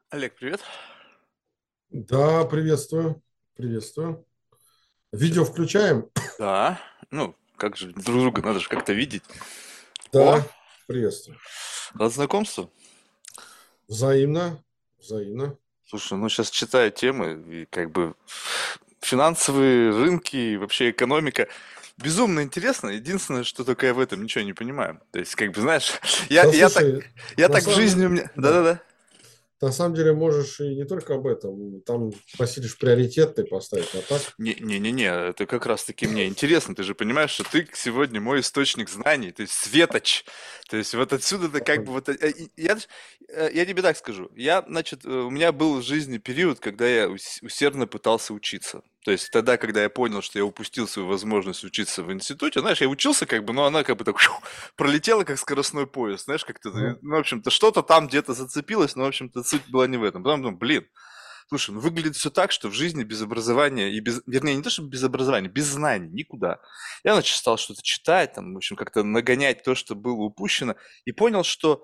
Олег, привет. Да, приветствую. Приветствую. Видео включаем? Да, ну, как же друг друга надо же как-то видеть. О, Да, приветствую. рад знакомству. Взаимно. Взаимно. Слушай, ну сейчас читаю темы, и как бы финансовые рынки и вообще экономика. Безумно интересно. Единственное, что только я в этом ничего не понимаю. То есть, как бы, знаешь, я, Да, я так, слушай, я на так в самом жизни деле, у меня... да. Да-да-да. На самом деле можешь и не только об этом. Там посидишь приоритеты поставить, а так. Не-не-не, это как раз-таки мне интересно. Ты же понимаешь, что ты сегодня мой источник знаний, то есть светоч. То есть вот отсюда-то как бы вот... я тебе так скажу. Значит, у меня был в жизни период, когда я усердно пытался учиться. То есть тогда, когда я понял, что я упустил свою возможность учиться в институте, знаешь, я учился как бы, но она как бы так пролетела, как скоростной поезд, знаешь, как-то, Ага. ну, в общем-то, что-то там где-то зацепилось, но, в общем-то, суть была не в этом. Потом думаю, блин, слушай, ну выглядит все так, что в жизни без образования и без, вернее, не то, чтобы без образования, без знаний никуда. Я, значит, стал что-то читать, там, в общем, как-то нагонять то, что было упущено, и понял, что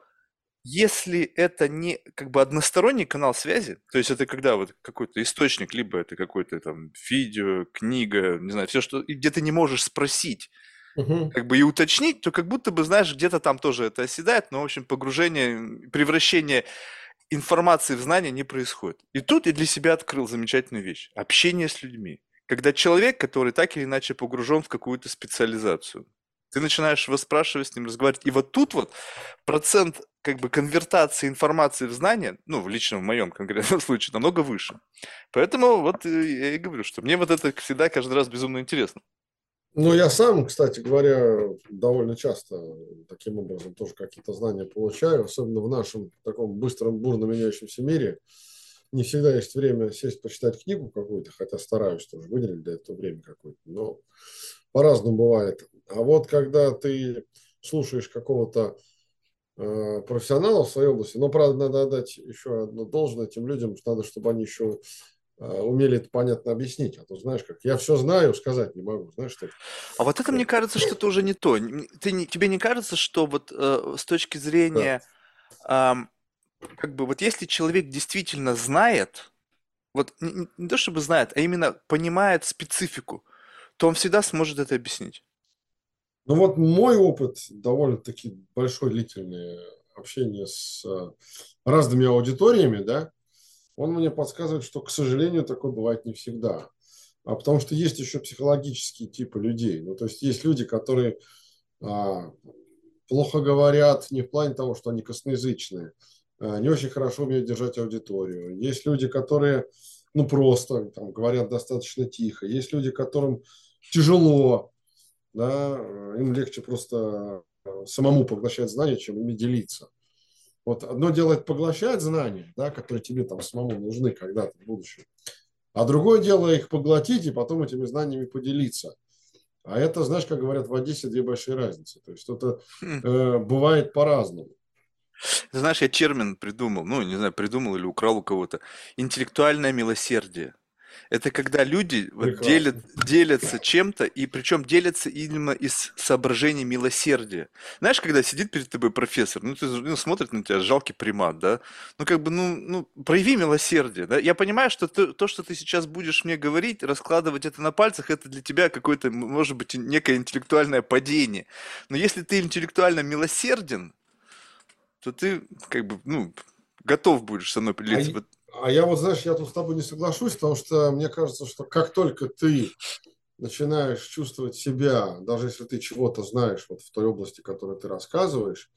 если это не как бы односторонний канал связи, то есть это когда вот какой-то источник, либо это какой-то там видео, книга, не знаю, все, что, и где ты не можешь спросить, Мгм. как бы и уточнить, то как будто бы, знаешь, где-то там тоже это оседает, но, в общем, погружение, превращение информации в знания не происходит. И тут я для себя открыл замечательную вещь. Общение с людьми. Когда человек, который так или иначе погружен в какую-то специализацию, ты начинаешь его спрашивать, с ним разговаривать. И вот тут вот процент как бы конвертации информации в знания, ну, в личном в моем конкретном случае, намного выше. Поэтому вот я и говорю, что мне вот это всегда каждый раз безумно интересно. Ну, я сам, кстати говоря, довольно часто таким образом тоже какие-то знания получаю, особенно в нашем таком быстром, бурно меняющемся мире. Не всегда есть время сесть почитать книгу какую-то, хотя стараюсь тоже выделить для этого время какое-то, но по-разному бывает. А вот когда ты слушаешь какого-то профессионала в своей области, но, правда, надо отдать еще одно должное этим людям, что надо, чтобы они еще умели это понятно объяснить. А то знаешь, как я все знаю, сказать не могу. Знаешь, что А вот это, мне кажется, что-то уже не то. Тебе не кажется, что вот с точки да. зрения, ам, как бы, вот если человек действительно знает, вот не то чтобы знает, а именно понимает специфику, то он всегда сможет это объяснить. Ну вот мой опыт довольно-таки большой, длительное общение с разными аудиториями, да, он мне подсказывает, что, к сожалению, такое бывает не всегда. А потому что есть еще психологические типы людей. Ну, то есть есть люди, которые а, плохо говорят не в плане того, что они косноязычные, не очень хорошо умеют держать аудиторию. Есть люди, которые, ну, просто там, говорят достаточно тихо. Есть люди, которым тяжело, да, им легче просто самому поглощать знания, чем ими делиться. Вот одно дело это поглощать знания, да, которые тебе там самому нужны когда-то в будущем, а другое дело их поглотить и потом этими знаниями поделиться. А это, знаешь, как говорят в Одессе, две большие разницы. То есть это Хм. бывает по-разному. Ты знаешь, я термин придумал, ну, не знаю, придумал или украл у кого-то. Интеллектуальное милосердие. Это когда люди вот Прекрасно. делятся чем-то, и причем делятся именно из соображений милосердия. Знаешь, когда сидит перед тобой профессор, ну, ну, смотрит на тебя, жалкий примат, да? Ну, как бы, ну, прояви милосердие, да? Я понимаю, что то, что ты сейчас будешь мне говорить, раскладывать это на пальцах, это для тебя какое-то, может быть, некое интеллектуальное падение. Но если ты интеллектуально милосерден, то ты, как бы, ну, готов будешь со мной А, поделиться. Вот. а я вот, знаешь, я тут с тобой не соглашусь, потому что мне кажется, что как только ты начинаешь чувствовать себя, даже если ты чего-то знаешь вот в той области, которую ты рассказываешь,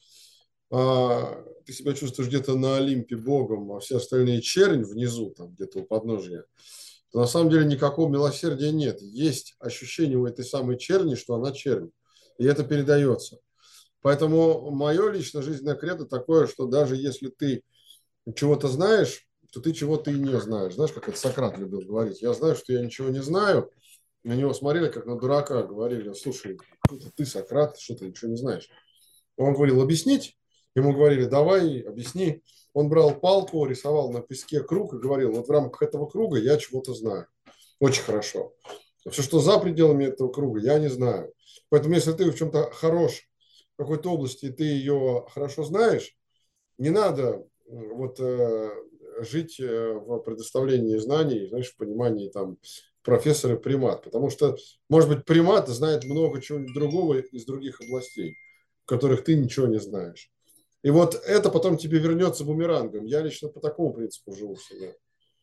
ты себя чувствуешь где-то на Олимпе богом, а все остальные чернь внизу, там где-то у подножия, то на самом деле никакого милосердия нет. Есть ощущение у этой самой черни, что она чернь. И это передается. Поэтому мое личное жизненное кредо такое, что даже если ты чего-то знаешь, то ты чего-то и не знаешь. Знаешь, как это Сократ любил говорить. Я знаю, что я ничего не знаю. На него смотрели, как на дурака. Говорили, слушай, ты Сократ, что ты ничего не знаешь. Он говорил, объяснить? Ему говорили, давай, объясни. Он брал палку, рисовал на песке круг и говорил, вот в рамках этого круга я чего-то знаю. Очень хорошо. А все, что за пределами этого круга, я не знаю. Поэтому, если ты в чем-то хорош, в какой-то области, и ты ее хорошо знаешь, не надо вот жить в предоставлении знаний, знаешь, в понимании там профессор и примат. Потому что, может быть, примат знает много чего-нибудь другого из других областей, в которых ты ничего не знаешь. И вот это потом тебе вернется бумерангом. Я лично по такому принципу живу всегда.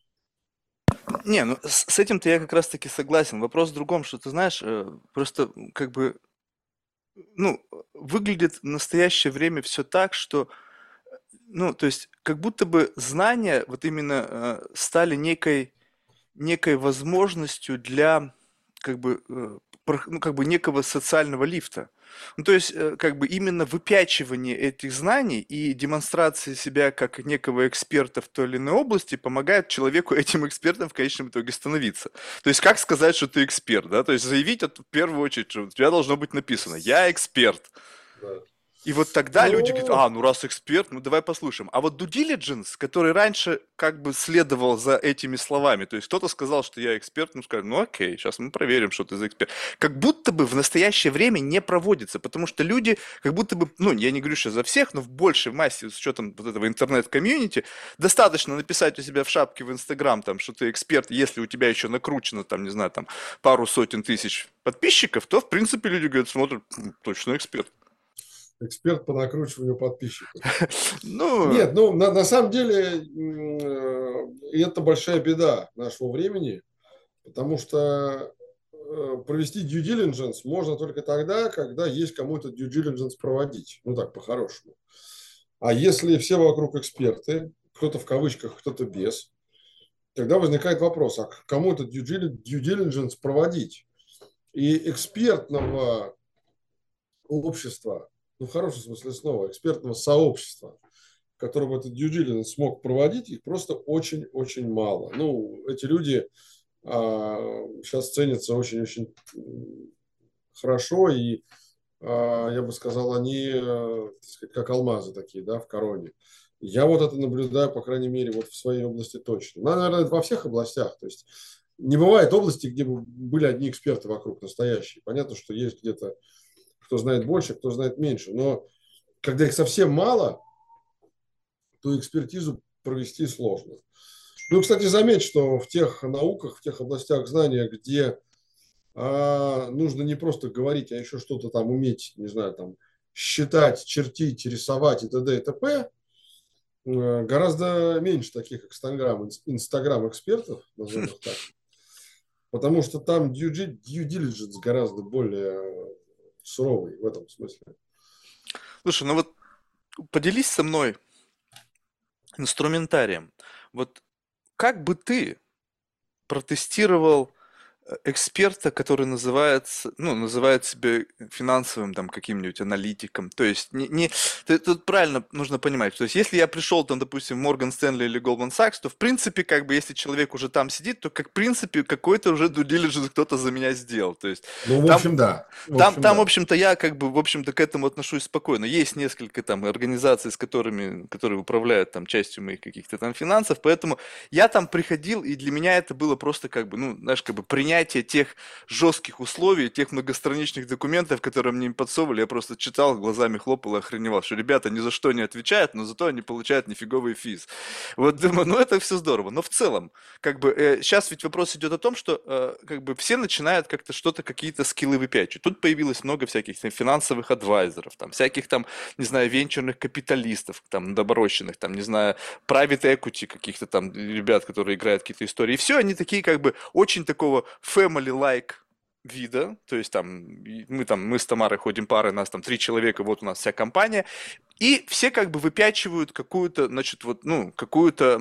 Не, ну с этим-то я как раз-таки согласен. Вопрос в другом, что ты знаешь, просто как бы, ну, выглядит в настоящее время все так, что, ну, то есть, как будто бы знания вот именно стали некой возможностью для как бы, ну, как бы некого социального лифта. Ну, то есть, как бы именно выпячивание этих знаний и демонстрация себя как некого эксперта в той или иной области помогает человеку этим экспертом в конечном итоге становиться. То есть, как сказать, что ты эксперт, да? То есть, заявить это в первую очередь, что у тебя должно быть написано «Я эксперт». Да. И вот тогда люди говорят, Ну, ну раз эксперт, ну давай послушаем. А вот due diligence, который раньше как бы следовал за этими словами, то есть кто-то сказал, что я эксперт, ну скажем, ну окей, сейчас мы проверим, что ты за эксперт. Как будто бы в настоящее время не проводится, потому что люди как будто бы, ну я не говорю сейчас за всех, но в большей массе, с учетом вот этого интернет-комьюнити, достаточно написать у себя в шапке в Инстаграм, там, что ты эксперт, если у тебя еще накручено, там, не знаю, там, пару сотен тысяч подписчиков, то в принципе люди говорят, смотрят, точно эксперт. эксперт по накручиванию подписчиков. Ну, Нет, ну на самом деле это большая беда нашего времени, потому что провести due diligence можно только тогда, когда есть кому-то due diligence проводить. Ну так, по-хорошему. А если все вокруг эксперты, кто-то в кавычках, кто-то без, тогда возникает вопрос, а кому этот due diligence проводить? И экспертного общества, ну в хорошем смысле слова, экспертного сообщества, которого этот due diligence смог проводить, их просто очень-очень мало. Ну, эти люди сейчас ценятся очень-очень хорошо, и я бы сказал, они, так сказать, как алмазы такие, да, в короне. Я вот это наблюдаю, по крайней мере, вот в своей области точно. Ну, наверное, это во всех областях. То есть не бывает области, где бы были одни эксперты вокруг настоящие. Понятно, что есть где-то кто знает больше, кто знает меньше. Но когда их совсем мало, то экспертизу провести сложно. Ну, кстати, заметь, что в тех науках, в тех областях знания, где нужно не просто говорить, а еще что-то там уметь, не знаю, там считать, чертить, рисовать и т.д. и т.п., гораздо меньше таких инстаграм экспертов, назовем их так, потому что там due diligence гораздо более суровый в этом смысле. слушай, ну вот поделись со мной инструментарием. Вот как бы ты протестировал эксперта, который называется, ну, называет себя финансовым там каким-нибудь аналитиком. То есть тут правильно нужно понимать. То есть если я пришел там, допустим, в Морган Стэнли или Goldman Sachs, то в принципе, как бы, если человек уже там сидит, то как в принципе какой-то уже due diligence кто-то за меня сделал. То есть Ну, в там общем, да. В общем, там, в да. общем-то, я как бы, в общем-то, к этому отношусь спокойно. Есть несколько там организаций, которые управляют там частью моих каких-то там финансов, поэтому я там приходил, и для меня это было просто как бы, ну, знаешь, как бы принятие тех жестких условий, тех многостраничных документов, которые мне подсовывали, я просто читал, глазами хлопал и охреневал, что ребята ни за что не отвечают, но зато они получают нифиговый физ. Вот думаю, ну это все здорово, но в целом, как бы, сейчас ведь вопрос идет о том, что как бы все начинают как-то что-то, какие-то скиллы выпячивать. Тут появилось много всяких там, финансовых адвайзеров, там, всяких там, не знаю, венчурных капиталистов, там, доброщенных, там, не знаю, private equity каких-то там ребят, которые играют какие-то истории. И все они такие как бы очень такого family-like вида, то есть мы с Тамарой ходим парой, нас там 3 человека, вот у нас вся компания, и все как бы выпячивают какую-то, значит, вот, ну, какую-то,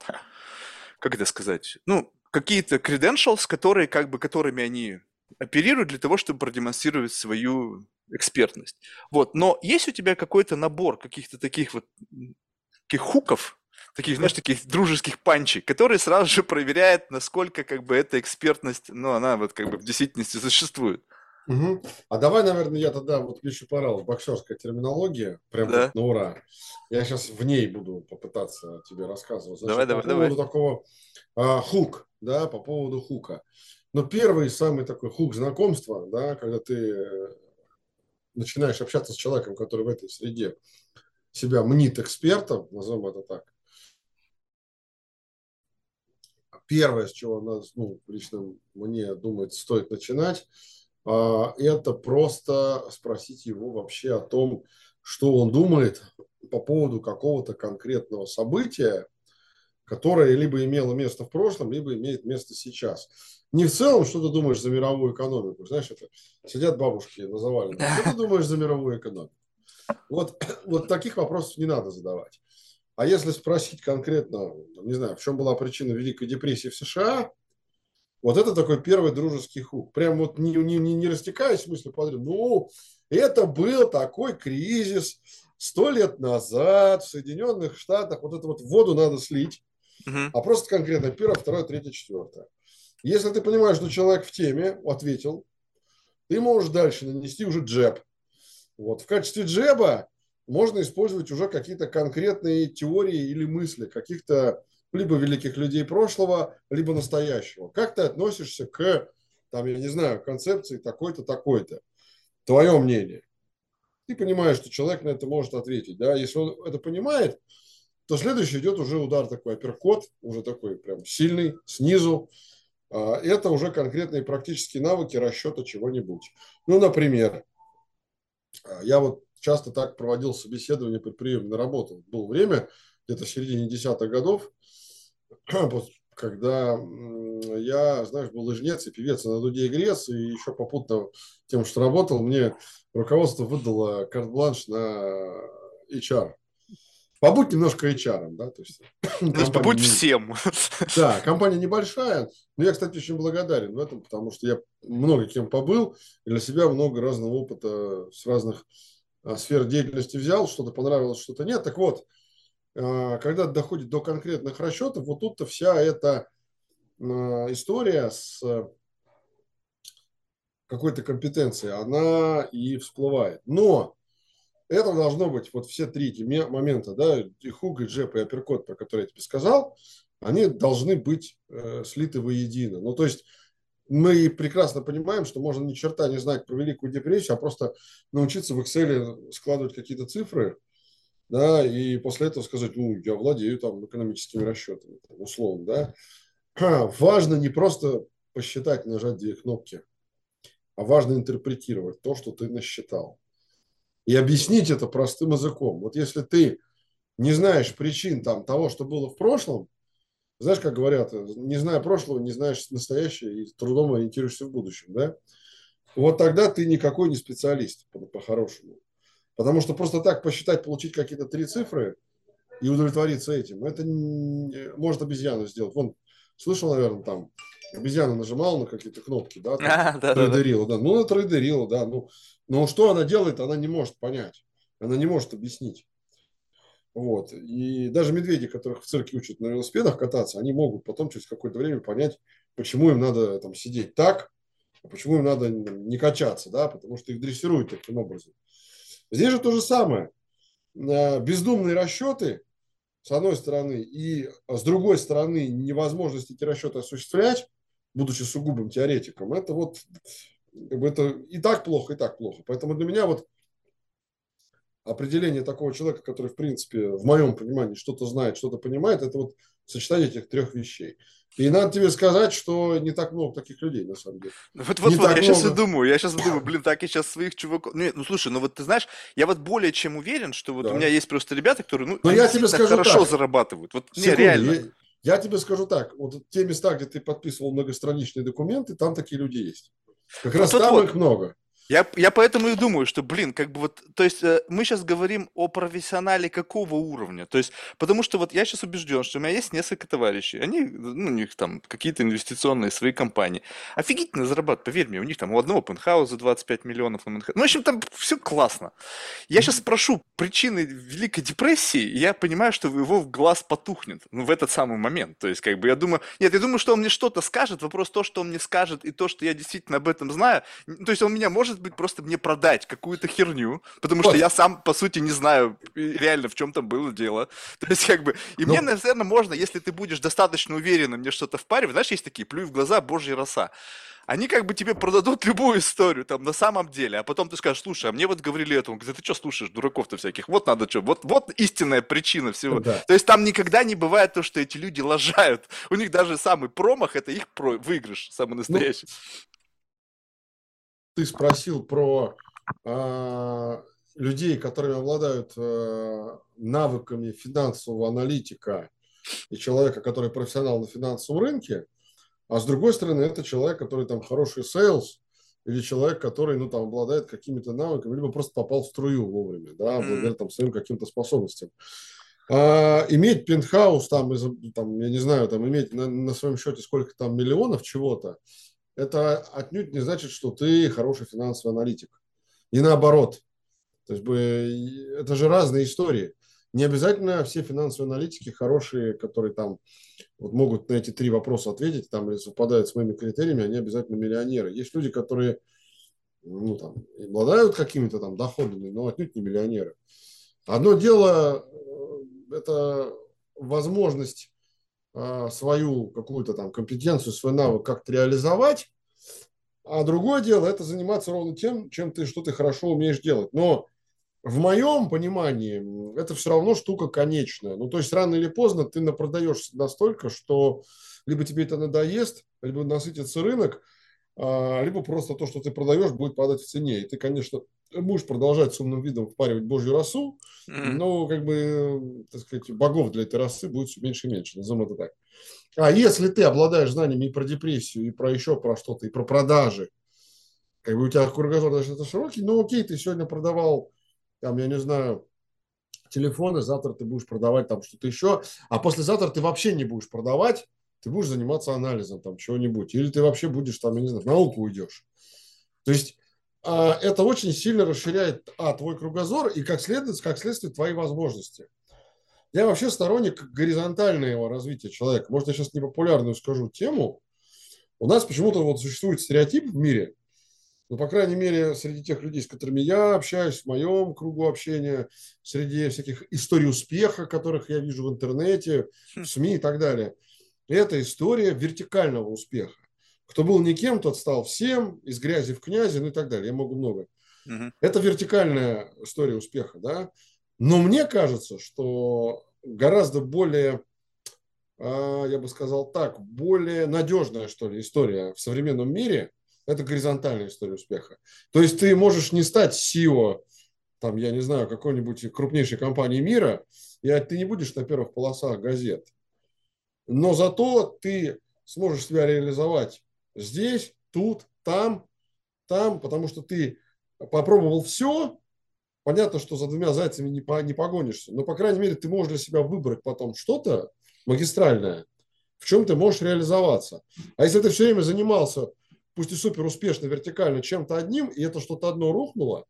как это сказать, ну, какие-то credentials, которые, как бы, которыми они оперируют для того, чтобы продемонстрировать свою экспертность. Вот, но есть у тебя какой-то набор каких-то таких вот таких хуков, таких, знаешь, таких дружеских панчей, которые сразу же проверяют, насколько как бы эта экспертность, ну, она вот как бы в действительности существует. Мгм. А давай, наверное, я тогда вот ключу порал, боксерская терминология, прям вот Да, на ура. Я сейчас в ней буду попытаться тебе рассказывать. давай, Значит, по давай, давай. поводу такого хук, да, по поводу хука. Но первый самый такой хук знакомства, да, когда ты начинаешь общаться с человеком, который в этой среде себя мнит экспертом, назовем это так, Первое, с чего нас, ну, лично мне думается, стоит начинать, это просто спросить его вообще о том, что он думает по поводу какого-то конкретного события, которое либо имело место в прошлом, либо имеет место сейчас. Не в целом, что ты думаешь за мировую экономику. Знаешь, это сидят бабушки на заваленке. Что ты думаешь за мировую экономику? Вот, вот таких вопросов не надо задавать. А если спросить конкретно, не знаю, в чем была причина Великой депрессии в США, вот это такой первый дружеский хук. Прям вот не растекаясь в мысли подряд. Ну, это был такой кризис 100 лет назад в Соединенных Штатах. Вот эту вот воду надо слить. Мгм. А просто конкретно первое, второе, третье, четвертое. Если ты понимаешь, что человек в теме, ответил, ты можешь дальше нанести уже джеб. Вот. В качестве джеба можно использовать уже какие-то конкретные теории или мысли каких-то либо великих людей прошлого, либо настоящего. Как ты относишься к, там, я не знаю, концепции такой-то, такой-то? Твое мнение. Ты понимаешь, что человек на это может ответить. Да? Если он это понимает, то следующий идет уже удар такой, апперкот, уже такой прям сильный, снизу. Это уже конкретные практические навыки расчета чего-нибудь. Ну, например, я вот часто так проводил собеседование при приеме на работу. Было время, где-то в середине десятых годов, когда я, знаешь, был и жнец, и певец, и на дуде и грец, и еще попутно тем, что работал, мне руководство выдало карт-бланш на HR. Побудь немножко HR, да, то есть То есть компания побудь не, всем. да, компания небольшая, но я, кстати, очень благодарен в этом, потому что я много кем побыл, и для себя много разного опыта с разных сфер деятельности взял, что-то понравилось, что-то нет. Так вот, когда доходит до конкретных расчетов, вот тут-то вся эта история с какой-то компетенцией, она и всплывает. Но это должно быть вот все три эти момента, да, и хук, и джеб, и апперкот, про которые я тебе сказал, они должны быть слиты воедино. Ну, то есть мы прекрасно понимаем, что можно ни черта не знать про Великую депрессию, а просто научиться в Excel складывать какие-то цифры, да, и после этого сказать, ну, я владею там экономическими расчетами, там, условно, да. Важно не просто посчитать, нажать две кнопки, а важно интерпретировать то, что ты насчитал. И объяснить это простым языком. Вот если ты не знаешь причин там, того, что было в прошлом, знаешь, как говорят, не зная прошлого, не знаешь настоящее и трудом ориентируешься в будущем, да? Вот тогда ты никакой не специалист по-хорошему. Потому что просто так посчитать, получить какие-то три цифры и удовлетвориться этим, это может обезьяна сделать. Вон, слышал, наверное, там обезьяна нажимала на какие-то кнопки, да, там, Да-да-да. трейдерила, да, ну, она трейдерила, да, ну, но что она делает, она не может понять, она не может объяснить. Вот. И даже медведи, которых в цирке учат на велосипедах кататься, они могут потом через какое-то время понять, почему им надо там сидеть так, а почему им надо не качаться, да, потому что их дрессируют таким образом. Здесь же то же самое. Бездумные расчеты, с одной стороны, и с другой стороны, невозможность эти расчеты осуществлять, будучи сугубым теоретиком, это вот это и так плохо, и так плохо. Поэтому для меня вот определение такого человека, который, в принципе, в моем понимании что-то знает, что-то понимает, это вот сочетание этих трех вещей. И надо тебе сказать, что не так много таких людей, на самом деле. Не Вот-вот-вот, так много. я сейчас и думаю, блин, так я сейчас своих чуваков... Нет, ну слушай, ну вот ты знаешь, я вот более чем уверен, что вот у меня Да. есть просто ребята, которые, ну, Но они я тебе действительно скажу хорошо так, зарабатывают. Вот, не, секунду, реально. я тебе скажу так, вот те места, где ты подписывал многостраничные документы, там такие люди есть. Как раз там Вот-вот-вот. их много. Я поэтому и думаю, что, блин, как бы вот, то есть мы сейчас говорим о профессионале какого уровня, то есть, потому что вот я сейчас убежден, что у меня есть несколько товарищей, они, ну, у них там какие-то инвестиционные свои компании, офигительно зарабатывают, поверь мне, у них там у одного пентхауса 25 миллионов на Манхэттене, ну, в общем, там все классно. Я сейчас спрошу причины Великой депрессии, и я понимаю, что его в глаз потухнет, ну, в этот самый момент. То есть, как бы, я думаю, нет, я думаю, что он мне что-то скажет, вопрос то, что он мне скажет, и то, что я действительно об этом знаю, то есть, он меня, может быть, просто мне продать какую-то херню, потому что я Вот. сам, по сути, не знаю реально, в чем там было дело. То есть, как бы, и мне, Ну, наверное, можно, если ты будешь достаточно уверенно мне что-то впаривать, знаешь, есть такие, плюй в глаза, божья роса. они как бы тебе продадут любую историю там на самом деле, а потом ты скажешь, слушай, а мне вот говорили это, он говорит, да ты что слушаешь, дураков-то всяких, вот надо что, вот истинная причина всего. Да. То есть там никогда не бывает то, что эти люди лажают, у них даже самый промах, это их выигрыш, самый Ну, настоящий. ты спросил про людей, которыми обладают навыками финансового аналитика и человека, который профессионал на финансовом рынке, а с другой стороны, это человек, который там хороший сейлс, или человек, который, ну, там, обладает какими-то навыками, либо просто попал в струю вовремя, да, М, благодаря там своим каким-то способностям. Иметь пентхаус, там, там, я не знаю, там, иметь на своем счете сколько там миллионов чего-то, это отнюдь не значит, что ты хороший финансовый аналитик. И наоборот. То есть это же разные истории. Не обязательно все финансовые аналитики хорошие, которые там вот могут на эти три вопроса ответить, там, или совпадают с моими критериями, они обязательно миллионеры. Есть люди, которые, ну, там, и обладают какими-то там доходами, но отнюдь не миллионеры. Одно дело, это возможность свою какую-то там компетенцию, свой навык как-то реализовать, а другое дело, это заниматься ровно тем, что ты хорошо умеешь делать. Но в моем понимании это все равно штука конечная. Ну, то есть рано или поздно ты напродаешься настолько, что либо тебе это надоест, либо насытится рынок, либо просто то, что ты продаешь, будет падать в цене. И ты, конечно, будешь продолжать с умным видом впаривать божью росу, м, но, как бы, так сказать, богов для этой росы будет все меньше и меньше, назовем это так. А если ты обладаешь знаниями и про депрессию, и про еще про что-то, и про продажи, как бы у тебя кругозор достаточно широкий, ну окей, ты сегодня продавал, там, я не знаю, телефоны, завтра ты будешь продавать там что-то еще, а послезавтра ты вообще не будешь продавать, ты будешь заниматься анализом там чего-нибудь, или ты вообще будешь там, я не знаю, в науку уйдешь. То есть это очень сильно расширяет, твой кругозор и как следствие твои возможности. Я вообще сторонник горизонтального развития человека. Может, я сейчас непопулярную скажу тему. У нас почему-то вот существует стереотип в мире, ну, по крайней мере, среди тех людей, с которыми я общаюсь, в моем кругу общения, среди всяких историй успеха, которых я вижу в интернете, хм, в СМИ и так далее. Это история вертикального успеха. Кто был никем, тот стал всем, из грязи в князи, ну и так далее. Я могу много. мгм. Это вертикальная история успеха, да. Но мне кажется, что гораздо более, я бы сказал так, более надежная, что ли, история в современном мире – это горизонтальная история успеха. То есть ты можешь не стать CEO, там, я не знаю, какой-нибудь крупнейшей компании мира, и ты не будешь на первых полосах газет. Но зато ты сможешь себя реализовать здесь, тут, там, потому что ты попробовал все. Понятно, что за двумя зайцами не погонишься, но, по крайней мере, ты можешь для себя выбрать потом что-то магистральное, в чем ты можешь реализоваться. А если ты все время занимался, пусть и супер успешно, вертикально, чем-то одним, и это что-то одно рухнуло,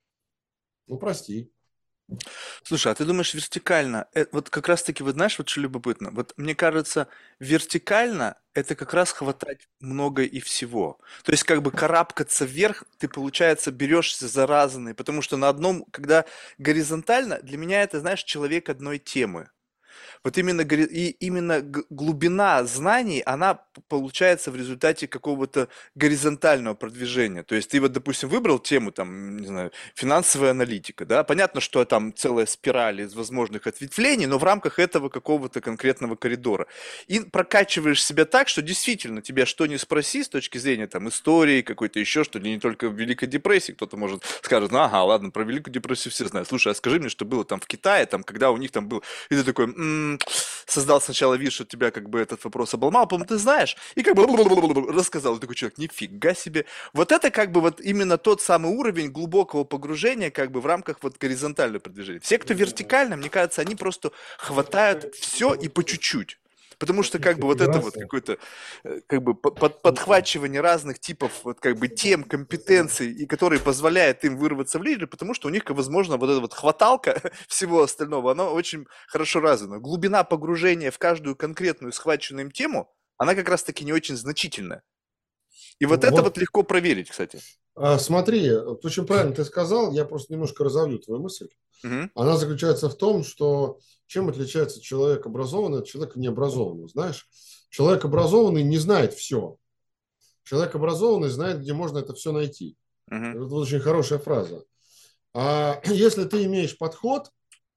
ну, прости. Слушай, а ты думаешь вертикально? Вот как раз-таки, вот знаешь, вот что любопытно. Вот мне кажется, вертикально это как раз хватать много и всего. То есть как бы карабкаться вверх, ты, получается, берешься за разные, потому что на одном, когда горизонтально, для меня это, знаешь, человек одной темы. Вот именно, и именно глубина знаний, она получается в результате какого-то горизонтального продвижения. То есть ты вот, допустим, выбрал тему, там, не знаю, финансовая аналитика, да, понятно, что там целая спираль из возможных ответвлений, но в рамках этого какого-то конкретного коридора. И прокачиваешь себя так, что действительно тебя что ни спроси с точки зрения там истории, какой-то еще что ли, не только в Великой депрессии, кто-то может скажет, ну ага, ладно, про Великую депрессию все знают. Слушай, а скажи мне, что было там в Китае, там, когда у них там был и ты такой, создал сначала вид, что тебя как бы этот вопрос обломал, потом ты знаешь, и как бы рассказал. И такой человек, нифига себе. Вот это как бы вот именно тот самый уровень глубокого погружения как бы в рамках вот горизонтального продвижения. Все, кто вертикально, мне кажется, они просто хватают все и по чуть-чуть. Потому что как бы вот это вот Федерация. какое-то как бы подхвачивание разных типов вот как бы тем, компетенций, и которые позволяют им вырваться в лидеры, потому что у них, возможно, вот эта вот хваталка всего остального, она очень хорошо развита. Глубина погружения в каждую конкретную схваченную им тему, она как раз-таки не очень значительная. И вот это вот Вот легко проверить, кстати. смотри, вот очень правильно ты сказал, я просто немножко разовью твою мысль. Мгм. Она заключается в том, что чем отличается человек образованный от человека необразованного. Знаешь, человек образованный не знает все. Человек образованный знает, где можно это все найти. Мгм. Это вот очень хорошая фраза. А если ты имеешь подход,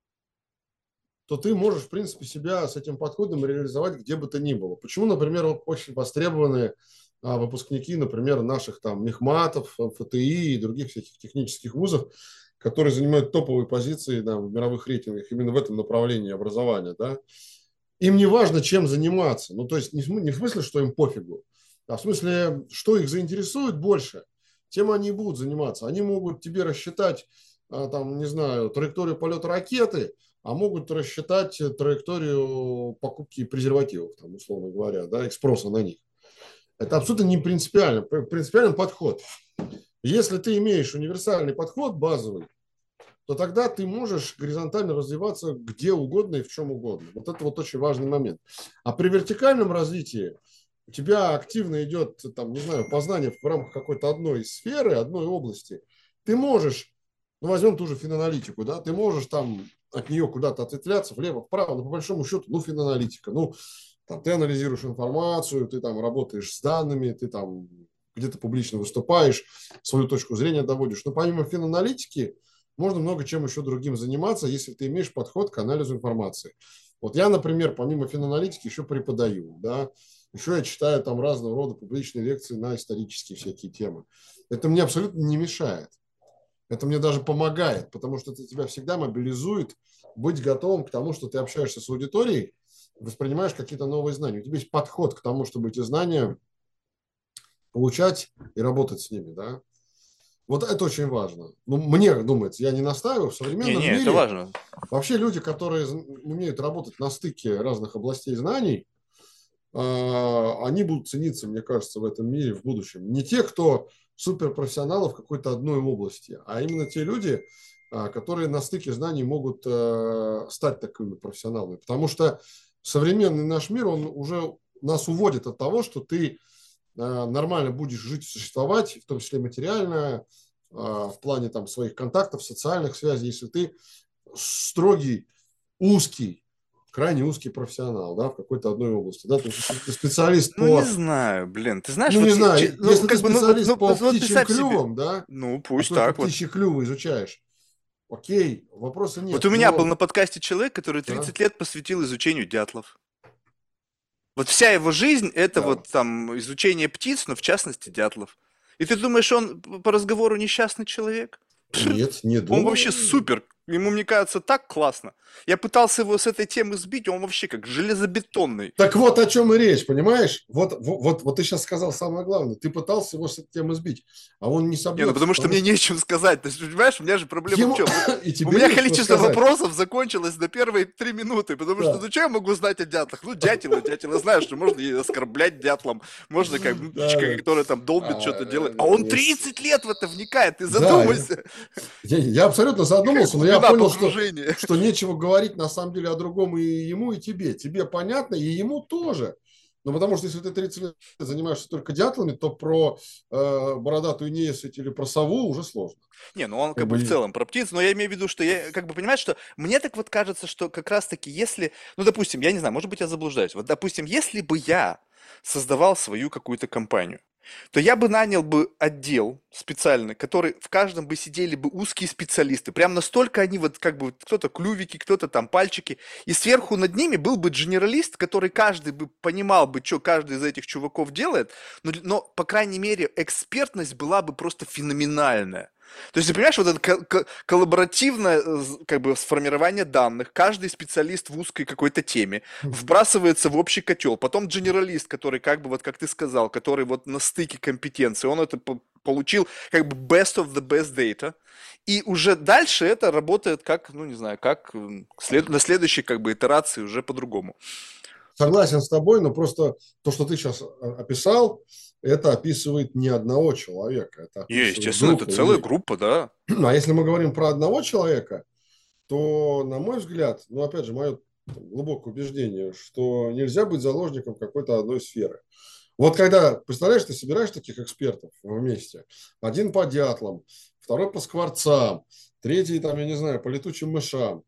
то ты можешь, в принципе, себя с этим подходом реализовать где бы то ни было. Почему, например, вот очень востребованы выпускники, например, наших там мехматов, ФТИ и других всяких технических вузов, которые занимают топовые позиции в мировых рейтингах именно в этом направлении образования, да? Им не важно, чем заниматься. Ну, то есть не в смысле, что им пофигу, а в смысле, что их заинтересует больше, тем они и будут заниматься. Они могут тебе рассчитать, там, не знаю, траекторию полета ракеты, а могут рассчитать траекторию покупки презервативов, там, условно говоря, да, их спроса на них. Это абсолютно не принципиально. Принципиальный подход. Если ты имеешь универсальный подход базовый, то тогда ты можешь горизонтально развиваться где угодно и в чем угодно. Вот это вот очень важный момент. А при вертикальном развитии у тебя активно идет, там, не знаю, познание в рамках какой-то одной сферы, одной области. Ты можешь, ну, возьмем ту же финаналитику, да, ты можешь там от нее куда-то ответвляться влево, вправо, но по большому счету, ну, финаналитика, ну, там, ты анализируешь информацию, ты там работаешь с данными, ты там где-то публично выступаешь, свою точку зрения доводишь. Но помимо финаналитики, можно много чем еще другим заниматься, если ты имеешь подход к анализу информации. Вот я, например, помимо финаналитики еще преподаю, да, еще я читаю там разного рода публичные лекции на исторические всякие темы. Это мне абсолютно не мешает. Это мне даже помогает, потому что это тебя всегда мобилизует быть готовым к тому, что ты общаешься с аудиторией, воспринимаешь какие-то новые знания. У тебя есть подход к тому, чтобы эти знания получать и работать с ними, да. Вот это очень важно. Ну, мне думается, я не настаиваю, в современном Не-не, это мире важно. вообще люди, которые умеют работать на стыке разных областей знаний, они будут цениться, мне кажется, в этом мире в будущем. Не те, кто суперпрофессионалы в какой-то одной области, а именно те люди, которые на стыке знаний могут стать такими профессионалами. Потому что современный наш мир, он уже нас уводит от того, что ты нормально будешь жить, существовать, в том числе материально, в плане там своих контактов, социальных связей, если ты строгий, узкий, крайне узкий профессионал, да, в какой-то одной области, да, то есть если ты специалист Ну, не по, знаю, блин. Ты знаешь, ну, не вот, знаю, ну, если ты как бы, ну, вот, специалист ну, по вот птичьим представь себе. клювам, да, Ну, а пусть только так вот. птичьи клювы изучаешь, окей, вопроса Вот нет, у меня был но, на подкасте человек, который да, 30 лет посвятил изучению дятлов. Вот вся его жизнь это да, вот там изучение птиц, но в частности дятлов. И ты думаешь, он по разговору несчастный человек? нет, не Он вообще думаю. супер. Ему, мне кажется, так классно. Я пытался его с этой темы сбить, он вообще как железобетонный. Так вот о чем и речь, понимаешь? Вот ты сейчас сказал самое главное. Ты пытался его с этой темы сбить, а он не Не, ну собьется, потому что потому мне что нечем сказать. То есть, понимаешь, у меня же проблема в ему чем? и У тебе меня нечего количество сказать. вопросов закончилось на первые 3 минуты, потому что, Да, ну, что я могу знать о дятлах? Ну, дятел, я знаю, что можно и оскорблять дятлом, можно как ну, да, птичка, да. которая там долбит, что-то делает, а он Не 30 лет в это вникает, ты Да, задумайся. я абсолютно Какая задумался, но я глубина понял, погружения. что нечего говорить на самом деле о другом и ему, и тебе. Тебе понятно, и ему тоже. Ну, потому что если ты 30 лет занимаешься только дятлами, то про бородатую нейсыть или про сову уже сложно. Не, ну он Как как бы в бы, целом про птиц, но я имею в виду, что я как бы понимаешь, что мне так вот кажется, что как раз-таки если, ну допустим, я не знаю, может быть я заблуждаюсь, вот допустим, если бы я создавал свою какую-то компанию, то я бы нанял бы отдел специальный, который в каждом бы сидели бы узкие специалисты. Прям настолько они вот как бы вот кто-то клювики, кто-то там пальчики. И сверху над ними был бы генералист, который каждый бы понимал бы, что каждый из этих чуваков делает. Но по крайней мере, экспертность была бы просто феноменальная. То есть, ты понимаешь, вот это коллаборативное как бы сформирование данных, каждый специалист в узкой какой-то теме вбрасывается в общий котел, потом генералист, который как бы, вот как ты сказал, который вот на стыке компетенции, он это получил как бы best of the best data, и уже дальше это работает как, ну не знаю, как на следующей как бы итерации уже по-другому. согласен с тобой, но просто то, что ты сейчас описал, это описывает не одного человека, это Не, описывает естественно, это группу целая людей. группа, да. А если мы говорим про одного человека, то, на мой взгляд, ну, опять же, мое глубокое убеждение, что нельзя быть заложником какой-то одной сферы. Вот когда, представляешь, ты собираешь таких экспертов вместе, один по дятлам, второй по скворцам, третий, там, я не знаю, по летучим мышам,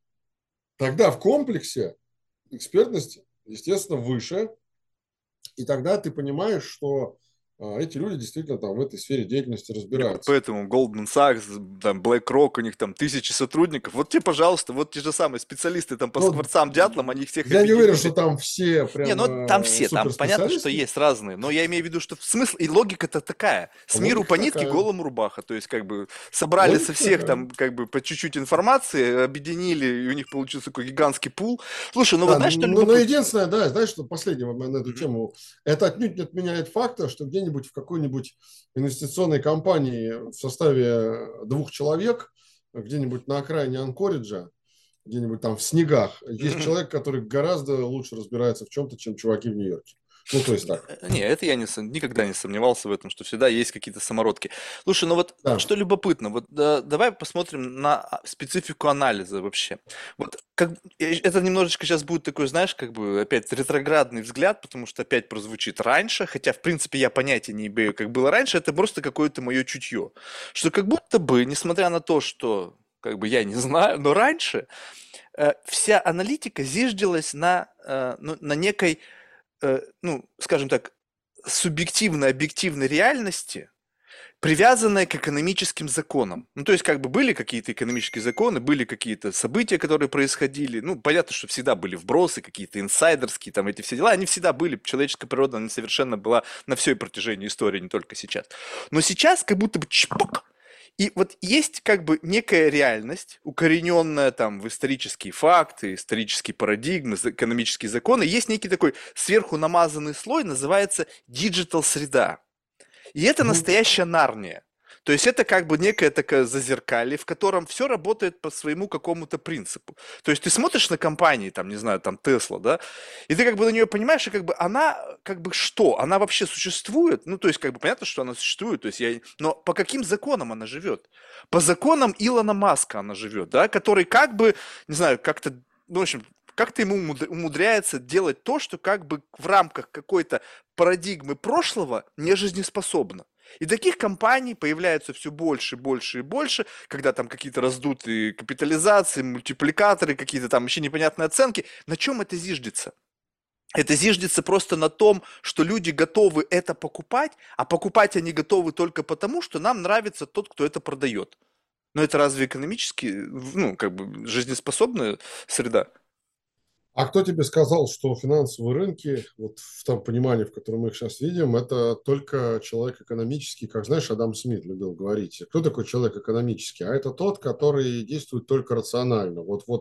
тогда в комплексе экспертность, естественно, выше, и тогда ты понимаешь, что эти люди действительно там в этой сфере деятельности И вот разбираются. поэтому Goldman Sachs, там BlackRock, у них там тысячи сотрудников. Вот те, пожалуйста, вот те же самые специалисты там по Но скворцам, дятлам, они их всех я не уверен, что объединили. там все Не, ну там прямо все, там понятно, что суперспециалисты, есть разные, но я имею в виду, что смысл и логика-то такая. а С миру логика по нитке, такая. голому рубаха. То есть как бы собрали со Логика всех такая. там как бы по чуть-чуть информации, объединили, и у них получился такой гигантский пул. Слушай, ну вот Да, знаешь, что но любопытно? единственное, да, знаешь, что последнего на эту Мгм. тему, это отнюдь не отменяет факта, что где-нибудь в какой-нибудь инвестиционной компании в составе 2 человек, где-нибудь на окраине Анкориджа, где-нибудь там в снегах, есть Мгм. человек, который гораздо лучше разбирается в чем-то, чем чуваки в Нью-Йорке. Ну, то есть так. Не, это я никогда не сомневался в этом, что всегда есть какие-то самородки. Слушай, ну вот Да. что любопытно, вот давай посмотрим на специфику анализа вообще. Вот как, это немножечко сейчас будет такой, знаешь, как бы опять ретроградный взгляд, потому что опять прозвучит раньше, хотя в принципе я понятия не имею, как было раньше, это просто какое-то мое чутье, что как будто бы, несмотря на то, что как бы я не знаю, но раньше вся аналитика зиждилась на, ну, на некой ну, скажем так, субъективной, объективной реальности, привязанной к экономическим законам. Ну, то есть, как бы были какие-то экономические законы, были какие-то события, которые происходили. Ну, понятно, что всегда были вбросы, какие-то инсайдерские, там эти все дела, они всегда были. Человеческая природа, она совершенно была на всей протяжении истории, не только сейчас. Но сейчас как будто бы чпок, и вот есть как бы некая реальность, укорененная там в исторические факты, исторические парадигмы, экономические законы. Есть некий такой сверху намазанный слой, называется диджитал среда. И это Мгм. настоящая Нарния. То есть это как бы некое такое зазеркалье, в котором все работает по своему какому-то принципу. То есть ты смотришь на компании, там, не знаю, там Тесла, да, и ты как бы на нее понимаешь, и как бы она, как бы что, она вообще существует? Ну, то есть как бы понятно, что она существует, то есть я, но по каким законам она живет? По законам Илона Маска она живет, да, который как бы, не знаю, как-то, ну, в общем, как-то ему умудряется делать то, что как бы в рамках какой-то парадигмы прошлого не жизнеспособно. И таких компаний появляется все больше, больше и больше, когда там какие-то раздутые капитализации, мультипликаторы, какие-то там еще непонятные оценки. На чем это зиждется? Это зиждется просто на том, что люди готовы это покупать, а покупать они готовы только потому, что нам нравится тот, кто это продает. Но это разве экономически, ну, как бы жизнеспособная среда? А кто тебе сказал, что финансовые рынки, вот в том понимании, в котором мы их сейчас видим, это только человек экономический, как, знаешь, Адам Смит любил говорить. Кто такой человек экономический? А это тот, который действует только рационально. Вот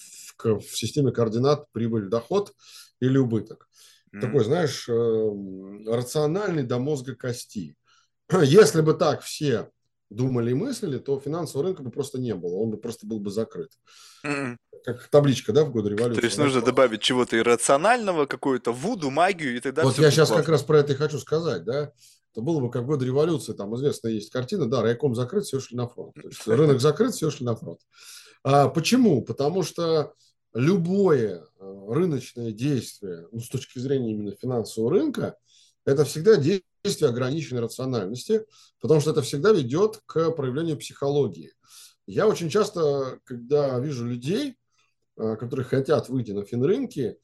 в системе координат прибыль, доход или убыток. М, Такой, знаешь, рациональный до мозга кости. Если бы так все думали и мыслили, то финансового рынка бы просто не было, он бы просто был бы закрыт. м. Как табличка, да, в годы То революции. есть Она нужно добавить чего-то иррационального, какую-то вуду, магию, и тогда Вот все я будет сейчас как классно. раз про это и хочу сказать, да. Это было бы как в годы революции, там известная есть картина, да, райком закрыт, все шли на фронт. То есть рынок закрыт, все шли на фронт. Почему? Потому что любое рыночное действие, ну, с точки зрения именно финансового рынка, это всегда действие ограниченной рациональности, потому что это всегда ведет к проявлению психологии. Я очень часто, когда вижу людей, которые хотят выйти на финрынки,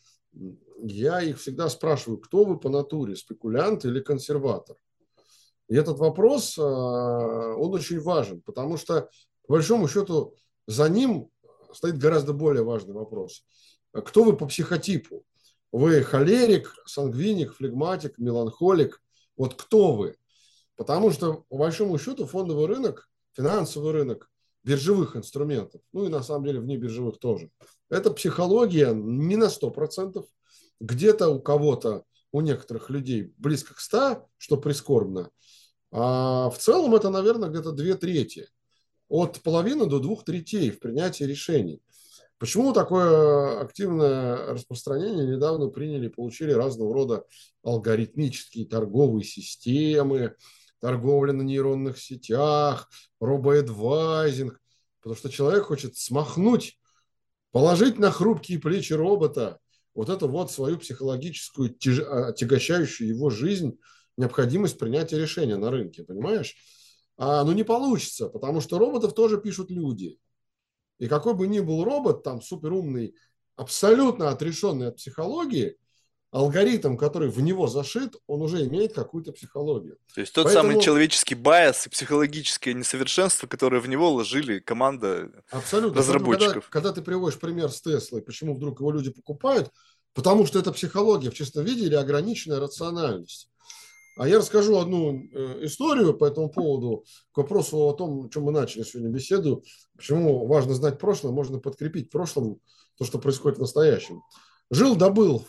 я их всегда спрашиваю, кто вы по натуре, спекулянт или консерватор? И этот вопрос, он очень важен, потому что, по большому счету, за ним стоит гораздо более важный вопрос. Кто вы по психотипу? Вы холерик, сангвиник, флегматик, меланхолик? Вот кто вы? Потому что, по большому счету, фондовый рынок, финансовый рынок биржевых инструментов, ну и на самом деле вне биржевых тоже, это психология не на 100%, где-то у кого-то, у некоторых людей близко к 100, что прискорбно, а в целом это, наверное, где-то 2 трети, от половины до 2 третей в принятии решений. Почему такое активное распространение недавно приняли, получили разного рода алгоритмические торговые системы, торговля на нейронных сетях, робоэдвайзинг, потому что человек хочет смахнуть, положить на хрупкие плечи робота вот эту вот свою психологическую, отягощающую его жизнь, необходимость принятия решения на рынке, понимаешь? Но не получится, потому что роботов тоже пишут люди. И какой бы ни был робот, там суперумный, абсолютно отрешенный от психологии, алгоритм, который в него зашит, он уже имеет какую-то психологию. То есть тот самый Поэтому человеческий байс и психологическое несовершенство, которое в него ложили команда абсолютно. Поэтому, разработчиков. когда ты приводишь пример с Теслой, почему вдруг его люди покупают, потому что это психология в чистом виде или ограниченная рациональность. А я расскажу одну историю по этому поводу, к вопросу о том, о чем мы начали сегодня беседу, почему важно знать прошлое, можно подкрепить прошлым то, что происходит в настоящем. Жил-добыл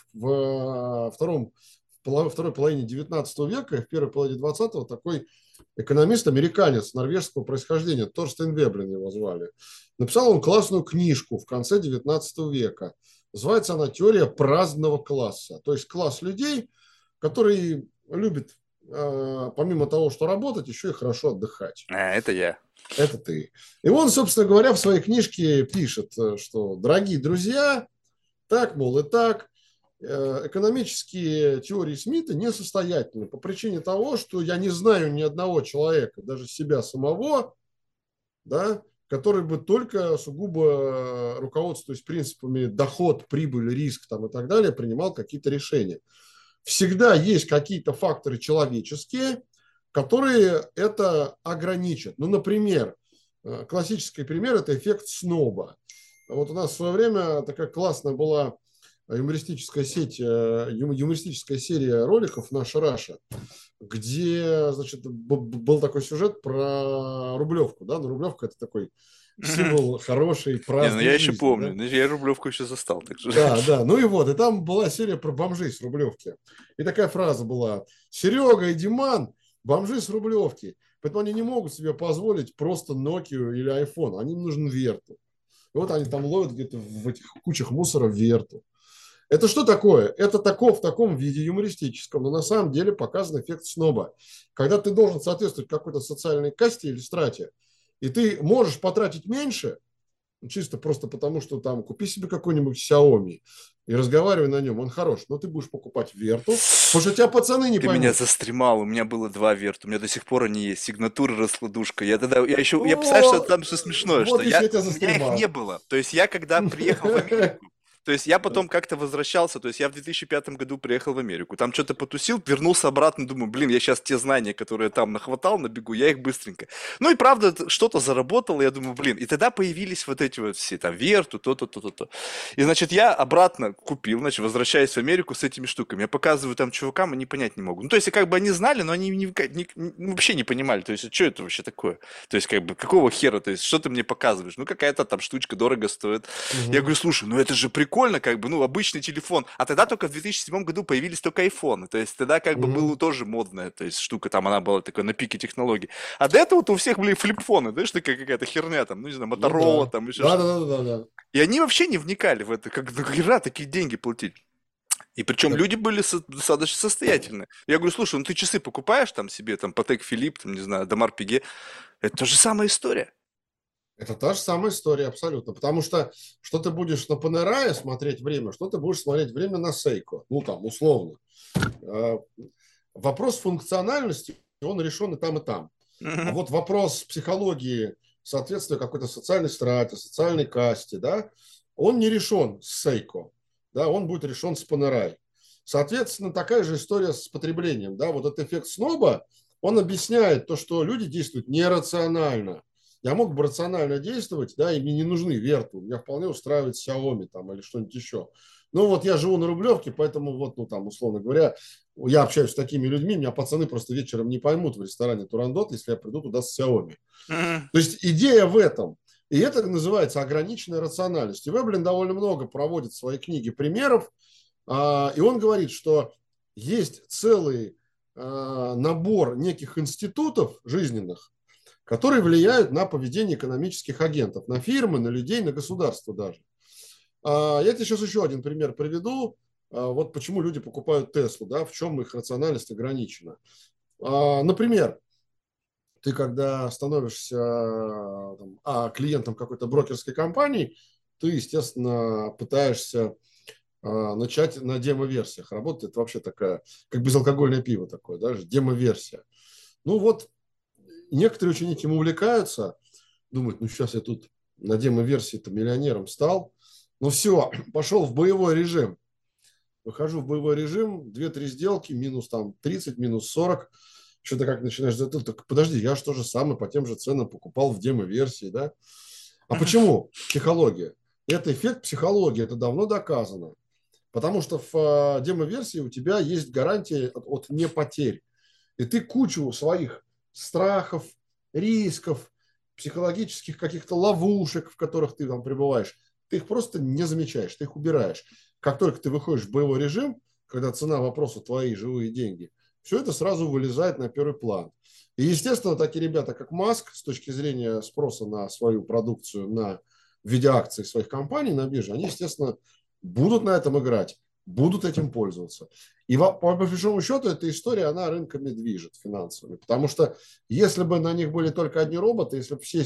второй половине 19 века и в первой половине 20-го такой экономист, американец норвежского происхождения, Торстен Веблин его звали. Написал он классную книжку в конце 19 века. Называется она «Теория праздного класса». То есть класс людей, который любит, помимо того, что работать, еще и хорошо отдыхать. Это я. Это ты. И он, собственно говоря, в своей книжке пишет, что, дорогие друзья, так, мол, и так, экономические теории Смита несостоятельны по причине того, что я не знаю ни одного человека, даже себя самого, да, который бы только сугубо руководствуясь принципами доход, прибыль, риск там, и так далее, принимал какие-то решения. Всегда есть какие-то факторы человеческие, которые это ограничат. Ну, например, классический пример – это эффект сноба. Вот у нас в свое время такая классная была юмористическая серия роликов «Наша Раша», где, значит, был такой сюжет про Рублевку. Да? Ну, Рублевка – это такой символ хорошей, Не, ну праздной я еще жизни. помню. Да? Ну, я Рублевку еще застал. Так что... Да, да, ну и вот, и там была серия про бомжей с Рублевки. И такая фраза была: Серега и Диман, бомжи с Рублевки. Поэтому они не могут себе позволить просто Nokia или iPhone. Они им нужен Верту. И вот они там ловят где-то в этих кучах мусора Верту. Это что такое? Это в таком виде юмористическом, но на самом деле показан эффект сноба. Когда ты должен соответствовать какой-то социальной касте или страте, и ты можешь потратить меньше, чисто просто потому, что там купи себе какой-нибудь Xiaomi и разговаривай на нем, он хорош. Но ты будешь покупать Верту, потому что тебя пацаны не Ты меня поймут. застремал, у меня было два верта, у меня до сих пор они есть, сигнатура раскладушка. Я тогда, я представляю, что О, там все смешное, что вот еще я тебя у меня их не застремал. было. То есть я когда приехал в Америку, то есть я потом как-то возвращался, то есть я в 2005 году приехал в Америку, там что-то потусил, вернулся обратно, думаю, блин, я сейчас те знания, которые там нахватал на бегу, я их быстренько. Ну и правда, что-то заработало, я думаю, блин, и тогда появились вот эти вот все, там, верту, то-то, то-то, то. И, значит, я обратно купил, значит, возвращаясь в Америку с этими штуками. Я показываю там чувакам, они понять не могут. Ну, то есть, как бы они знали, но они вообще не понимали. То есть, что это вообще такое? То есть, как бы, какого хера? То есть, что ты мне показываешь? Ну, какая-то там штучка дорого стоит. Я Мгм. говорю, слушай, ну это же прикольно, как бы, ну, обычный телефон. А тогда только в 2007 году появились только айфоны. То есть, тогда как бы было Мгм. тоже модная, то есть, штука там, она была такой на пике технологий. А до этого у всех были флипфоны, знаешь, такая какая-то херня там, ну, не знаю, Ну Моторола, да. там, еще Да, да, что-то. да, да, да. И они вообще не вникали в это, как нахера такие деньги платить. И причем Это, люди были достаточно состоятельные. Я говорю, слушай, ну ты часы покупаешь там себе, там, Патек Филипп, там, не знаю, Домар Пиге. Это та же самая история. это та же самая история абсолютно. Потому что ты будешь на Панерае смотреть время, что ты будешь смотреть время на Сейко. Ну, там, условно. Э, Вопрос функциональности, он решен и там, и там. А Мгм. вот вопрос психологии, соответствия какой-то социальной страте, социальной касте, да, он не решен с Сейко, да, он будет решен с Панерай. Соответственно, такая же история с потреблением, да, вот этот эффект сноба, он объясняет то, что люди действуют нерационально. Я мог бы рационально действовать, да, и мне не нужны верту, меня вполне устраивает Xiaomi там или что-нибудь еще. Ну вот я живу на Рублевке, поэтому вот, ну там, условно говоря, я общаюсь с такими людьми, меня пацаны просто вечером не поймут в ресторане Турандот, если я приду туда с Xiaomi. Мгм. То есть идея в этом. И это называется ограниченная рациональность. И Веблин довольно много проводит в своей книге примеров, и он говорит, что есть целый набор неких институтов жизненных, которые влияют на поведение экономических агентов, на фирмы, на людей, на государство даже. Я тебе сейчас еще один пример приведу. Вот почему люди покупают Теслу, да, в чем их рациональность ограничена. Например, ты когда становишься там, клиентом какой-то брокерской компании, ты, естественно, пытаешься начать на демо-версиях. Работает это вообще такая, как безалкогольное пиво такое, даже демо-версия. Ну вот, некоторые очень этим увлекаются, думают, ну сейчас я тут на демо-версии-то миллионером стал, ну все, пошел в боевой режим. выхожу в боевой режим, 2-3 сделки, минус там 30, минус 40, что-то как начинаешь затылок, так подожди, я же то же самое по тем же ценам покупал в демо-версии, да? А Мгм. почему? Психология. Это эффект психологии, это давно доказано. Потому что в демо-версии у тебя есть гарантия от непотерь. И ты кучу своих страхов, рисков, психологических каких-то ловушек, в которых ты там пребываешь, ты их просто не замечаешь, ты их убираешь. Как только ты выходишь в боевой режим, когда цена вопроса твои живые деньги, все это сразу вылезает на первый план. И, естественно, такие ребята, как Маск, с точки зрения спроса на свою продукцию, в виде акций своих компаний на бирже, они, естественно, будут на этом играть, будут этим пользоваться. И по большому счету эта история, она рынками движет финансовыми. Потому что если бы на них были только одни роботы, если бы все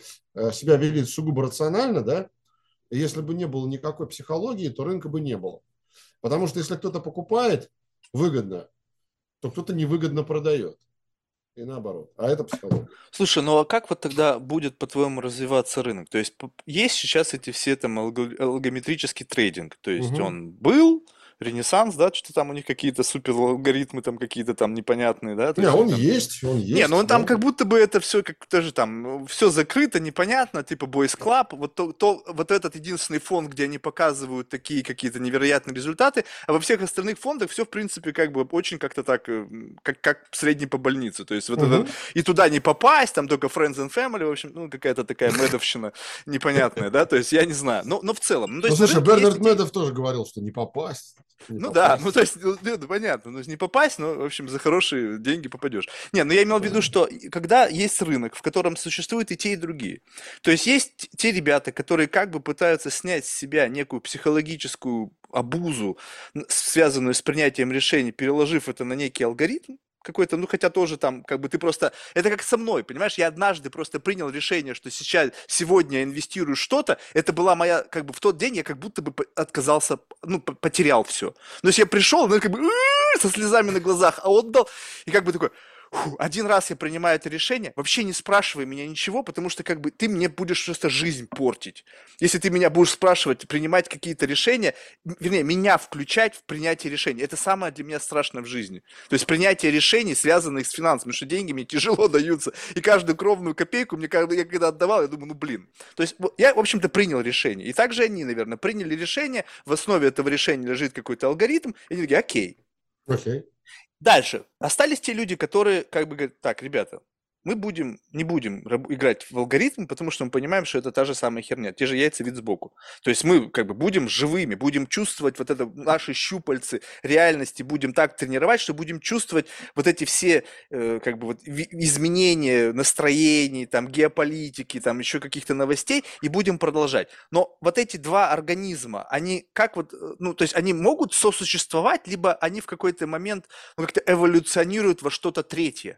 себя вели сугубо рационально, да, и если бы не было никакой психологии, то рынка бы не было. Потому что если кто-то покупает выгодно, то кто-то невыгодно продает. И наоборот. А это психология. Слушай, ну а как вот тогда будет, по-твоему, развиваться рынок? То есть есть сейчас эти все там алгометрический трейдинг, то есть Угу. он был, Ренессанс, да, что-то там у них какие-то супер алгоритмы там какие-то там непонятные, да, то Не, есть они там... он Не, ну он есть, там да. как будто бы это все как тоже там все закрыто, непонятно, типа Boys Club, вот этот единственный фонд, где они показывают такие какие-то невероятные результаты, а во всех остальных фондах все в принципе как бы очень как-то так, как средний по больнице, то есть вот этот Угу. и туда не попасть, там только Friends and Family, в общем, ну какая-то такая медовщина непонятная, да, то есть я не знаю, но в целом, ну то Ну, есть на слушай, рынке есть Бернард эти Медов тоже говорил, что не попасть, не ну да, ну то попасть. есть, ну, понятно, ну, не попасть, но, в общем, за хорошие деньги попадешь. Не, ну я имел в виду, что когда есть рынок, в котором существуют и те, и другие, то есть есть те ребята, которые как бы пытаются снять с себя некую психологическую обузу, связанную с принятием решений, переложив это на некий алгоритм, какой-то, ну хотя тоже там, как бы ты просто, это как со мной, понимаешь, я однажды просто принял решение, что сегодня я инвестирую что-то, это была моя, как бы в тот день я как будто бы отказался, ну, потерял все. То есть я пришел, ну, как бы со слезами на глазах, а отдал, и как бы такой, один раз я принимаю это решение, вообще не спрашивай меня ничего, потому что как бы ты мне будешь просто жизнь портить. Если ты меня будешь спрашивать, принимать какие-то решения, вернее, меня включать в принятие решений, это самое для меня страшное в жизни. То есть принятие решений, связанных с финансами, потому что деньги мне тяжело даются, и каждую кровную копейку мне, я когда отдавал, я думаю, ну блин. То есть я, в общем-то, принял решение. И также они, наверное, приняли решение, в основе этого решения лежит какой-то алгоритм, и они такие, окей, Окей. дальше. Остались те люди, которые как бы говорят, так, ребята, мы не будем играть в алгоритм, потому что мы понимаем, что это та же самая херня, те же яйца вид сбоку. То есть мы как бы будем живыми, будем чувствовать вот это, наши щупальцы реальности, будем так тренировать, что будем чувствовать вот эти все как бы вот изменения настроений, там геополитики, там еще каких-то новостей, и будем продолжать. Но вот эти два организма, они как вот, ну то есть они могут сосуществовать, либо они в какой-то момент ну, как-то эволюционируют во что-то третье.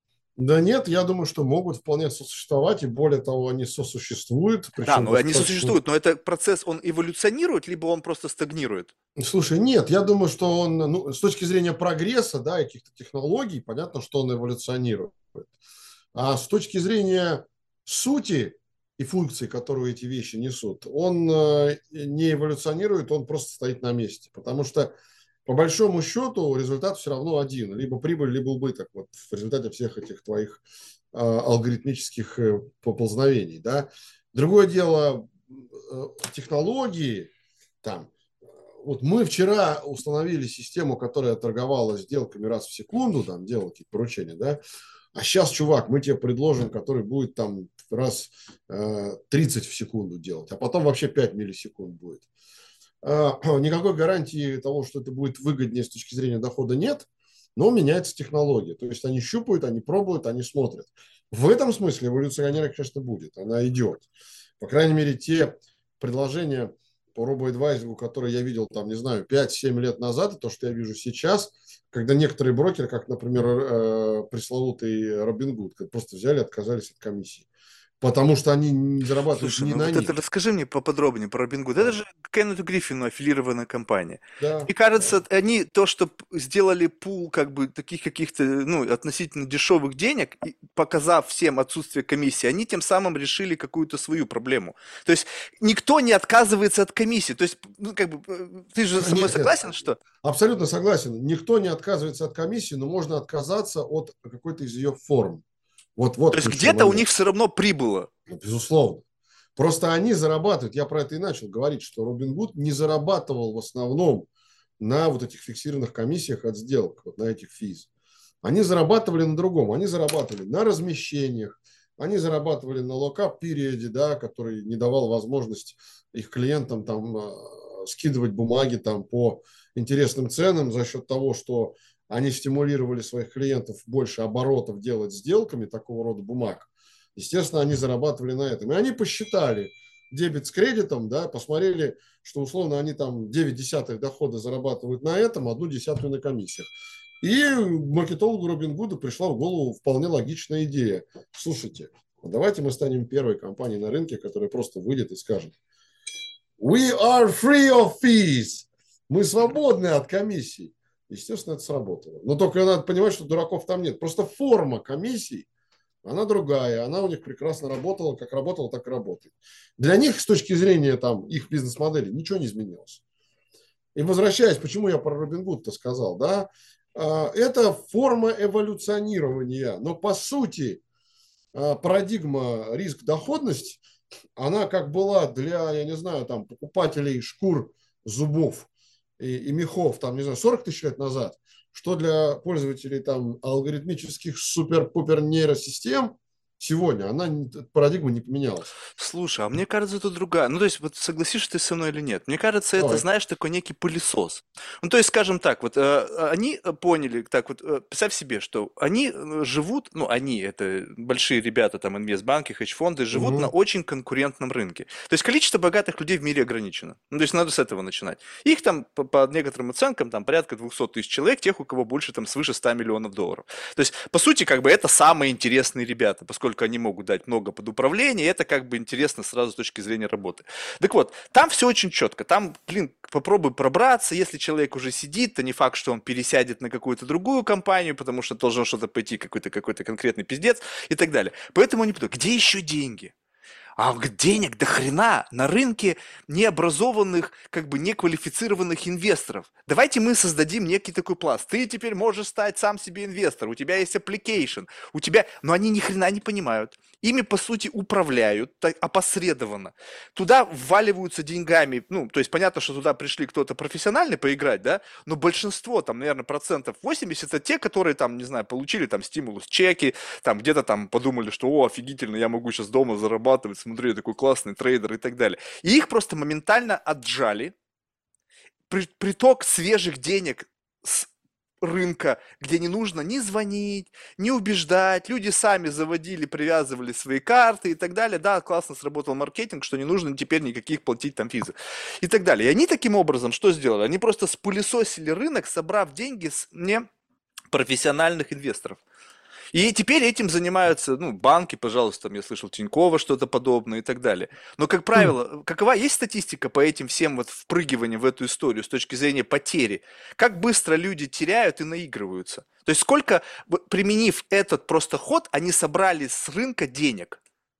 Да нет, я думаю, что могут вполне сосуществовать, и более того, они сосуществуют, Да, причем но они достаточно. сосуществуют, но это процесс, он эволюционирует, либо он просто стагнирует. Слушай, нет, я думаю, что он, ну, с точки зрения прогресса, да, и каких-то технологий, понятно, что он эволюционирует. А с точки зрения сути и функции, которую эти вещи несут, он не эволюционирует, он просто стоит на месте. Потому что, по большому счету, результат все равно один. Либо прибыль, либо убыток. Вот в результате всех этих твоих алгоритмических поползновений. Да? Другое дело, технологии, там, вот мы вчера установили систему, которая торговала сделками раз в секунду, там, делала какие-то поручения, да, а сейчас, чувак, мы тебе предложим, который будет там раз 30 в секунду делать, а потом вообще 5 миллисекунд будет. Никакой гарантии того, что это будет выгоднее с точки зрения дохода нет, но меняется технология. То есть они щупают, они пробуют, они смотрят. В этом смысле эволюционера, конечно, будет, она идет. По крайней мере, те предложения по робоэдвайзингу, которые я видел, там, не знаю, 5-7 лет назад, и то, что я вижу сейчас, когда некоторые брокеры, как, например, пресловутый Робингуд, просто взяли и отказались от комиссии. потому что они не зарабатывают Слушай, не ну на вот это них. расскажи мне поподробнее про Робин Гуд. Это Да, же Кеннету Гриффину аффилированная компания. да, Мне да. кажется, они то, что сделали пул как бы таких каких-то, ну, относительно дешевых денег, и показав всем отсутствие комиссии, они тем самым решили какую-то свою проблему. То есть никто не отказывается от комиссии. То есть, ну, как бы, ты же со мной Нет, нет, согласен, что? абсолютно согласен. Никто не отказывается от комиссии, но можно отказаться от какой-то из ее форм. Вот То есть ключевой где-то у них момент. все равно прибыло. Ну, безусловно. Просто они зарабатывают, я про это и начал говорить, что Робин Гуд не зарабатывал в основном на вот этих фиксированных комиссиях от сделок, вот на этих физ. Они зарабатывали на другом, они зарабатывали на размещениях, они зарабатывали на локап-периоде, да, который не давал возможность их клиентам там скидывать бумаги там по интересным ценам за счет того, что они стимулировали своих клиентов больше оборотов делать сделками такого рода бумаг. Естественно, они зарабатывали на этом. И они посчитали дебет с кредитом, да, посмотрели, что условно они там 9 десятых дохода зарабатывают на этом, 1/10 на комиссиях. И маркетологу Робин Гуда пришла в голову вполне логичная идея. Слушайте, давайте мы станем первой компанией на рынке, которая просто выйдет и скажет: We are free of fees. Мы свободны от комиссий. Естественно, это сработало. Но только надо понимать, что дураков там нет. Просто форма комиссий, она другая. Она у них прекрасно работала. Как работала, так и работает. Для них, с точки зрения там, их бизнес-модели, ничего не изменилось. И возвращаясь, почему я про Робин Гуд-то сказал, да, это форма эволюционирования. Но по сути парадигма риск-доходность, она как была для, я не знаю, там, покупателей шкур, зубов и мехов, там, не знаю, 40 тысяч лет назад, что для пользователей там алгоритмических супер-пупер нейросистем сегодня, она, парадигма не поменялась. Слушай, а мне кажется, это другая. Ну, то есть, вот согласишься ты со мной или нет? Мне кажется, это, Давай. знаешь, такой некий пылесос. Ну, то есть, скажем так, вот они поняли, так вот, представь себе, что они живут, ну, они, это большие ребята, там, инвестбанки, хедж-фонды, живут на Угу. очень конкурентном рынке. То есть, количество богатых людей в мире ограничено. Ну, то есть, надо с этого начинать. Их там, по некоторым оценкам, там, порядка 200 тысяч человек, тех, у кого больше, там, свыше 100 миллионов долларов. То есть, по сути, как бы, это самые интересные ребята, поскольку они могут дать много под управление, и это, как бы, интересно сразу с точки зрения работы. Так вот, там все очень четко. Там, блин, попробуй пробраться. Если человек уже сидит, то не факт, что он пересядет на какую-то другую компанию, потому что должно что-то пойти, какой-то конкретный пиздец и так далее. Поэтому они подумают, где еще деньги? А денег до хрена на рынке необразованных, как бы неквалифицированных инвесторов. Давайте мы создадим некий такой пласт. Ты теперь можешь стать сам себе инвестор, у тебя есть application, у тебя... Но они ни хрена не понимают. Ими, по сути, управляют так, опосредованно. Туда вваливаются деньгами. Ну, то есть понятно, что туда пришли кто-то профессиональный поиграть, да, но большинство, там, наверное, процентов 80, это те, которые, там, не знаю, получили там стимулус, чеки, там где-то там подумали, что, о, офигительно, я могу сейчас дома зарабатывать, смотри, я такой классный трейдер и так далее. И их просто моментально отжали. Приток свежих денег с рынка, где не нужно ни звонить, ни убеждать. Люди сами заводили, привязывали свои карты и так далее. Да, классно сработал маркетинг, что не нужно теперь никаких платить там физы и так далее. И они таким образом что сделали? Они просто спылесосили рынок, собрав деньги с непрофессиональных инвесторов. И теперь этим занимаются, ну, банки, пожалуйста, там я слышал Тинькова что-то подобное и так далее. Но, как правило, какова есть статистика по этим всем вот впрыгиваниям в эту историю с точки зрения потери? Как быстро люди теряют и наигрываются? То есть сколько, применив этот просто ход, они собрали с рынка денег?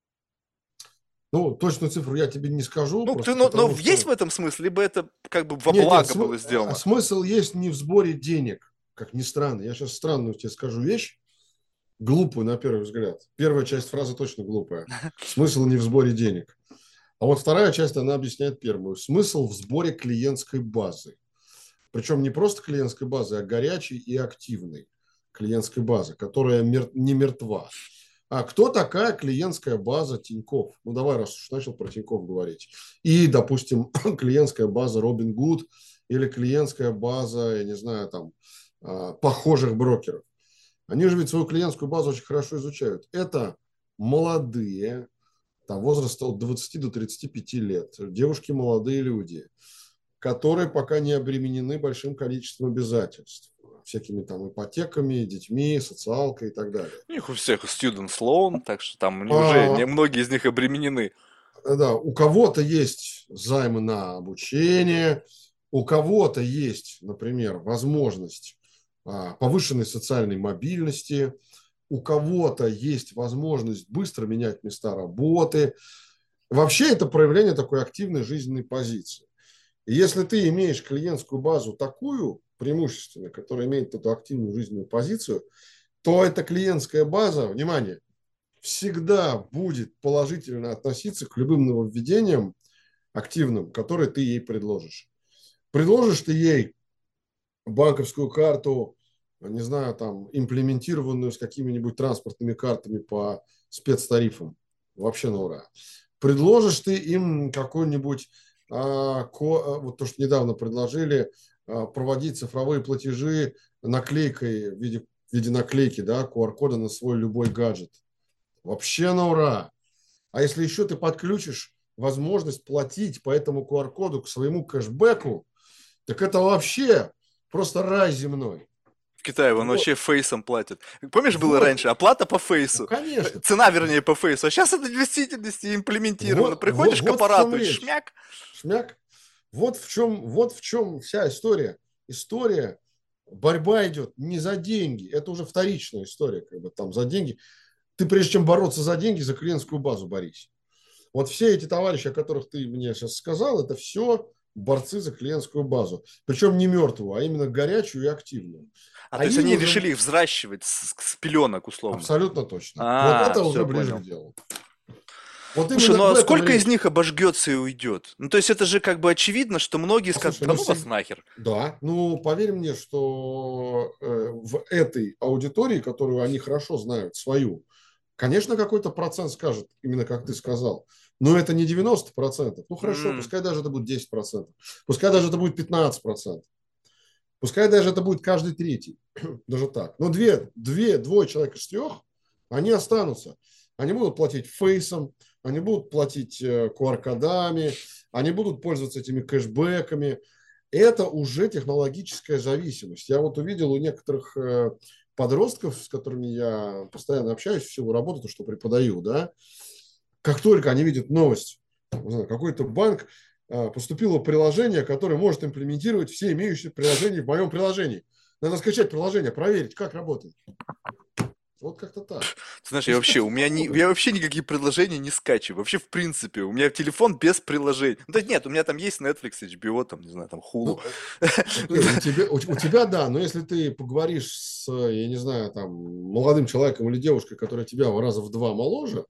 Ну, точную цифру я тебе не скажу, Ну, просто но потому есть в что... этом смысл, либо это как бы во Нет, нет, благо было сделано? смысл есть не в сборе денег, как ни странно. Я сейчас странную тебе скажу вещь, глупую на первый взгляд. Первая часть фразы точно глупая. Смысл не в сборе денег. А вот вторая часть, она объясняет первую. Смысл в сборе клиентской базы. Причем не просто клиентской базы, а горячей и активной клиентской базы, которая не мертва. А кто такая клиентская база Тинькофф? Ну, давай, раз уж начал про Тинькофф говорить. И, допустим, клиентская база Robinhood или клиентская база, я не знаю, там, похожих брокеров. Они же ведь свою клиентскую базу очень хорошо изучают. Это молодые, там, возраста от 20 до 35 лет, девушки, молодые люди, которые пока не обременены большим количеством обязательств. всякими там ипотеками, детьми, социалкой и так далее. У них у всех student loan, так что там уже А, многие из них обременены. да, у кого-то есть займы на обучение, у кого-то есть, например, возможность повышенной социальной мобильности, у кого-то есть возможность быстро менять места работы. Вообще это проявление такой активной жизненной позиции. И если ты имеешь клиентскую базу такую, преимущественно, которая имеет эту активную жизненную позицию, то эта клиентская база, внимание, всегда будет положительно относиться к любым нововведениям активным, которые ты ей предложишь. Предложишь ты ей банковскую карту, не знаю, там, имплементированную с какими-нибудь транспортными картами по спецтарифам, вообще на ура. Предложишь ты им какой-нибудь, вот то, что недавно предложили, проводить цифровые платежи наклейкой в виде наклейки, да, QR-кода на свой любой гаджет. Вообще на ура. А если еще ты подключишь возможность платить по этому QR-коду к своему кэшбэку, так это вообще просто рай земной. В Китае он Вот, вообще фейсом платит. Помнишь, было вот, раньше оплата по ну, фейсу? конечно. Цена, вернее, по фейсу. А сейчас это в действительности имплементировано. Приходишь к Вот в чем аппарату и речь. шмяк. Шмяк. Вот в чем вся история. История, борьба идет не за деньги. Это уже вторичная история, как бы там за деньги. Ты прежде чем бороться за деньги, за клиентскую базу борись. Вот все эти товарищи, о которых ты мне сейчас сказал, это все борцы за клиентскую базу. Причем не мертвую, а именно горячую и активную. А А то есть им они уже решили их взращивать с пеленок условно. абсолютно точно. Вот А, это уже все ближе к понял. делу. Вот Слушай, именно ну в а этом сколько из речь. них обожгется и уйдет? Ну, то есть это же как бы очевидно, что многие скажут, Послушай, да ну ну вас нахер. да, ну поверь мне, что в этой аудитории, которую они хорошо знают, свою, конечно, какой-то процент скажет, именно как ты сказал, но это не 90%. Ну хорошо, М, пускай даже это будет 10%, пускай даже это будет 15%, пускай даже это будет каждый третий, даже так. Но двое человек из трех, они останутся. Они будут платить фейсом, они будут платить QR-кодами, они будут пользоваться этими кэшбэками. Это уже технологическая зависимость. Я вот увидел у некоторых подростков, с которыми я постоянно общаюсь в силу работы, то, что преподаю, да, как только они видят новость, какой-то банк, поступило приложение, которое может имплементировать все имеющиеся приложения в моем приложении. Надо скачать приложение, проверить, как работает. Вот как-то так. Ты знаешь, То есть это я технология. вообще никакие предложения не скачиваю. Вообще, в принципе, у меня телефон без приложений. Ну, да нет, у меня там есть Netflix, HBO, там, не знаю, там, Hulu. Ну, окей, у тебя да, но если ты поговоришь с, я не знаю, там, молодым человеком или девушкой, которая тебя в раза в два моложе,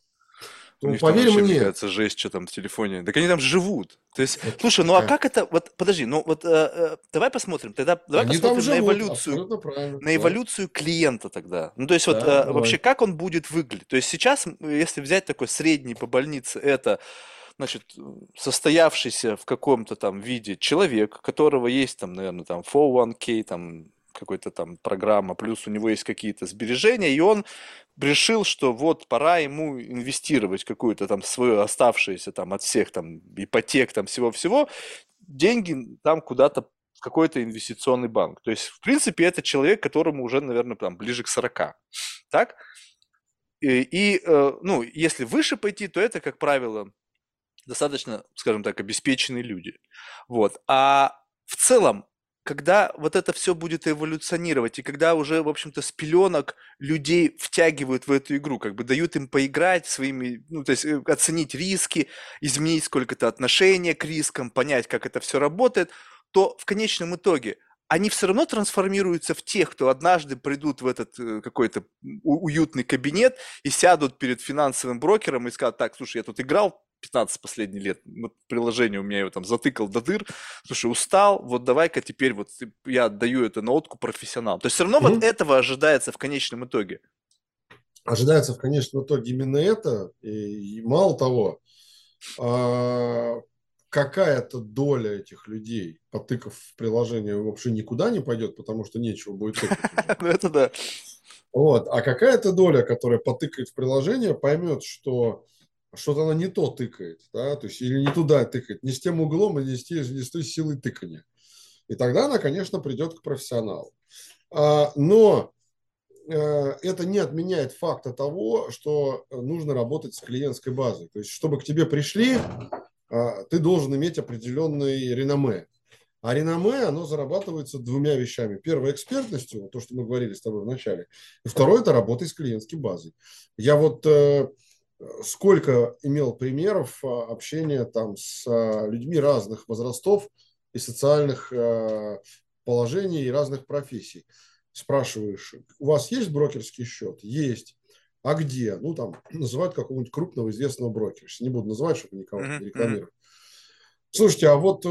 У то них там поверь вообще, мне мне, кажется, жесть, что там в телефоне. Так они там живут. То есть, вот, слушай, ну а как это, вот, подожди, ну вот давай посмотрим, тогда давай они там посмотрим живут, абсолютно правильно, на да, эволюцию клиента тогда. Ну, то есть вот да, вообще, давай. как он будет выглядеть? То есть сейчас, если взять такой средний по больнице, это, значит, состоявшийся в каком-то там виде человек, у которого есть там, наверное, там 401k, там какой-то там программа, плюс у него есть какие-то сбережения, и он решил, что вот пора ему инвестировать какую-то там свою оставшуюся там от всех там ипотек, там всего-всего, деньги там куда-то в какой-то инвестиционный банк. То есть, в принципе, это человек, которому уже, наверное, там ближе к 40. Так? Ну, если выше пойти, то это, как правило, достаточно, скажем так, обеспеченные люди. Вот. А в целом, когда вот это все будет эволюционировать, и когда уже, в общем-то, с пеленок людей втягивают в эту игру, как бы дают им поиграть своими, ну, то есть оценить риски, изменить сколько-то отношение к рискам, понять, как это все работает, то в конечном итоге они все равно трансформируются в тех, кто однажды придут в этот какой-то уютный кабинет и сядут перед финансовым брокером и скажут, так, слушай, я тут играл 15 последних лет, вот приложение у меня его там затыкал до дыр, слушай, устал, вот давай-ка теперь вот я отдаю это на откуп профессионалам. То есть все равно вот Мгм. этого ожидается в конечном итоге. Ожидается в конечном итоге именно это, и мало того, а, какая-то доля этих людей, потыкав в приложение, вообще никуда не пойдет, потому что нечего будет тыкать уже. Ну это да. Вот. А какая-то доля, которая потыкает в приложение, поймет, что что-то она не то тыкает, да, то есть или не туда тыкает, не с тем углом и не с той силой тыкания. И тогда она, конечно, придет к профессионалу. Но это не отменяет факта того, что нужно работать с клиентской базой. То есть, чтобы к тебе пришли, ты должен иметь определенный реноме. А реноме, оно зарабатывается двумя вещами. Первое – экспертностью, то, что мы говорили с тобой в начале. И второе – это работой с клиентской базой. Я вот сколько имел примеров общения там с людьми разных возрастов и социальных положений и разных профессий. Спрашиваешь, у вас есть брокерский счет? Есть. А где? Ну, там, называют какого-нибудь крупного известного брокера. Не буду называть, чтобы никого не рекламировать. Слушайте, а вот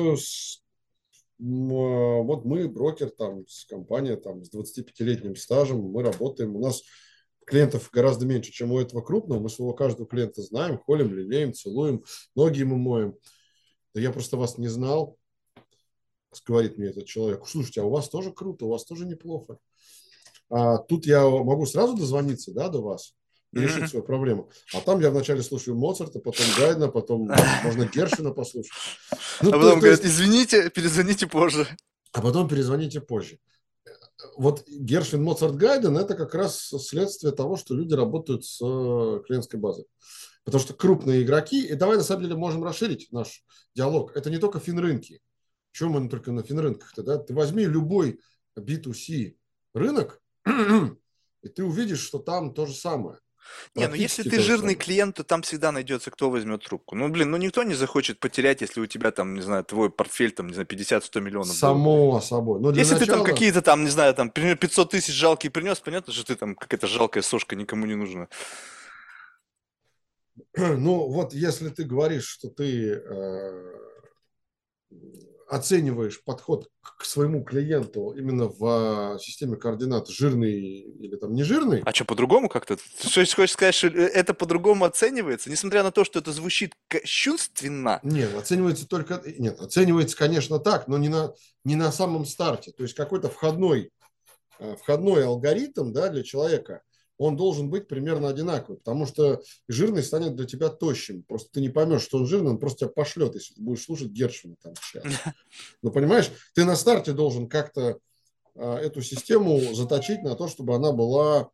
вот мы брокер, там, с компания там, с 25-летним стажем, мы работаем, у нас клиентов гораздо меньше, чем у этого крупного, мы своего каждого клиента знаем, холим, лелеем, целуем, ноги ему моем. Да я просто вас не знал, говорит мне этот человек. Слушайте, а у вас тоже круто, у вас тоже неплохо. А тут я могу сразу дозвониться, да, до вас и решить свою проблему. А там я вначале слушаю Моцарта, потом Гайдна, потом можно Гершвина послушать. Ну, а потом говорят, извините, перезвоните позже. А потом перезвоните позже. Вот Гершвин, Моцарт, Гайден – это как раз следствие того, что люди работают с клиентской базой. Потому что крупные игроки, и давай на самом деле можем расширить наш диалог, это не только финрынки. Чего мы только на финрынках-то, да? Ты возьми любой B2C рынок, и ты увидишь, что там то же самое. Не, ну если ты жирный клиент, то там всегда найдется, кто возьмет трубку. Ну, блин, ну никто не захочет потерять, если у тебя там, не знаю, твой портфель, там, не знаю, 50-100 миллионов Само долларов. собой. Но для Если начала... ты там какие-то там, не знаю, там, 500 тысяч жалкие принес, понятно, что ты там какая-то жалкая сошка, никому не нужна. Ну, вот если ты говоришь, что ты оцениваешь подход к своему клиенту именно в системе координат жирный или там не жирный. А что, по-другому как-то? Ты что, хочешь сказать, что это по-другому оценивается? Несмотря на то, что это звучит кощунственно. Нет, оценивается только... Нет, оценивается, конечно, так, но не на самом старте. То есть какой-то входной алгоритм, да, для человека, он должен быть примерно одинаковый, потому что жирный станет для тебя тощим. Просто ты не поймешь, что он жирный, он просто тебя пошлет, если ты будешь слушать Гершвина там сейчас. Ну, понимаешь, ты на старте должен как-то эту систему заточить на то, чтобы она была,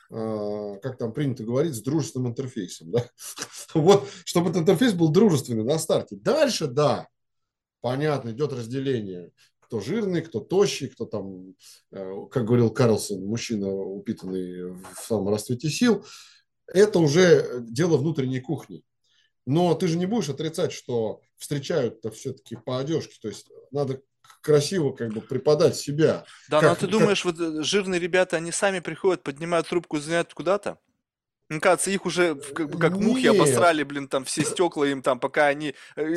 как там принято говорить, с дружественным интерфейсом. Да? Вот, чтобы этот интерфейс был дружественный на старте. Дальше, да, понятно, идет разделение. Кто жирный, кто тощий, кто там, как говорил Карлсон, мужчина, упитанный в самом расцвете сил. Это уже дело внутренней кухни. Но ты же не будешь отрицать, что встречают-то все-таки по одежке. То есть надо красиво как бы преподать себя. Да, но ты думаешь, вот жирные ребята, они сами приходят, поднимают трубку, звонят куда-то? Мне кажется, их уже как мухи обосрали, блин, там все стекла им там, пока они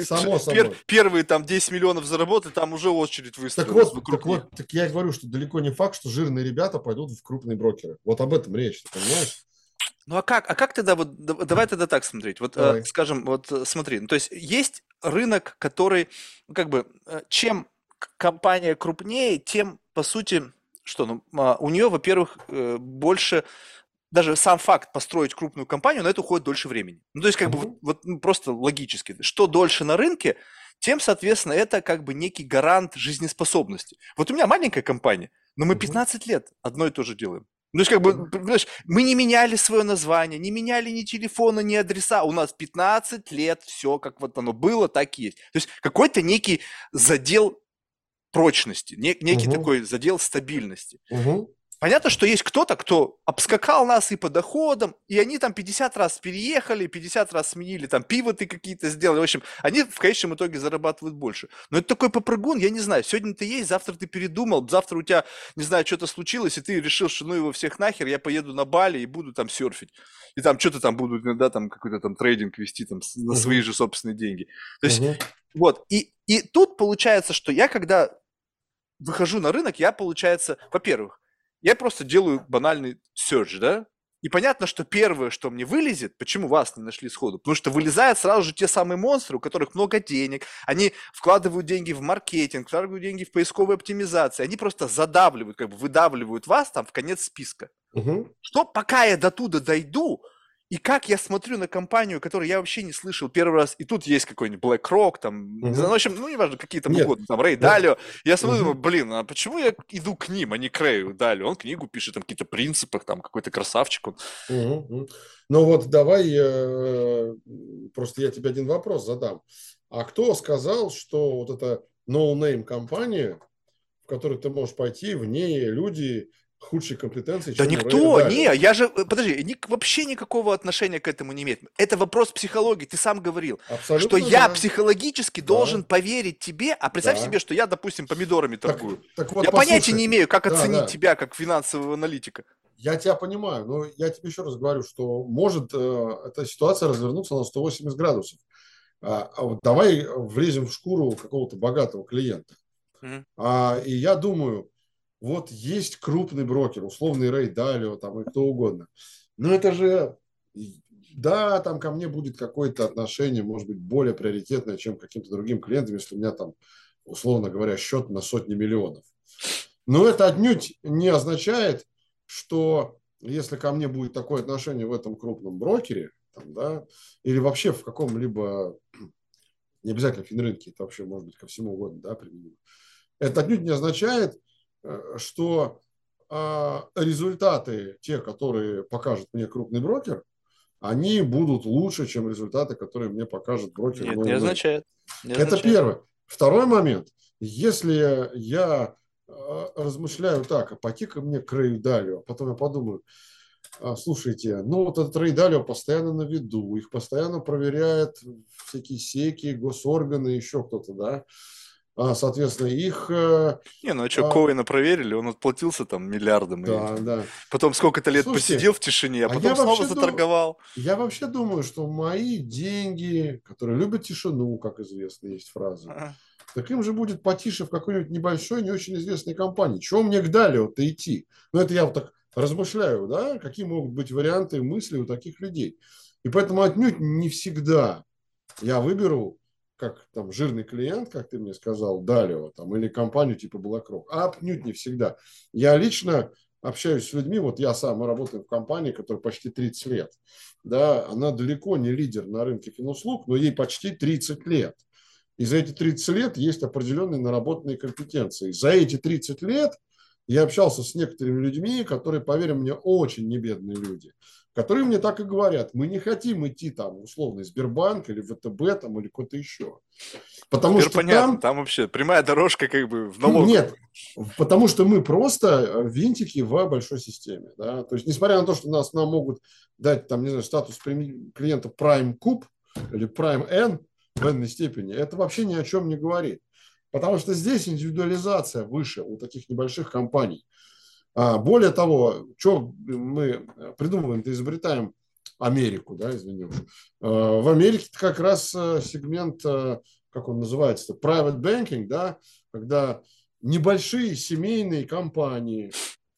первые там 10 миллионов заработали, там уже очередь выстроилась вокруг них. Так я и говорю, что далеко не факт, что жирные ребята пойдут в крупные брокеры. Вот об этом речь, ты понимаешь? Ну а как тогда, вот давай тогда так смотреть, вот скажем, вот смотри, ну, то есть рынок, который, ну, как бы, чем компания крупнее, тем, по сути, что, ну, у нее, во-первых, больше, даже сам факт построить крупную компанию, на это уходит дольше времени. Ну, то есть, как бы, вот ну, просто логически, что дольше на рынке, тем, соответственно, это как бы некий гарант жизнеспособности. Вот у меня маленькая компания, но мы 15 лет одно и то же делаем. Ну, то есть, как бы, понимаешь, мы не меняли свое название, не меняли ни телефона, ни адреса. У нас 15 лет все, как вот оно было, так и есть. То есть, какой-то некий задел прочности, некий такой задел стабильности. Понятно, что есть кто-то, кто обскакал нас и по доходам, и они там 50 раз переехали, 50 раз сменили, там пивоты какие-то сделали. В общем, они в конечном итоге зарабатывают больше. Но это такой попрыгун, я не знаю, сегодня ты есть, завтра ты передумал, завтра у тебя, не знаю, что-то случилось, и ты решил, что ну его всех нахер, я поеду на Бали и буду там серфить. И там что-то там буду иногда там какой-то там трейдинг вести там на свои же собственные деньги. То есть, вот, и тут получается, что я когда выхожу на рынок, я, получается, во-первых, я просто делаю банальный search, да, и понятно, что первое, что мне вылезет, почему вас не нашли сходу, потому что вылезают сразу же те самые монстры, у которых много денег, они вкладывают деньги в маркетинг, вкладывают деньги в поисковую оптимизацию, они просто задавливают, как бы выдавливают вас там в конец списка. Что пока я до туда дойду, И как я смотрю на компанию, которую я вообще не слышал первый раз, и тут есть какой-нибудь BlackRock, там, не знаю, ну, в Мгм. общем, ну, неважно, какие там Нет, угодно, там, Рэй вот. Далио. Я смотрю, думаю, Мгм. блин, а почему я иду к ним, а не к Рэю Далио? Он книгу пишет, там, какие-то принципы, там, какой-то красавчик он. Мгм. Мгм. Ну вот давай, просто я тебе один вопрос задам. А кто сказал, что вот эта no-name компания, в которую ты можешь пойти, в ней люди худшей компетенции, Да чем у Рэя никто, не, Далио? я же, подожди, вообще никакого отношения к этому не имеет. Это вопрос психологии, ты сам говорил, что Абсолютно я да. психологически должен Да, поверить тебе, а представь себе, да. что я, допустим, помидорами Так, торгую. так Я вот, понятия послушай. не имею, как Да, оценить да. тебя как финансового аналитика. Я тебя понимаю, но я тебе еще раз говорю, что может эта ситуация развернуться на 180 градусов. А вот давай влезем в шкуру какого-то богатого клиента. Мгм. И я думаю, вот есть крупный брокер, условный Рэй Далио там, и кто угодно. Но это же, да, там ко мне будет какое-то отношение, может быть, более приоритетное, чем к каким-то другим клиентам, если у меня там, условно говоря, счет на сотни миллионов. Но это отнюдь не означает, что если ко мне будет такое отношение в этом крупном брокере, там, да, или вообще в каком-либо, не обязательно финрынке, это вообще может быть ко всему угодно, да, применимо. Это отнюдь не означает, что результаты, те, которые покажет мне крупный брокер, они будут лучше, чем результаты, которые мне покажет брокер Нет, не No Name. означает. Не Это означает. первое. Второй момент. Если я размышляю так, а пойти ко мне к Рэю Далио, а потом я подумаю, слушайте, ну вот этот Рэй Далио постоянно на виду, их постоянно проверяют всякие секи, госорганы, еще кто-то, да. Соответственно, их... Не, ну а что, Коэна проверили, он отплатился там миллиардом и Да, да. потом сколько-то лет Слушайте, посидел в тишине, а а я потом снова вообще, заторговал. я вообще думаю, что мои деньги, которые любят тишину, как известно, есть фраза, Ага. так им же будет потише в какой-нибудь небольшой, не очень известной компании. Чего мне к Далио-то идти? Ну, это я вот так размышляю, да, какие могут быть варианты мыслей у таких людей. И поэтому отнюдь не всегда я выберу, как там жирный клиент, как ты мне сказал, Далио, там, или компанию типа BlackRock. А отнюдь не всегда. Я лично общаюсь с людьми, вот я сам, мы работаем в компании, которая почти 30 лет. Да, она далеко не лидер на рынке финуслуг, но ей почти 30 лет. И за эти 30 лет есть определенные наработанные компетенции. За эти 30 лет я общался с некоторыми людьми, которые, поверь мне, очень небедные люди, которые мне так и говорят, мы не хотим идти там условно Сбербанк или ВТБ там, или куда-то еще. Ну, Потому Сбер что понятно, там, там вообще прямая дорожка как бы в налоговую. нет, потому что мы просто винтики в большой системе. Да? То есть, несмотря на то, что нам могут дать там, не знаю, статус клиента Prime Cube или Prime N в n степени, это вообще ни о чем не говорит. Потому что здесь индивидуализация выше у таких небольших компаний. Более того, что мы придумываем-то, изобретаем Америку, да, извини уж. В Америке как раз сегмент, как он называется, private banking, да, когда небольшие семейные компании,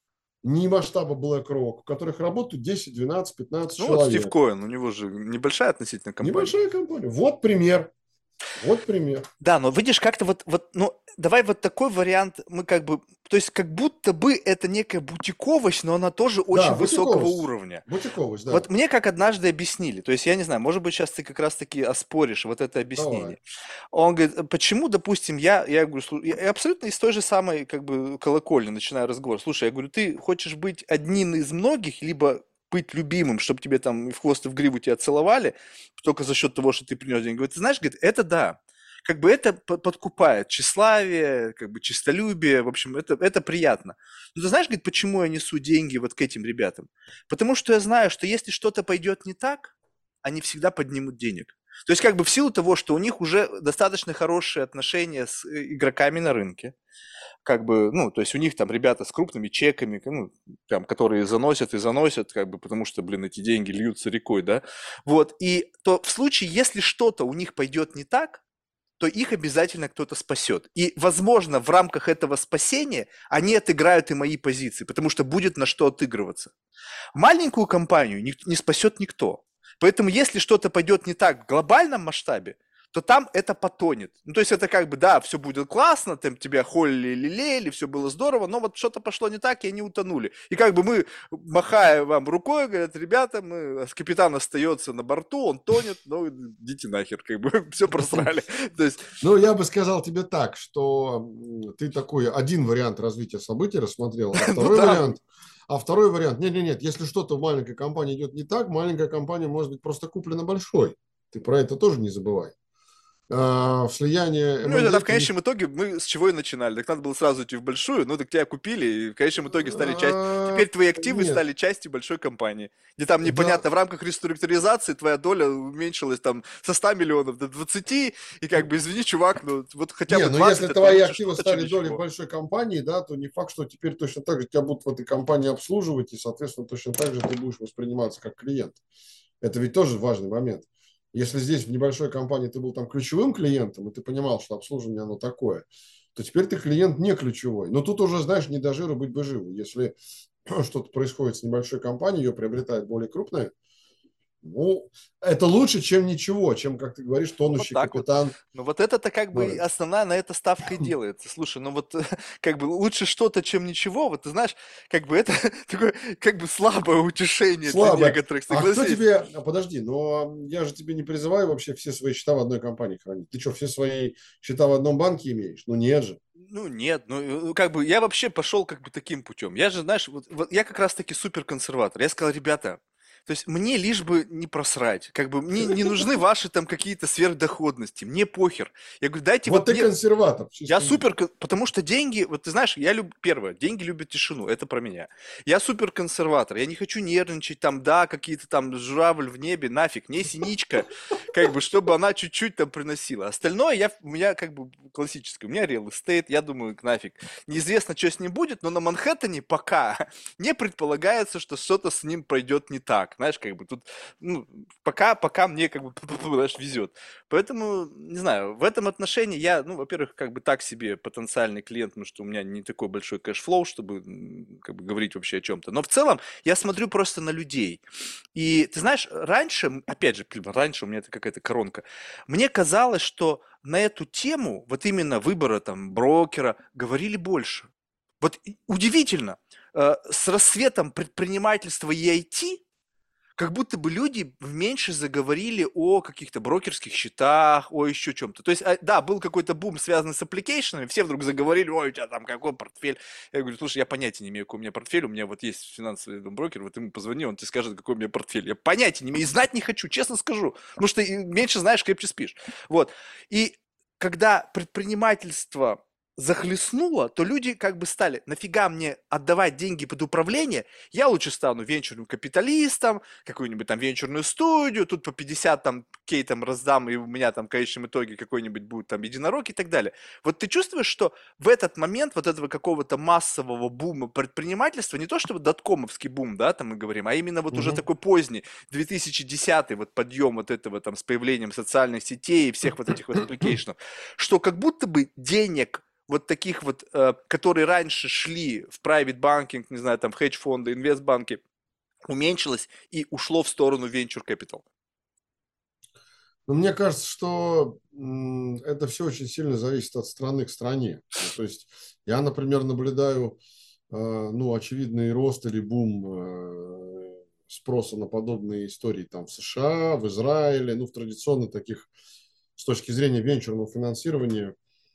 не масштаба BlackRock, в которых работают 10, 12, 15 Ну вот Стив человек. Коэн, у него же небольшая относительно компания. Небольшая компания. Вот пример. Вот пример. Да, но видишь, как-то вот, ну, давай вот такой вариант, мы как бы, то есть как будто бы это некая бутиковость, но она тоже Да, очень высокого бутиковость. уровня. Бутиковость, Вот да. мне как однажды объяснили, то есть я не знаю, может быть, сейчас ты как раз-таки оспоришь вот это Давай. объяснение. Он говорит, почему, допустим, я говорю, я абсолютно из той же самой как бы колокольни начинаю разговор. Слушай, я говорю, ты хочешь быть одним из многих, либо быть любимым, чтобы тебе там и в хвост, и в гриву тебя целовали, только за счет того, что ты принес деньги. Говорит, ты знаешь, говорит, это да. Как бы это подкупает тщеславие, как бы честолюбие, в общем, это приятно. Но ты знаешь, говорит, почему я несу деньги вот к этим ребятам? Потому что я знаю, что если что-то пойдет не так, они всегда поднимут денег. То есть как бы в силу того, что у них уже достаточно хорошие отношения с игроками на рынке, как бы, ну, то есть у них там ребята с крупными чеками, ну, там, которые заносят и заносят, как бы, потому что, блин, эти деньги льются рекой, да, вот, и то в случае, если что-то у них пойдет не так, то их обязательно кто-то спасет. И, возможно, в рамках этого спасения они отыграют и мои позиции, потому что будет на что отыгрываться. Маленькую компанию не спасет никто. Поэтому, если что-то пойдет не так в глобальном масштабе, то там это потонет. Ну, то есть это как бы, да, все будет классно, там тебя холили, лелеяли, все было здорово, но вот что-то пошло не так, и они утонули. И как бы мы, махая вам рукой, говорят, ребята, капитан остается на борту, он тонет, ну, идите нахер, как бы, все просрали. То есть, Ну, я бы сказал тебе так, что ты такой один вариант развития событий рассмотрел, ну да, а второй вариант, нет, если что-то в маленькой компании идет не так, маленькая компания может быть просто куплена большой. Ты про это тоже не забывай. В слияние ну, и тогда M&A в ты не... конечном итоге мы с чего и начинали. Так надо было сразу идти в большую, ну, так тебя купили, и в конечном итоге стали часть... Теперь твои активы Нет, стали частью большой компании, где там да, непонятно, в рамках реструктуризации твоя доля уменьшилась там со 100 миллионов до 20, и как бы, извини, чувак, ну, вот хотя бы но 20 если это твои лучше активы что-то, чем стали долей в ничего. большой компании, да, то не факт, что теперь точно так же тебя будут в этой компании обслуживать, и, соответственно, точно так же ты будешь восприниматься как клиент. Это ведь тоже важный момент. Если здесь в небольшой компании ты был там ключевым клиентом, и ты понимал, что обслуживание оно такое, то теперь ты клиент не ключевой. Но тут уже, знаешь, не до жиру быть бы живу. Если что-то происходит с небольшой компанией, ее приобретает более крупная, ну, это лучше, чем ничего, чем, как ты говоришь, Ну, вот тонущий так вот. капитан Ну, вот это-то как на бы рынке. основная на это ставка и делается. Слушай, ну вот как бы лучше что-то, чем ничего. Вот ты знаешь, как бы это такое как бы слабое утешение для Слабо. некоторых, А кто согласись. тебе... Подожди, но я же тебе не призываю вообще все свои счета в одной компании хранить. Ты что, все свои счета в одном банке имеешь? Ну, нет же. Ну нет, как бы я вообще пошел как бы таким путем. Я же, знаешь, вот я как раз таки супер консерватор. Я сказал, ребята, то есть мне лишь бы не просрать, как бы мне не нужны ваши там какие-то сверхдоходности, мне похер. Я говорю, дайте Вот вот ты мне, консерватор в я чистом виде. супер, потому что деньги, вот ты знаешь, первое, деньги любят тишину, это про меня. Я супер консерватор, я не хочу нервничать, там, да, какие-то там журавль в небе, нафиг, мне синичка, как бы, чтобы она чуть-чуть там приносила. Остальное у меня как бы классическое, у меня real estate, я думаю, нафиг. Неизвестно, что с ним будет, но на Манхэттене пока не предполагается, что что-то с ним пройдет не так, знаешь, как бы тут, ну, пока мне как бы, знаешь, везет. Поэтому, не знаю, в этом отношении я, ну, во-первых, как бы так себе потенциальный клиент, потому что у меня не такой большой кэшфлоу, чтобы как бы говорить вообще о чем-то. Но в целом я смотрю просто на людей. И ты знаешь, раньше, опять же, раньше у меня это какая-то коронка, мне казалось, что на эту тему, вот именно выбора там брокера, говорили больше. Вот удивительно, с рассветом предпринимательства и IT как будто бы люди меньше заговорили о каких-то брокерских счетах, о еще чем-то. То есть, да, был какой-то бум, связанный с аппликейшенами, все вдруг заговорили, ой, у тебя там какой портфель. Я говорю, слушай, я понятия не имею, какой у меня портфель, у меня вот есть финансовый брокер, вот ему позвони, он тебе скажет, какой у меня портфель. Я понятия не имею, и знать не хочу, честно скажу, потому что меньше знаешь, крепче спишь. Вот. И когда предпринимательство захлестнуло, то люди как бы стали, нафига мне отдавать деньги под управление, я лучше стану венчурным капиталистом, какую-нибудь там венчурную студию, тут по 50 там кей там раздам, и у меня там в конечном итоге какой-нибудь будет там единорог и так далее. Вот ты чувствуешь, что в этот момент вот этого какого-то массового бума предпринимательства, не то чтобы доткомовский бум, да, там мы говорим, а именно вот уже Мгм. такой поздний, 2010 вот подъем вот этого там с появлением социальных сетей и всех вот этих вот аппликейшенов, что как будто бы денег вот таких вот, которые раньше шли в private banking, не знаю, там в хедж-фонды, инвестбанки, уменьшилось и ушло в сторону venture capital. Но мне кажется, что это все очень сильно зависит от страны к стране. Ну, то есть я, например, наблюдаю ну, очевидный рост или бум спроса на подобные истории там в США, в Израиле, ну, в традиционно таких с точки зрения венчурного финансирования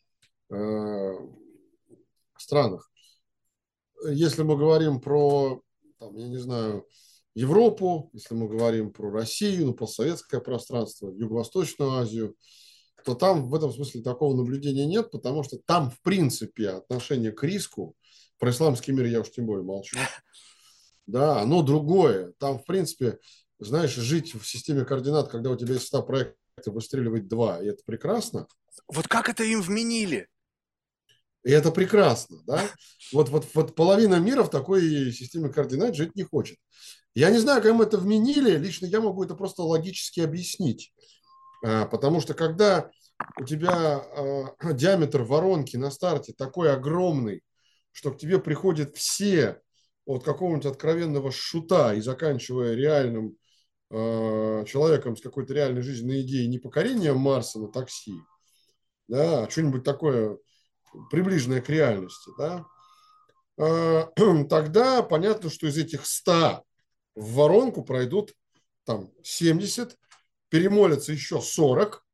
странах. Если мы говорим про, там, я не знаю, Европу, если мы говорим про Россию, ну, постсоветское пространство, Юго-Восточную Азию, то там в этом смысле такого наблюдения нет, потому что там, в принципе, отношение к риску, про исламский мир я уж тем более молчу, да, оно другое. Там, в принципе, знаешь, жить в системе координат, когда у тебя из 100 проектов выстреливать 2, и это прекрасно, Вот как это им вменили? и это прекрасно, да. Вот половина мира в такой системе координат жить не хочет. Я не знаю, кому это вменили, лично я могу это просто логически объяснить. Потому что когда у тебя диаметр воронки на старте такой огромный, что к тебе приходят все от какого-нибудь откровенного шута и заканчивая реальным человеком с какой-то реальной жизненной идеей не покорение Марса на такси, да, а что-нибудь такое приближенное к реальности, да, тогда понятно, что из этих 100 в воронку пройдут там 70, перемолятся еще 40,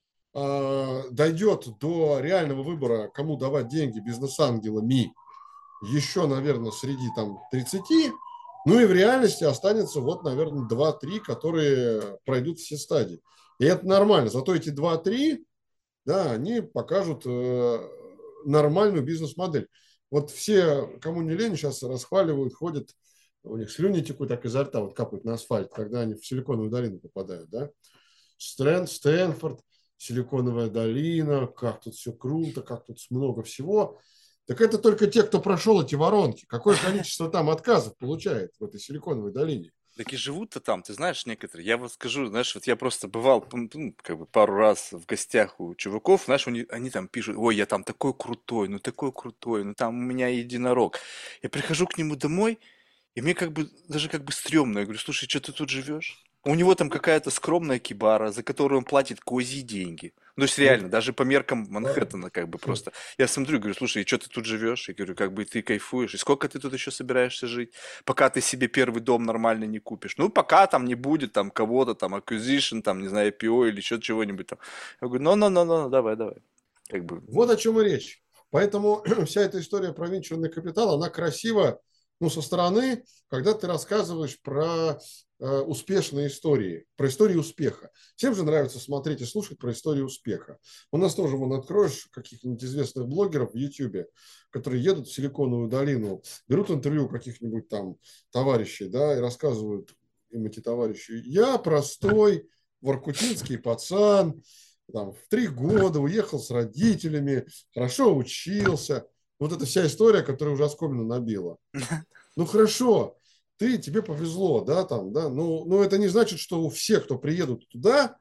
дойдет до реального выбора, кому давать деньги бизнес-ангелами, еще, наверное, среди там 30, ну и в реальности останется вот, наверное, 2-3, которые пройдут все стадии. И это нормально. Зато эти 2-3, да, они покажут нормальную бизнес-модель. Вот все, кому не лень, сейчас расхваливают, ходят, у них слюни текут так изо рта, вот капают на асфальт, когда они в Силиконовую долину попадают, да. Стэнфорд, Силиконовая долина, как тут все круто, как тут много всего. Так это только те, кто прошел эти воронки. Какое количество там отказов получает в этой Силиконовой долине? Так и живут-то там, ты знаешь, некоторые. Я вот скажу, знаешь, вот я просто бывал, ну, как бы пару раз в гостях у чуваков, знаешь, они там пишут, ой, я там такой крутой, ну там у меня единорог. Я прихожу к нему домой, и мне как бы, даже как бы стрёмно. Я говорю, слушай, что ты тут живешь? У него там какая-то скромная кибара, за которую он платит козьи деньги. Ну, то есть Вот, реально, даже по меркам да. Манхэттена как бы просто. Я смотрю, говорю, слушай, и что ты тут живешь? Я говорю, как бы ты кайфуешь. И сколько ты тут еще собираешься жить? Пока ты себе первый дом нормально не купишь. Ну, пока там не будет там кого-то, там, acquisition, там, не знаю, IPO или еще чего-нибудь там. Я говорю, ну, давай, давай. Как бы, Вот о чем и речь. Поэтому вся эта история про венчурный капитал, она красива, ну, со стороны, когда ты рассказываешь про успешные истории, про истории успеха. Всем же нравится смотреть и слушать про истории успеха. У нас тоже, вон, откроешь каких-нибудь известных блогеров в Ютьюбе, которые едут в Силиконовую долину, берут интервью у каких-нибудь там товарищей, да, и рассказывают им эти товарищи: я простой воркутинский пацан, там, в 3 года уехал с родителями, хорошо учился. Вот эта вся история, которая уже оскомину набила. Ну хорошо, тебе повезло, да, там, да, но это не значит, что у всех, кто приедут туда,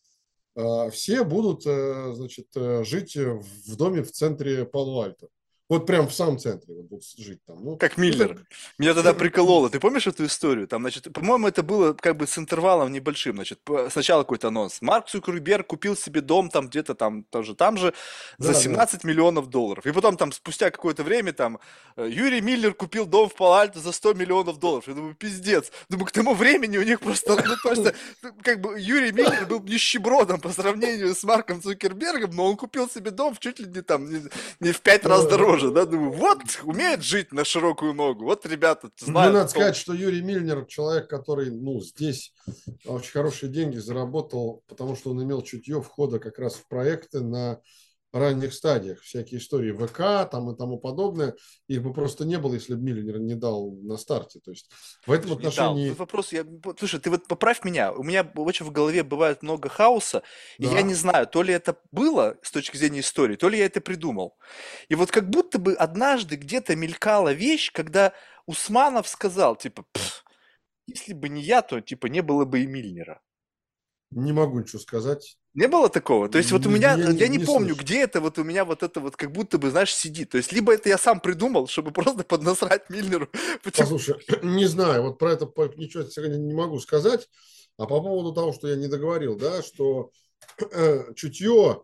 все будут, значит, жить в доме в центре Пало-Альто. Вот прям в самом центре вот будут жить там. Ну, как это, Миллер. Меня тогда прикололо. Ты помнишь эту историю? Там, значит, по-моему, это было как бы с интервалом небольшим. Значит, сначала какой-то анонс. Марк Цукерберг купил себе дом там где-то там же за да, да. 17 миллионов долларов. И потом там спустя какое-то время там Юрий Миллер купил дом в Пало-Альто за 100 миллионов долларов. Я думаю, пиздец. Думаю, к тому времени у них просто, ну, просто, как бы Юрий Миллер был нищебродом по сравнению с Марком Цукербергом, но он купил себе дом в чуть ли не там, не в 5 раз дороже, да, думаю, вот, умеет жить на широкую ногу, вот ребята Ну, знают надо толк. сказать, что Юрий Мильнер человек, который, ну, здесь очень хорошие деньги заработал, потому что он имел чутье входа как раз в проекты на ранних стадиях. Всякие истории ВК там и тому подобное. Их бы просто не было, если бы Мильнер не дал на старте. То есть в этом Слушай, не дал. Тут отношении, вопрос, слушай, ты вот поправь меня, у меня очень в голове бывает много хаоса, и я не да, знаю, то ли это было с точки зрения истории, то ли я это придумал. И вот как будто бы однажды где-то мелькала вещь, когда Усманов сказал, типа, «Пф, если бы не я, то, типа, не было бы и Мильнера». не могу ничего сказать. Не было такого? То есть вот у меня, Я я не не помню, слышал. где это вот у меня вот это вот как будто бы, знаешь, сидит. То есть либо это я сам придумал, чтобы просто поднасрать Мильнеру. Почему? Послушай, не знаю, вот про это ничего сегодня не могу сказать. А по поводу того, что я не договорил, да, что чутье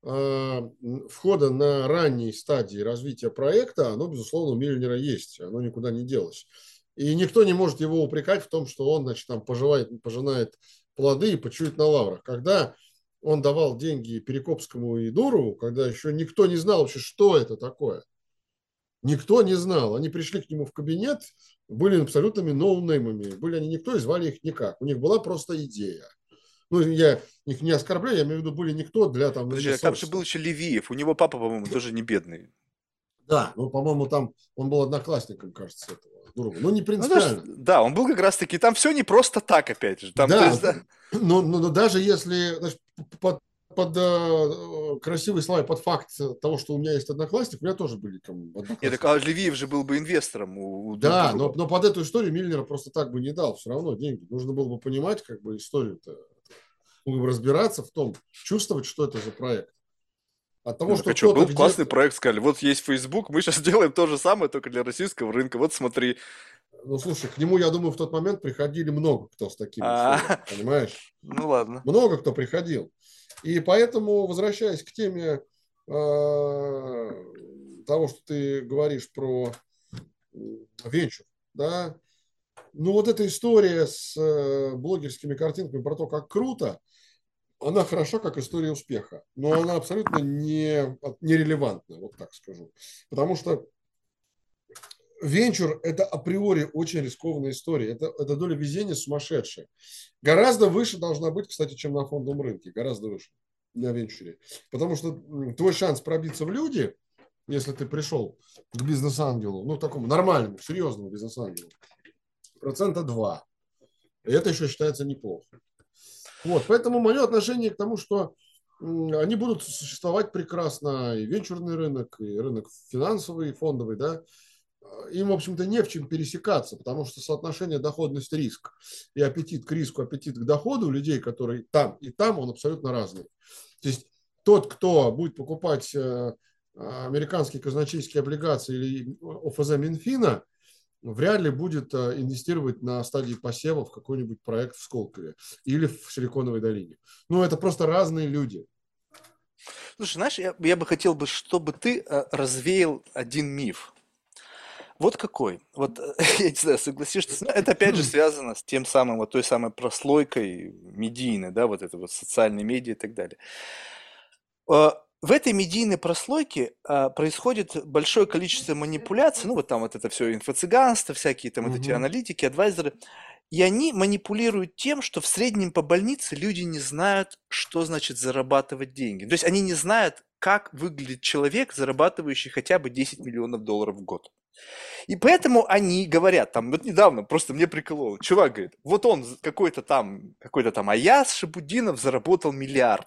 входа на ранней стадии развития проекта, оно, безусловно, у Миллера есть, оно никуда не делось. И никто не может его упрекать в том, что он, значит, там пожинает плоды и почует на лаврах. Когда он давал деньги Перекопскому и Дурову, когда еще никто не знал вообще, что это такое, никто не знал. Они пришли к нему в кабинет, были абсолютными ноунеймами. Были они никто и звали их никак. У них была просто идея. Ну, я их не оскорбляю, я имею в виду, были никто для там Подожди, а там же инвестсообщества. был еще Левиев. У него папа, по-моему, тоже не бедный. Да, ну, по-моему, там он был одноклассником, кажется, этого Дурова. Ну, не Ну, даже, принципиально. да, он был как раз-таки, там все не просто так, опять же. Там, то Да, есть, да. но даже если, значит, под красивые слова, под факт того, что у меня есть одноклассник, у меня тоже были там Нет, так, а одноклассники. Левиев же был бы инвестором у Да, Дурова. но под эту историю Мильнера просто так бы не дал. Все равно деньги. Нужно было бы понимать, как бы, историю-то, разбираться в том, чувствовать, что это за проект. От того, Ну, так что а что, кто-то был классный где-то... проект, сказали, вот есть Facebook, мы сейчас делаем то же самое, только для российского рынка, вот смотри. Ну, слушай, к нему, я думаю, в тот момент приходили много кто с такими А, историями, понимаешь? ну ладно. Много кто приходил. И поэтому, возвращаясь к теме того, что ты говоришь про венчур, да, ну вот эта история с блогерскими картинками про то, как круто, она хороша как история успеха, но она абсолютно нерелевантна, вот так скажу. Потому что венчур – это априори очень рискованная история. Это доля везения сумасшедшая. Гораздо выше должна быть, кстати, чем на фондовом рынке. Гораздо выше на венчуре. Потому что твой шанс пробиться в люди, если ты пришел к бизнес-ангелу, ну, такому нормальному, серьезному бизнес-ангелу, 2%. И это еще считается неплохо. Вот, поэтому мое отношение к тому, что они будут существовать прекрасно, и венчурный рынок, и рынок финансовый, и фондовый, да, им, в общем-то, не в чем пересекаться, потому что соотношение доходность-риск и аппетит к риску, аппетит к доходу у людей, которые там и там, он абсолютно разный. То есть тот, кто будет покупать американские казначейские облигации или ОФЗ Минфина, вряд ли будет инвестировать на стадии посева в какой-нибудь проект в Сколково или в Силиконовой долине. Ну, это просто разные люди. Слушай, знаешь, я бы хотел бы, чтобы ты развеял один миф. Вот какой. Вот, я не знаю, согласишься, но это опять же связано с тем самым, вот той самой прослойкой медийной, да, вот это вот социальные медиа и так далее. В этой медийной прослойке происходит большое количество манипуляций, ну вот там вот это все инфо-цыганство, всякие там вот эти Мгм. аналитики, адвайзеры, и они манипулируют тем, что в среднем по больнице люди не знают, что значит зарабатывать деньги. То есть они не знают, как выглядит человек, зарабатывающий хотя бы 10 миллионов долларов в год. И поэтому они говорят, там, вот недавно просто мне прикололо, чувак говорит, вот он какой-то там Аяс Шабудинов заработал миллиард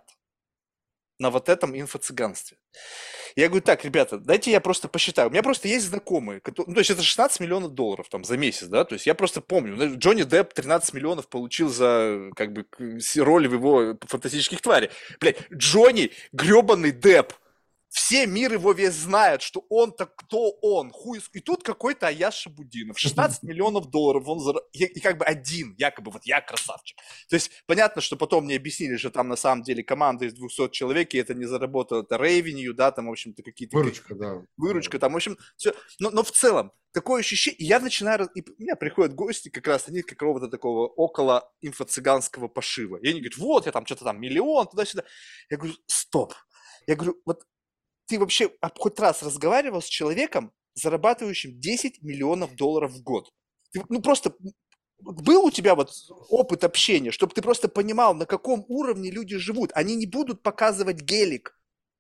на вот этом инфо-цыганстве. Я говорю, так, ребята, дайте я просто посчитаю. У меня просто есть знакомые, ну, то есть это 16 миллионов долларов там за месяц, да, то есть я просто помню, Джонни Депп 13 миллионов получил за, как бы, роль в его фантастических тварей. Блядь, Джонни гребаный Депп. Все мир его весь знает, что он-то кто он. И тут какой-то Аяс Шабудинов. 16 миллионов долларов он и как бы один, якобы вот я красавчик. То есть понятно, что потом мне объяснили, что там на самом деле команда из 200 человек, и это не заработало, это revenue, да, там, в общем-то, какие-то Выручка, да. выручка, там, в общем, все. Но в целом, такое ощущение, и я начинаю, и у меня приходят гости как раз, они какого-то такого около инфо-цыганского пошива. И они говорят, вот, я там что-то там миллион, туда-сюда. Я говорю, стоп. Я говорю, вот ты вообще хоть раз разговаривал с человеком, зарабатывающим 10 миллионов долларов в год? Ну просто был у тебя вот опыт общения, чтобы ты просто понимал, на каком уровне люди живут. Они не будут показывать гелик.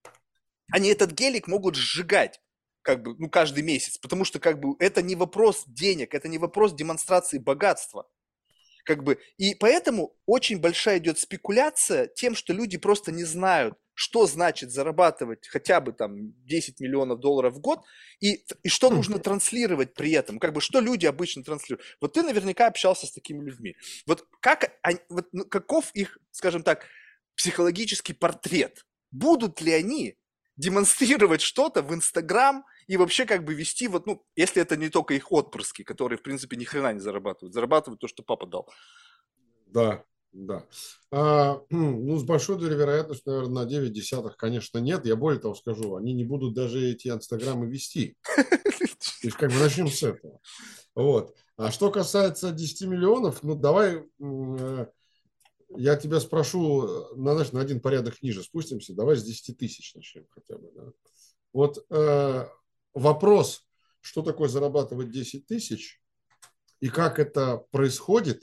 Они этот гелик могут сжигать как бы, ну, каждый месяц, потому что как бы это не вопрос денег, это не вопрос демонстрации богатства. Как бы, и поэтому очень большая идет спекуляция тем, что люди просто не знают, что значит зарабатывать хотя бы там 10 миллионов долларов в год, и что нужно транслировать при этом, как бы что люди обычно транслируют. Вот ты наверняка общался с такими людьми. Вот, вот каков их, скажем так, психологический портрет? Будут ли они демонстрировать что-то в Инстаграм и вообще как бы вести вот, ну, если это не только их отпрыски, которые, в принципе, ни хрена не зарабатывают то, что папа дал. Да, да. Ну, с большой долей вероятности, наверное, на 9 десятых, конечно, нет. Я более того скажу, они не будут даже эти инстаграмы вести. То есть, как бы начнем с этого. Вот. А что касается 10 миллионов, ну, давай я тебя спрошу на один порядок ниже спустимся. Давай с 10 тысяч начнем хотя бы. Да? Вот вопрос, что такое зарабатывать 10 тысяч и как это происходит,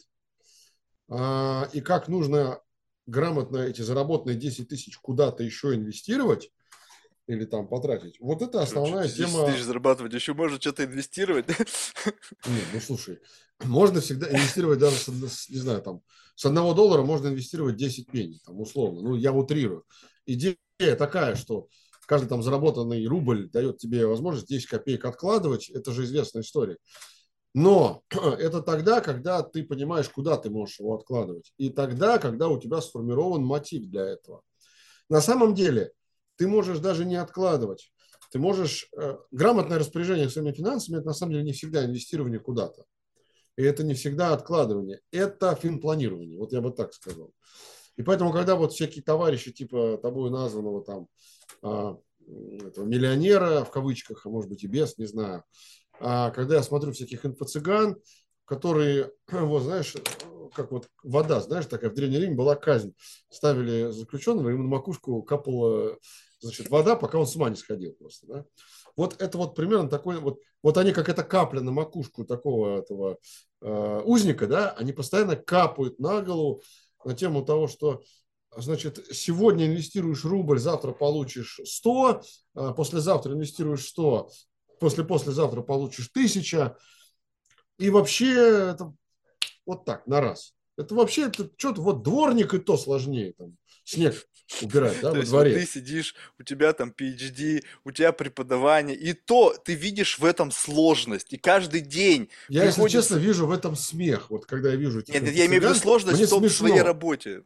и как нужно грамотно эти заработанные 10 тысяч куда-то еще инвестировать или там потратить. Вот это Что, основная 10 тысяч тема. зарабатывать, еще можно что-то инвестировать? Нет, ну слушай, можно всегда инвестировать даже, не знаю, там, с $1 можно инвестировать 10 пенни, там, условно. Ну, я утрирую. Идея такая, что каждый там заработанный рубль дает тебе возможность 10 копеек откладывать. Это же известная история. Но это тогда, когда ты понимаешь, куда ты можешь его откладывать. И тогда, когда у тебя сформирован мотив для этого. На самом деле, ты можешь даже не откладывать. Ты можешь... грамотное распоряжение своими финансами, это на самом деле не всегда инвестирование куда-то. И это не всегда откладывание, это финпланирование, вот я бы так сказал. И поэтому, когда вот всякие товарищи, типа тобой названного там а, этого миллионера, в кавычках, а может быть и без, не знаю, когда я смотрю всяких инфо-цыган, которые, вот знаешь, как вот вода, знаешь, такая в Древнем Риме была казнь. Ставили заключенного, ему на макушку капала, значит, вода, пока он с ума не сходил просто, да. Вот это вот примерно такой, вот они как эта капля на макушку такого этого узника, да, они постоянно капают на голову на тему того, что, значит, сегодня инвестируешь рубль, завтра получишь 100, послезавтра инвестируешь 100, послезавтра получишь 1000, и вообще это вот так, на раз. Это вообще, это что-то, вот дворник и то сложнее, там, снег убирать, да, То во есть вот ты дворе. сидишь, у тебя там PhD, у тебя преподавание, и то ты видишь в этом сложность. И каждый день Я, если честно, приходится... вижу в этом смех. Вот когда я вижу этих Нет, нет, я имею в виду инфо-цыган, сложность мне в своей смешно. работе.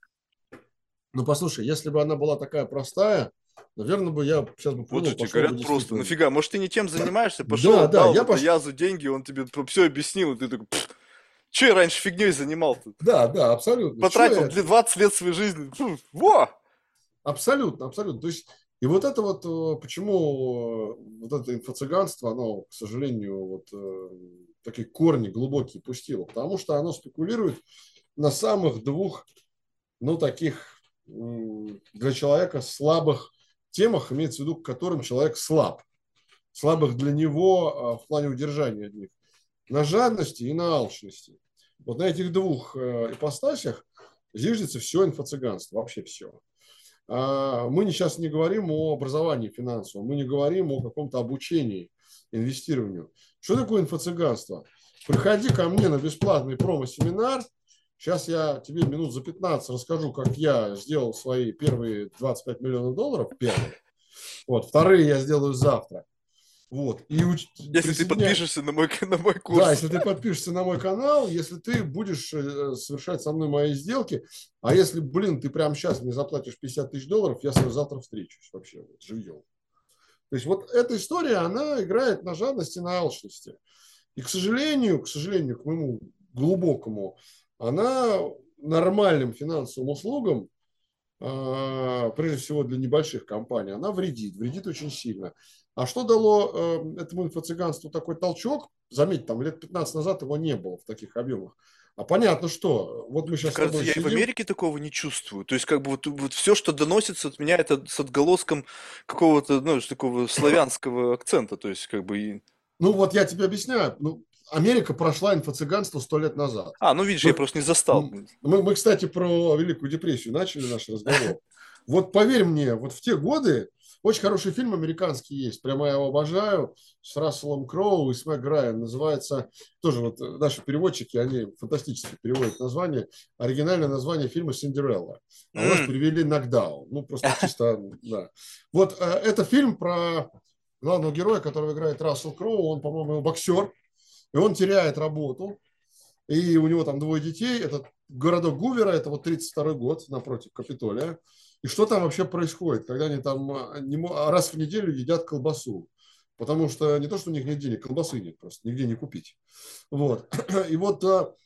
Ну, послушай, если бы она была такая простая, наверное, бы я сейчас бы Вот плюнул, же тебе пошел бы говорят просто, действительно. нафига, может, ты не тем занимаешься, пошел, Да, да, отдал я вот пошел. Аязу деньги, он тебе все объяснил, и ты такой, че я раньше фигней занимался? Да, да, абсолютно. Че Потратил я? 20 лет своей жизни. Во! Абсолютно, абсолютно. То есть, и вот это вот, почему вот это инфо-цыганство, оно, к сожалению, вот такие корни глубокие пустило, потому что оно спекулирует на самых двух, ну, таких для человека слабых темах, имеется в виду, к которым человек слаб. Слабых для него в плане удержания от них. На жадности и на алчности. Вот на этих двух ипостасях зиждется все инфо-цыганство, вообще все. Мы сейчас не говорим о образовании финансовом, мы не говорим о каком-то обучении, инвестированию. Что такое инфо-цыганство? Приходи ко мне на бесплатный промо-семинар. Сейчас я тебе минут за 15 расскажу, как я сделал свои первые 25 миллионов долларов. Первые. Вот, вторые я сделаю завтра. Вот. И Если ты присоединяй. подпишешься на мой Да, курс. если ты подпишешься на мой канал, если ты будешь совершать со мной мои сделки, а если, блин, ты прямо сейчас мне заплатишь 50 тысяч долларов, я с тобой завтра встречусь вообще вот, живьем. То есть вот эта история, она играет на жадности, на алчности. И, к сожалению, к моему глубокому, она нормальным финансовым услугам, прежде всего для небольших компаний, она вредит очень сильно. А что дало этому инфо-цыганству такой толчок? Заметь, там лет 15 назад его не было в таких объемах. А понятно, что вот мы Мне сейчас с кажется, тобой я и в сидим. Америке такого не чувствую. То есть, как бы вот все, что доносится от меня, это с отголоском какого-то, ну, такого славянского акцента. То есть, как бы... Ну вот я тебе объясняю. Ну, Америка прошла инфо-цыганство 100 лет назад. Ну, видишь, я Мы, просто не застал. мы, кстати, про Великую депрессию начали наш разговор. Вот поверь мне, вот в те годы очень хороший фильм американский есть, прямо я его обожаю, с Расселом Кроу и с Мэг Райан. Называется, тоже вот наши переводчики, они фантастически переводят название. Оригинальное название фильма «Синдерелла». А у нас М. перевели «Нокдаун». Ну, просто чисто, да. Вот это фильм про главного героя, которого играет Рассел Кроу. Он, по-моему, боксер, и он теряет работу. И у него там двое детей. Это городок Гувера, это вот 32-й год напротив Капитолия. И что там вообще происходит, когда они там раз в неделю едят колбасу? Потому что не то, что у них нет денег, колбасы нет просто, нигде не купить. Вот. И вот,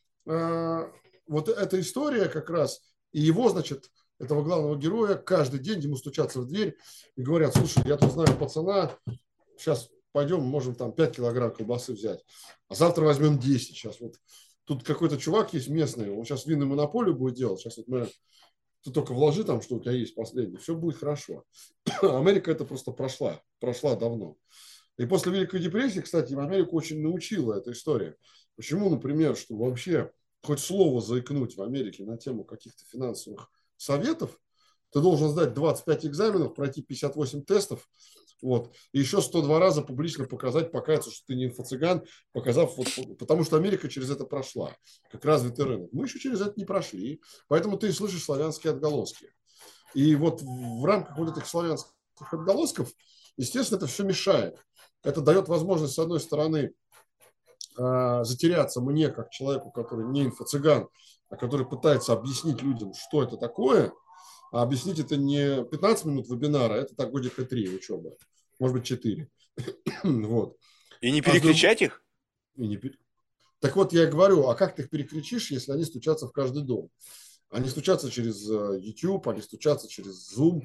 вот эта история как раз, и его, значит, этого главного героя, каждый день ему стучатся в дверь и говорят: слушай, я тут знаю пацана, сейчас пойдем, можем там 5 килограмм колбасы взять, а завтра возьмем 10. Сейчас вот тут какой-то чувак есть местный, он сейчас винную монополию будет делать, сейчас вот мы, ты только вложи там, что у тебя есть последний, все будет хорошо. Америка это просто прошла давно. И после Великой депрессии, кстати, Америку очень научила эта история. Почему, например, что вообще хоть слово заикнуть в Америке на тему каких-то финансовых советов, ты должен сдать 25 экзаменов, пройти 58 тестов, вот, и еще 102 раза публично показать, покаяться, что ты не инфо-цыган, показав, вот, потому что Америка через это прошла, как развитый рынок. Мы еще через это не прошли, поэтому ты слышишь славянские отголоски. И вот в рамках вот этих славянских отголосков, естественно, это все мешает. Это дает возможность, с одной стороны, затеряться мне, как человеку, который не инфо-цыган, а который пытается объяснить людям, что это такое, а объяснить это не 15 минут вебинара, это так годика 3 учебы, может быть 4. Вот. И не А с другой... перекричать их? И не... Так вот, я и говорю, а как ты их перекричишь, если они стучатся в каждый дом? Они стучатся через YouTube, они стучатся через Zoom,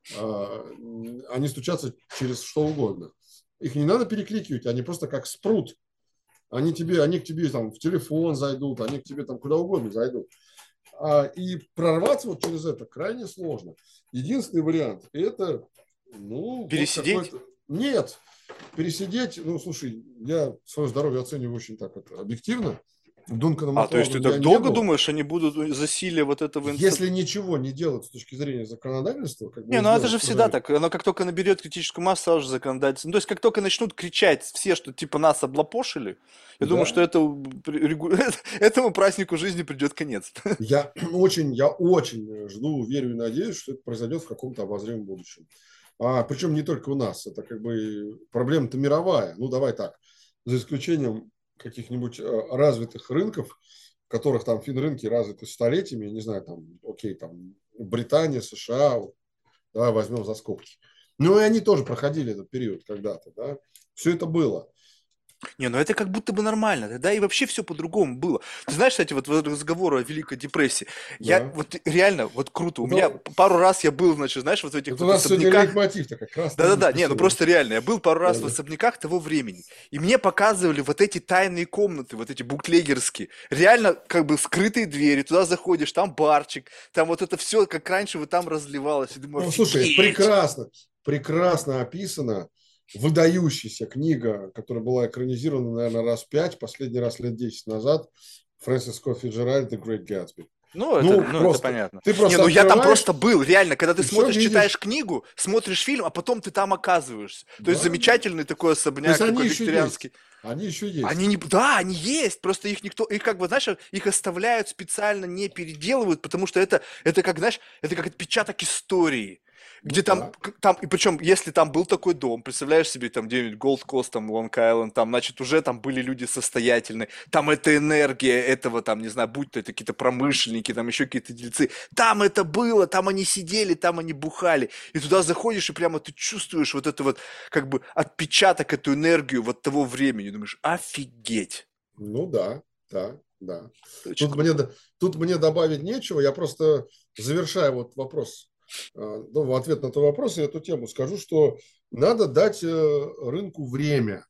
они стучатся через что угодно. Их не надо перекрикивать, они просто как спрут. Они к тебе там в телефон зайдут, они к тебе там куда угодно зайдут. И прорваться вот через это крайне сложно. Единственный вариант – это, ну, вот Пересидеть? какой-то… Нет, пересидеть, ну, слушай, я свое здоровье оцениваю очень так это, объективно. Дунканом То есть ты Маклаудом я так не долго был. думаешь, они будут засилие вот этого Если ничего не делать с точки зрения законодательства, как Не, было ну это сделано же в свое всегда время, так. Оно как только наберет критическую массу, сразу же законодательство. Ну, то есть, как только начнут кричать все, что типа нас облапошили, я думаю, что да, это, этому празднику жизни придет конец. я очень жду, верю и надеюсь, что это произойдет в каком-то обозримом будущем. Причем не только у нас, это как бы проблема-то мировая. Ну, давай так, за исключением каких-нибудь развитых рынков, в которых там финрынки развиты столетиями, не знаю, там, окей, там, Британия, США, вот, давай возьмем за скобки. Ну, и они тоже проходили этот период когда-то, да. Все это было. Не, ну это как будто бы нормально, тогда и вообще все по-другому было. Ты знаешь, кстати, вот разговор о Великой депрессии, я Да. вот реально, вот круто, у меня Это, пару раз я был, значит, знаешь, вот в этих это у вот нас сегодня особняках, лейтмотив такая, красное да-да-да, не, ну воскресенье. просто реально, я был пару Да, раз в да. особняках того времени, и мне показывали вот эти тайные комнаты, вот эти буклегерские, реально как бы скрытые двери, туда заходишь, там барчик, там вот это все, как раньше вот там разливалось, и думаю, Ну, слушай, офигеть! прекрасно описана выдающаяся книга, которая была экранизирована, наверное, раз 5, последний раз лет 10 назад, Фрэнсис Скотт Фиджеральд «The Great Gatsby». Ну, Ну, это просто, понятно. ты Не, просто ну я там открываешь просто был, реально, когда ты и все смотришь, читаешь видишь. книгу, смотришь фильм, а потом ты там оказываешься. То есть Да, да. замечательный такой То есть особняк, они такой еще есть. викторианский. Они еще Они есть. не, да, они есть, просто их никто, их как бы, знаешь, их оставляют специально, не переделывают, потому что это как, знаешь, это как отпечаток истории. Ну Где там, да. там, и причем, если там был такой дом, представляешь себе, там где-нибудь Голд Кост, там Лонг-Айленд, там, значит, уже там были люди состоятельные, там эта энергия этого, там, не знаю, будь то это какие-то промышленники, там еще какие-то дельцы, там это было, там они сидели, там они бухали, и туда заходишь, и прямо ты чувствуешь вот это вот, как бы, отпечаток, эту энергию вот того времени, думаешь, офигеть, Ну да, да, да. это очень Тут мне, круто. д- тут мне добавить нечего. Я просто завершаю вот вопрос, ну, в ответ на твой вопрос и эту тему скажу, что надо дать рынку время.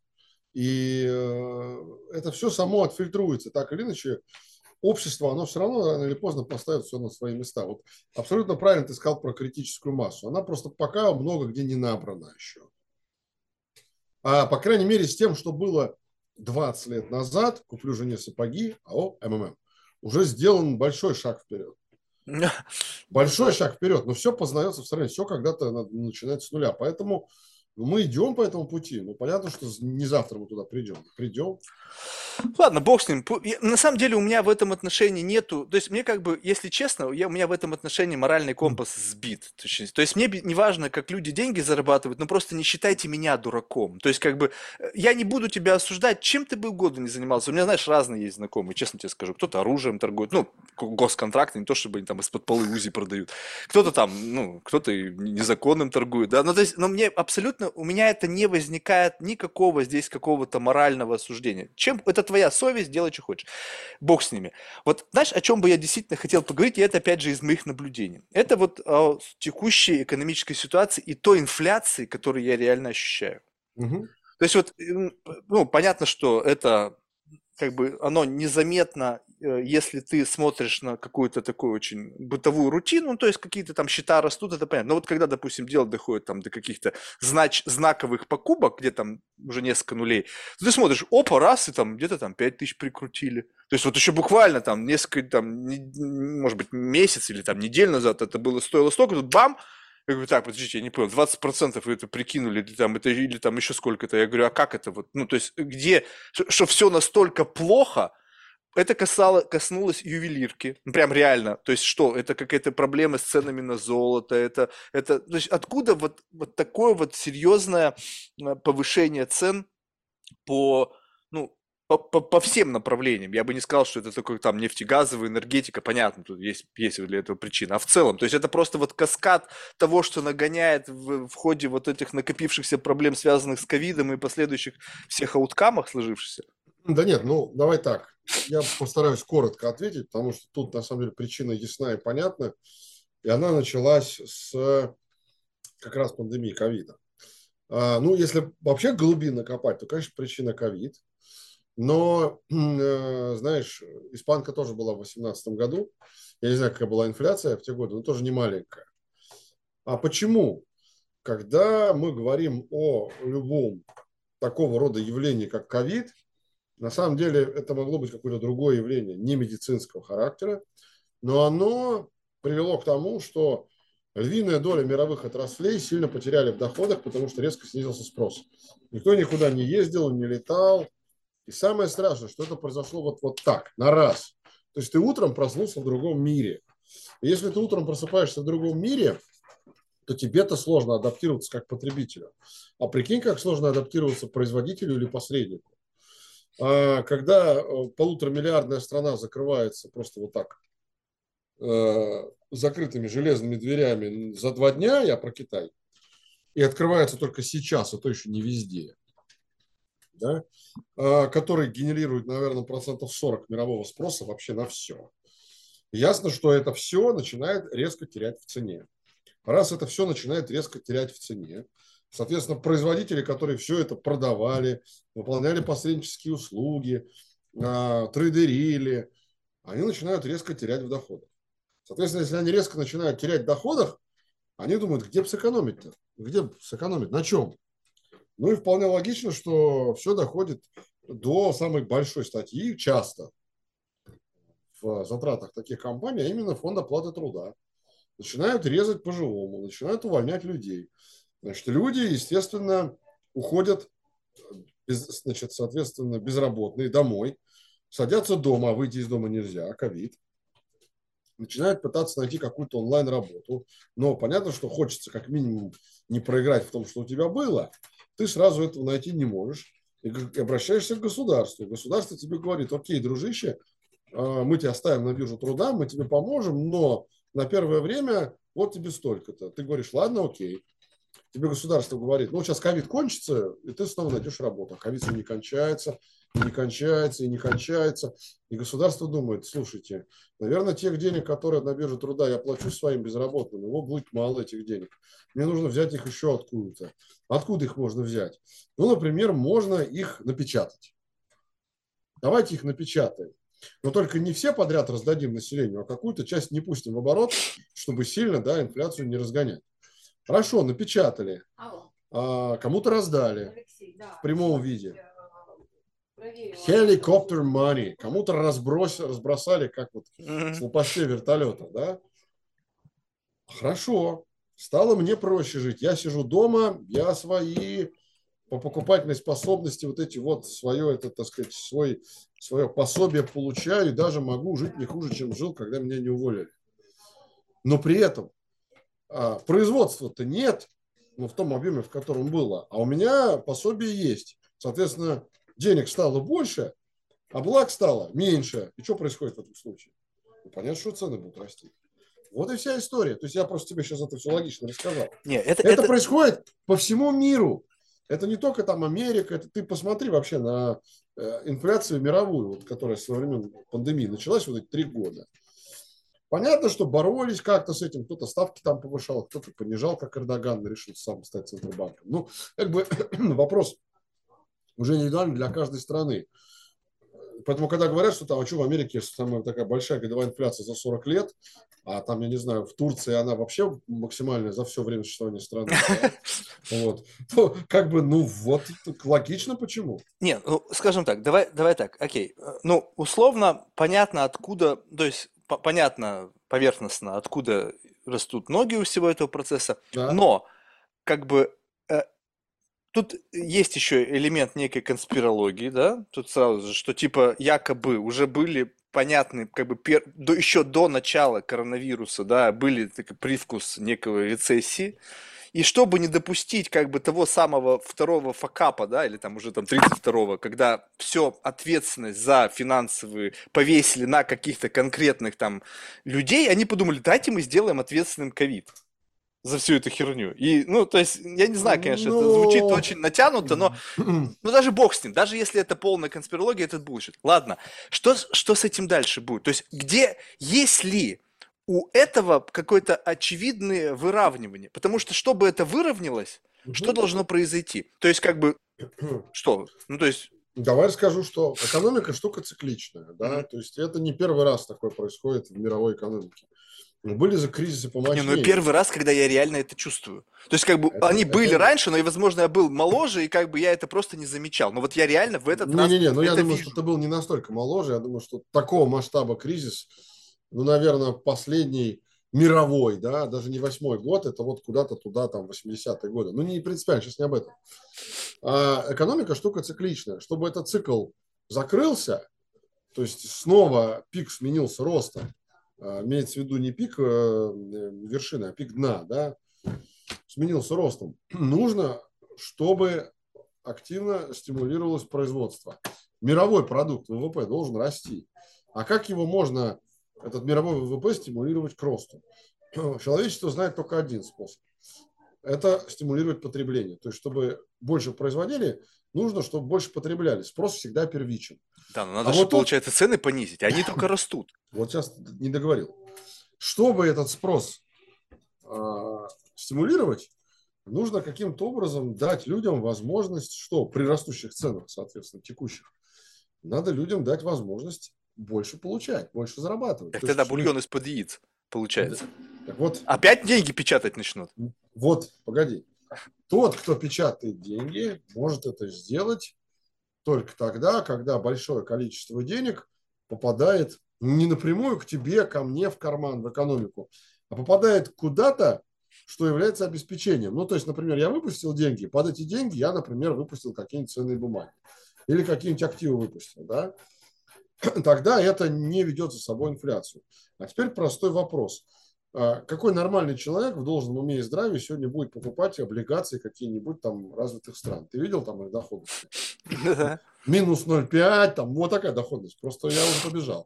И это все само отфильтруется. Так или иначе, общество, оно все равно рано или поздно поставит все на свои места. Вот абсолютно правильно ты сказал про критическую массу. Она просто пока много где не набрана еще. По крайней мере, с тем, что было 20 лет назад, куплю жене сапоги, АО МММ, уже сделан большой шаг вперед. Большой Да. шаг вперед, но все познается в стране, все когда-то надо начинать с нуля. Поэтому мы идем по этому пути. Ну, понятно, что не завтра мы туда придем. Придем. Ладно, бог с ним. На самом деле у меня в этом отношении нету, то есть мне как бы, если честно, у меня в этом отношении моральный компас сбит. То есть мне не важно, как люди деньги зарабатывают, но просто не считайте меня дураком. То есть как бы я не буду тебя осуждать, чем ты бы угодно не занимался. У меня, знаешь, разные есть знакомые, честно тебе скажу. Кто-то оружием торгует, ну, госконтракты, не то чтобы они там из-под полы УЗИ продают. Кто-то там, ну, кто-то и незаконным торгует, да. Ну, то есть, но мне абсолютно, у меня это не возникает никакого здесь какого-то морального осуждения. Чем это твоя совесть, делай, что хочешь. Бог с ними. Вот знаешь, о чем бы я действительно хотел поговорить, и это опять же из моих наблюдений. Это вот о текущей экономической ситуации и той инфляции, которую я реально ощущаю. Угу. То есть вот, ну, понятно, что это как бы оно незаметно, если ты смотришь на какую-то такую очень бытовую рутину, ну, то есть какие-то там счета растут, это понятно. Но вот когда, допустим, дело доходит там до каких-то знаковых покупок, где там уже несколько нулей, то ты смотришь, опа, раз, и там где-то там 5000 прикрутили. То есть вот еще буквально там несколько, там, может быть, месяц или там неделю назад это было стоило столько, тут бам, я говорю, так, подождите, я не понял, 20% вы это прикинули, там, это, или там еще сколько-то. Я говорю, а как это вот? Ну, то есть, где, что все настолько плохо, это коснулось ювелирки, ну, прям реально. То есть что, это какая-то проблема с ценами на золото, то есть откуда вот такое вот серьезное повышение цен по, ну, по всем направлениям. Я бы не сказал, что это такой там нефтегазовая энергетика, понятно, тут есть для этого причина. А в целом, то есть это просто вот каскад того, что нагоняет в ходе вот этих накопившихся проблем, связанных с ковидом и последующих всех ауткамах сложившихся. Да нет, ну давай так. Я постараюсь коротко ответить, потому что тут на самом деле причина ясна и понятна. И она началась с как раз пандемии ковида. Ну, если вообще глубинно копать, то, конечно, причина ковид. Но, знаешь, испанка тоже была в 2018 году. Я не знаю, какая была инфляция в те годы, но тоже не маленькая. А почему? Когда мы говорим о любом такого рода явлении, как ковид, на самом деле это могло быть какое-то другое явление, не медицинского характера, но оно привело к тому, что львиная доля мировых отраслей сильно потеряли в доходах, потому что резко снизился спрос. Никто никуда не ездил, не летал. И самое страшное, что это произошло вот так, на раз. То есть ты утром проснулся в другом мире. И если ты утром просыпаешься в другом мире, то тебе-то сложно адаптироваться как потребителю. А прикинь, как сложно адаптироваться производителю или посреднику. Когда полуторамиллиардная страна закрывается просто вот так, закрытыми железными дверями за 2 дня, я про Китай, и открывается только сейчас, а то еще не везде, да, который генерирует, наверное, процентов 40 мирового спроса вообще на все. Ясно, что это все начинает резко терять в цене. Раз это все начинает резко терять в цене, соответственно, производители, которые все это продавали, выполняли посреднические услуги, трейдерили, они начинают резко терять в доходах. Соответственно, если они резко начинают терять в доходах, они думают, где бы сэкономить-то? Где бы сэкономить? На чем? Ну и вполне логично, что все доходит до самой большой статьи, часто в затратах таких компаний, а именно фонд оплаты труда. Начинают резать по-живому, начинают увольнять людей. Значит, люди, естественно, уходят, значит, соответственно, безработные домой, садятся дома, а выйти из дома нельзя, ковид. Начинают пытаться найти какую-то онлайн-работу. Но понятно, что хочется как минимум не проиграть в том, что у тебя было. Ты сразу этого найти не можешь. И обращаешься к государству. Государство тебе говорит, окей, дружище, мы тебя ставим на биржу труда, мы тебе поможем, но на первое время вот тебе столько-то. Ты говоришь, ладно, окей. Тебе государство говорит, ну, сейчас ковид кончится, и ты снова найдешь работу. А ковид все не кончается, и не кончается, и не кончается. И государство думает, слушайте, наверное, тех денег, которые на бирже труда я плачу своим безработным, его будет мало, этих денег. Мне нужно взять их еще откуда-то. Откуда их можно взять? Ну, например, можно их напечатать. Давайте их напечатаем. Но только не все подряд раздадим населению, а какую-то часть не пустим в оборот, чтобы сильно, да, инфляцию не разгонять. Хорошо, напечатали, кому-то раздали в прямом виде. Helicopter money. Кому-то разбросали, как вот с лопастей вертолета, да? Хорошо. Стало мне проще жить. Я сижу дома, я свои по покупательной способности вот эти вот свое, это, так сказать, свое пособие получаю и даже могу жить не хуже, чем жил, когда меня не уволили. Но при этом производства-то нет, ну, в том объеме, в котором было. А у меня пособие есть. Соответственно, денег стало больше, а благ стало меньше. И что происходит в этом случае? Ну, понятно, что цены будут расти. Вот и вся история. То есть я просто тебе сейчас это все логично рассказал. Не, Это происходит по всему миру. Это не только там Америка. Это ты посмотри вообще на инфляцию мировую, вот, которая со времен пандемии началась вот эти 3 года. Понятно, что боролись как-то с этим. Кто-то ставки там повышал, кто-то понижал, как Эрдоган решил сам стать Центробанком. Ну, как бы вопрос уже индивидуальный для каждой страны. Поэтому, когда говорят, что там, а что в Америке самая такая большая годовая инфляция за 40 лет, а там, я не знаю, в Турции она вообще максимальная за все время существования страны, да? Вот. То, как бы, ну вот, логично почему. Не, ну, скажем так, давай так, окей. Ну, условно, понятно, откуда, то есть, понятно, поверхностно, откуда растут ноги у всего этого процесса, Да, но, как бы, тут есть еще элемент некой конспирологии, да, тут сразу же, что, типа, якобы уже были понятны, как бы, еще до начала коронавируса, да, были такой привкус некого рецессии, и чтобы не допустить как бы того самого второго факапа, да, или там уже там 32-го, когда все ответственность за финансовые повесили на каких-то конкретных там людей, они подумали, дайте мы сделаем ответственным ковид. за всю эту херню. И, ну, то есть, я не знаю, конечно, это звучит Ну, очень натянуто, но ну, даже бог с ним, даже если это полная конспирология, это булщит. Ладно, что с этим дальше будет? То есть, где, есть ли у этого какое-то очевидное выравнивание? Потому что, чтобы это выровнялось, что должно произойти? То есть, как бы, что? Ну, то есть, давай скажу, что экономика штука цикличная, да, мгм. то есть это не первый раз такое происходит в мировой экономике. Но были же кризисы Не, ну и помощнее. первый раз, когда я реально это чувствую. То есть, как бы, они были Это раньше, но, и, возможно, я был моложе, и как бы я это просто не замечал. Но вот я реально в этот раз не-не-не, ну я это думаю, что вижу. ты был не настолько моложе, я думаю, что такого масштаба кризис, ну, наверное, последний мировой, да, даже не восьмой год, это вот куда-то туда, там, 80-е годы. Ну, не принципиально, сейчас не об этом. А экономика штука цикличная. Чтобы этот цикл закрылся, то есть снова пик сменился ростом, имеется в виду не пик вершины, а пик дна, да, сменился ростом, нужно, чтобы активно стимулировалось производство. Мировой продукт ВВП должен расти. А как его можно, этот мировой ВВП, стимулировать к росту? Человечество знает только один способ. Это стимулировать потребление. То есть, чтобы больше производили, нужно, чтобы больше потребляли. Спрос всегда первичен. Да, но А надо же, вот тут, получается, цены понизить, а они только растут. вот сейчас не договорил, чтобы этот спрос стимулировать, нужно каким-то образом дать людям возможность, что при растущих ценах, соответственно, текущих, надо людям дать возможность больше получать, больше зарабатывать. Так То есть, тогда чтобы... бульон из-под яиц получается. Так вот, Опять деньги печатать начнут. вот, погоди. Тот, кто печатает деньги, может это сделать только тогда, когда большое количество денег попадает не напрямую к тебе, ко мне в карман, в экономику, а попадает куда-то, что является обеспечением. Ну, то есть, например, я выпустил деньги, под эти деньги я, например, выпустил какие-нибудь ценные бумаги или какие-нибудь активы выпустил, да, тогда это не ведет за собой инфляцию. А теперь простой вопрос. Какой нормальный человек в должном уме и здравии сегодня будет покупать облигации какие-нибудь там развитых стран? Ты видел там их доходность? Да. Минус 0,5, там вот такая доходность. Просто я уже побежал.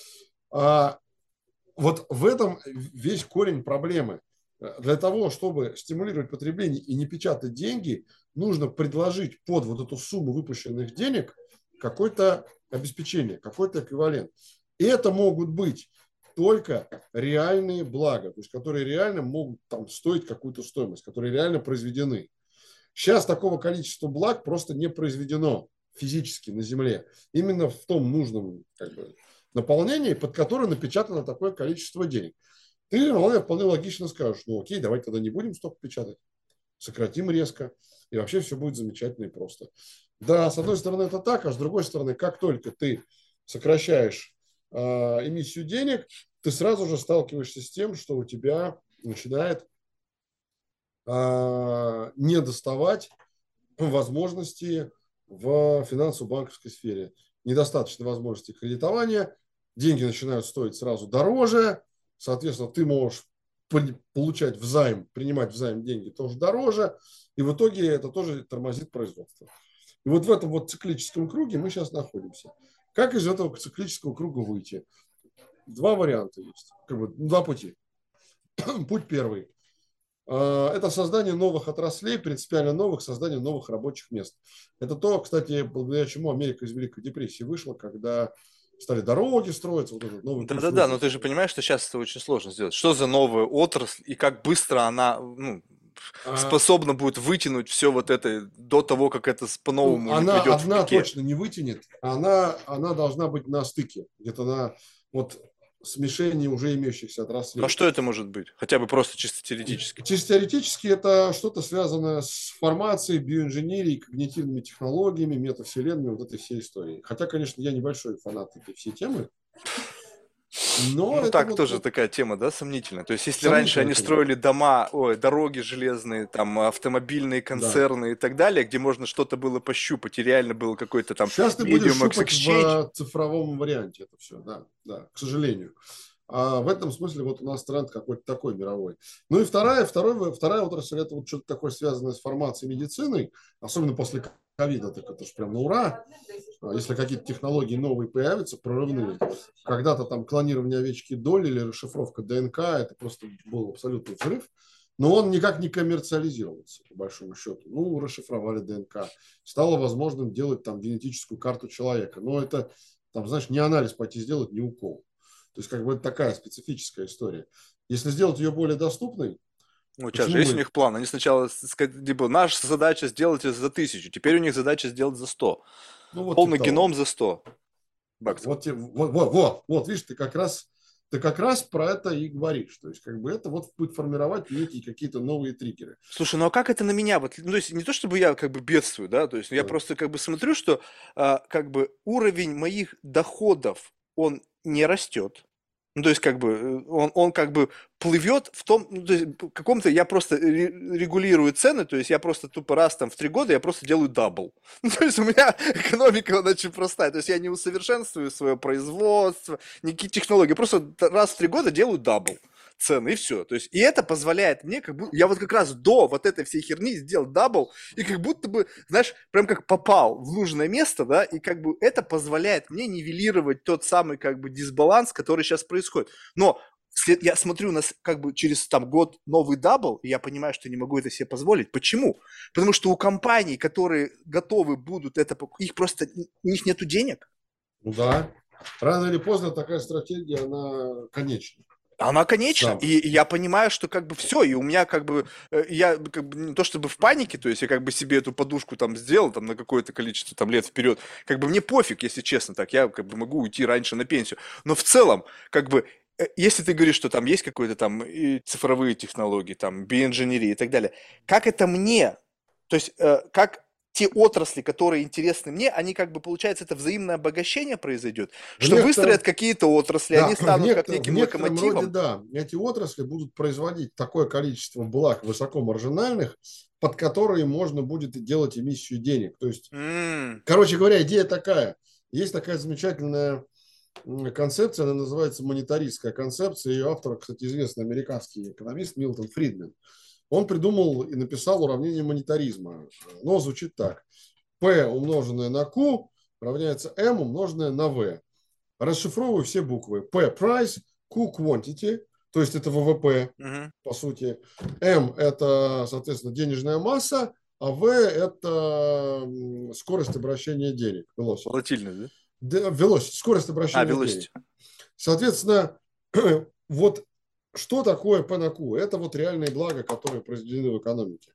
А вот в этом весь корень проблемы. Для того, чтобы стимулировать потребление и не печатать деньги, нужно предложить под вот эту сумму выпущенных денег какое-то обеспечение, какой-то эквивалент. И это могут быть только реальные блага, то есть которые реально могут там стоить какую-то стоимость, которые реально произведены. Сейчас такого количества благ просто не произведено физически на Земле. Именно в том нужном как бы, наполнении, под которое напечатано такое количество денег. Ты, наверное, вполне логично скажешь, ну окей, давай тогда не будем столько печатать, сократим резко, и вообще все будет замечательно и просто. Да, с одной стороны это так, а с другой стороны, как только ты сокращаешь эмиссию денег, ты сразу же сталкиваешься с тем, что у тебя начинает не доставать возможности в финансово-банковской сфере. Недостаточно возможности кредитования, деньги начинают стоить сразу дороже, соответственно, ты можешь получать взайм, принимать взайм деньги тоже дороже, и в итоге это тоже тормозит производство. И вот в этом вот циклическом круге мы сейчас находимся. Как из этого циклического круга выйти? Два варианта есть, как бы, два пути. Путь первый. Это создание новых отраслей, принципиально новых, создание новых рабочих мест. Это то, кстати, благодаря чему Америка из Великой депрессии вышла, когда стали дороги строиться, вот этот новый курс Да-да-да, но ты же выработали. понимаешь, что сейчас это очень сложно сделать. Что за новая отрасль и как быстро она, ну, А, способна будет вытянуть все вот это до того, как это ну, по-новому не она придет в одна пике. точно не вытянет, она должна быть на стыке, где-то на вот смешении уже имеющихся Ну а отраслей. что это может быть? Хотя бы просто чисто теоретически. Чисто теоретически это что-то связанное с формацией, биоинженерией, когнитивными технологиями, метавселенными, вот этой всей истории. Хотя, конечно, я небольшой фанат этой всей темы, но Ну это так, вот, тоже вот такая тема, да, сомнительная. То есть если раньше сомнительная они тема. строили дома, ой, дороги железные, там, автомобильные Да. концерны и так далее, где можно что-то было пощупать, и реально был какой-то там Сейчас ты будешь medium of щупать exchange. в цифровом варианте это все, да, да, к сожалению. А в этом смысле вот у нас тренд какой-то такой мировой. Ну и вторая отрасль, это вот что-то такое связанное с формацией медицины, особенно после ковида, так это же прям на ура. Если какие-то технологии новые появятся, прорывные. Когда-то там клонирование овечки доли или расшифровка ДНК, это просто был абсолютный взрыв. но он никак не коммерциализировался, по большому счету. Ну, расшифровали ДНК. Стало возможным делать там генетическую карту человека. Но это, там, знаешь, не анализ пойти сделать, не укол. То есть, как бы это такая специфическая история. Если сделать ее более доступной, Ну, сейчас же почему есть у мы... них план. Они сначала, типа, наша задача сделать это за 1000, теперь у них задача сделать за 100. Ну, вот типа Полный того. геном за 100 Да, баксов. вот, вот, видишь, ты как раз про это и говоришь. То есть, как бы это вот будет формировать некие какие-то новые триггеры. Слушай, ну а как это на меня? Вот, ну, то есть не то, чтобы я как бы бедствую, да, то есть я Да. просто как бы смотрю, что как бы уровень моих доходов, он не растет. Ну, то есть как бы он как бы плывет в том, ну, то есть каком-то я просто регулирую цены, то есть я просто тупо раз там в 3 года я просто делаю дабл. Ну, то есть у меня экономика, она очень простая, то есть я не усовершенствую свое производство, никакие технологии, я просто раз в 3 года делаю дабл цены, и все. То есть, и это позволяет мне, как будто, я вот как раз до вот этой всей херни сделал дабл, и как будто бы, знаешь, прям как попал в нужное место, да, и как бы это позволяет мне нивелировать тот самый как бы дисбаланс, который сейчас происходит. Но я смотрю на как бы через там год новый дабл, и я понимаю, что не могу это себе позволить. Почему? Потому что у компаний, которые готовы будут это, их просто, у них нету денег. Ну да. Рано или поздно такая стратегия, она конечна. Она конечна. Сам. И я понимаю, что как бы все, и у меня как бы, я как бы не то чтобы в панике, то есть я как бы себе эту подушку там сделал там на какое-то количество там лет вперед, как бы мне пофиг, если честно, так я как бы могу уйти раньше на пенсию. Но в целом, как бы, если ты говоришь, что там есть какой-то там и цифровые технологии, там биоинженерия и так далее, как это мне, то есть как те отрасли, которые интересны мне, они как бы, получается, это взаимное обогащение произойдет, В что выстроят некотором, какие-то отрасли, они да, станут как в неким некотором роде, локомотивом. да, эти отрасли будут производить такое количество благ высокомаржинальных, под которые можно будет делать эмиссию денег. То есть, М, короче говоря, идея такая. Есть такая замечательная концепция, она называется монетаристская концепция. Ее автор, кстати, известный американский экономист Милтон Фридмен. Он придумал и написал уравнение монетаризма. Оно звучит так. P умноженное на Q равняется M умноженное на V. Расшифровываю все буквы. P – price, Q – quantity, то есть это ВВП, мгм. по сути. M – это, соответственно, денежная масса, а V – это скорость обращения денег, velocity. Волатильность, да? Velocity, скорость А, обращения денег. velocity. Соответственно, вот что такое P на Q? Это вот реальные блага, которые произведены в экономике.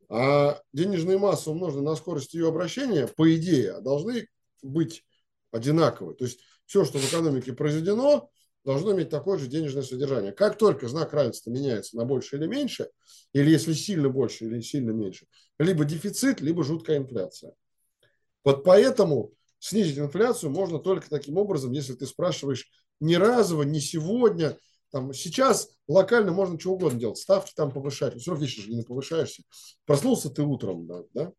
А денежные массы, умноженные на скорость ее обращения, по идее, должны быть одинаковы. То есть все, что в экономике произведено, должно иметь такое же денежное содержание. Как только знак равенства меняется на больше или меньше, или если сильно больше или сильно меньше, либо дефицит, либо жуткая инфляция. Вот поэтому снизить инфляцию можно только таким образом, если ты спрашиваешь не разово, не сегодня. Там, сейчас локально можно что угодно делать, ставки там повышать. Все равно вечером же не повышаешься. Проснулся ты утром, да,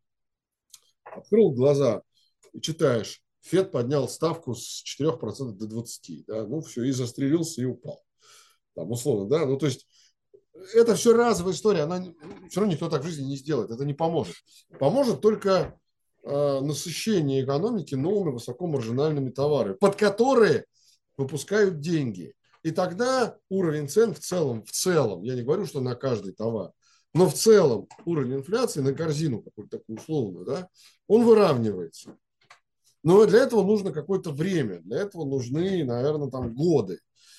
открыл глаза и читаешь. Фед поднял ставку с 4% до 20%. Да, ну все, и застрелился, и упал. Там, условно, да. Ну, то есть это все разовая история. Она все равно никто так в жизни не сделает. Это не поможет. Поможет только насыщение экономики новыми высокомаржинальными товарами, под которые выпускают деньги. И тогда уровень цен в целом, я не говорю, что на каждый товар, но в целом уровень инфляции на корзину какую-то такую условную, да, он выравнивается. Но для этого нужно какое-то время, для этого нужны, наверное, там годы.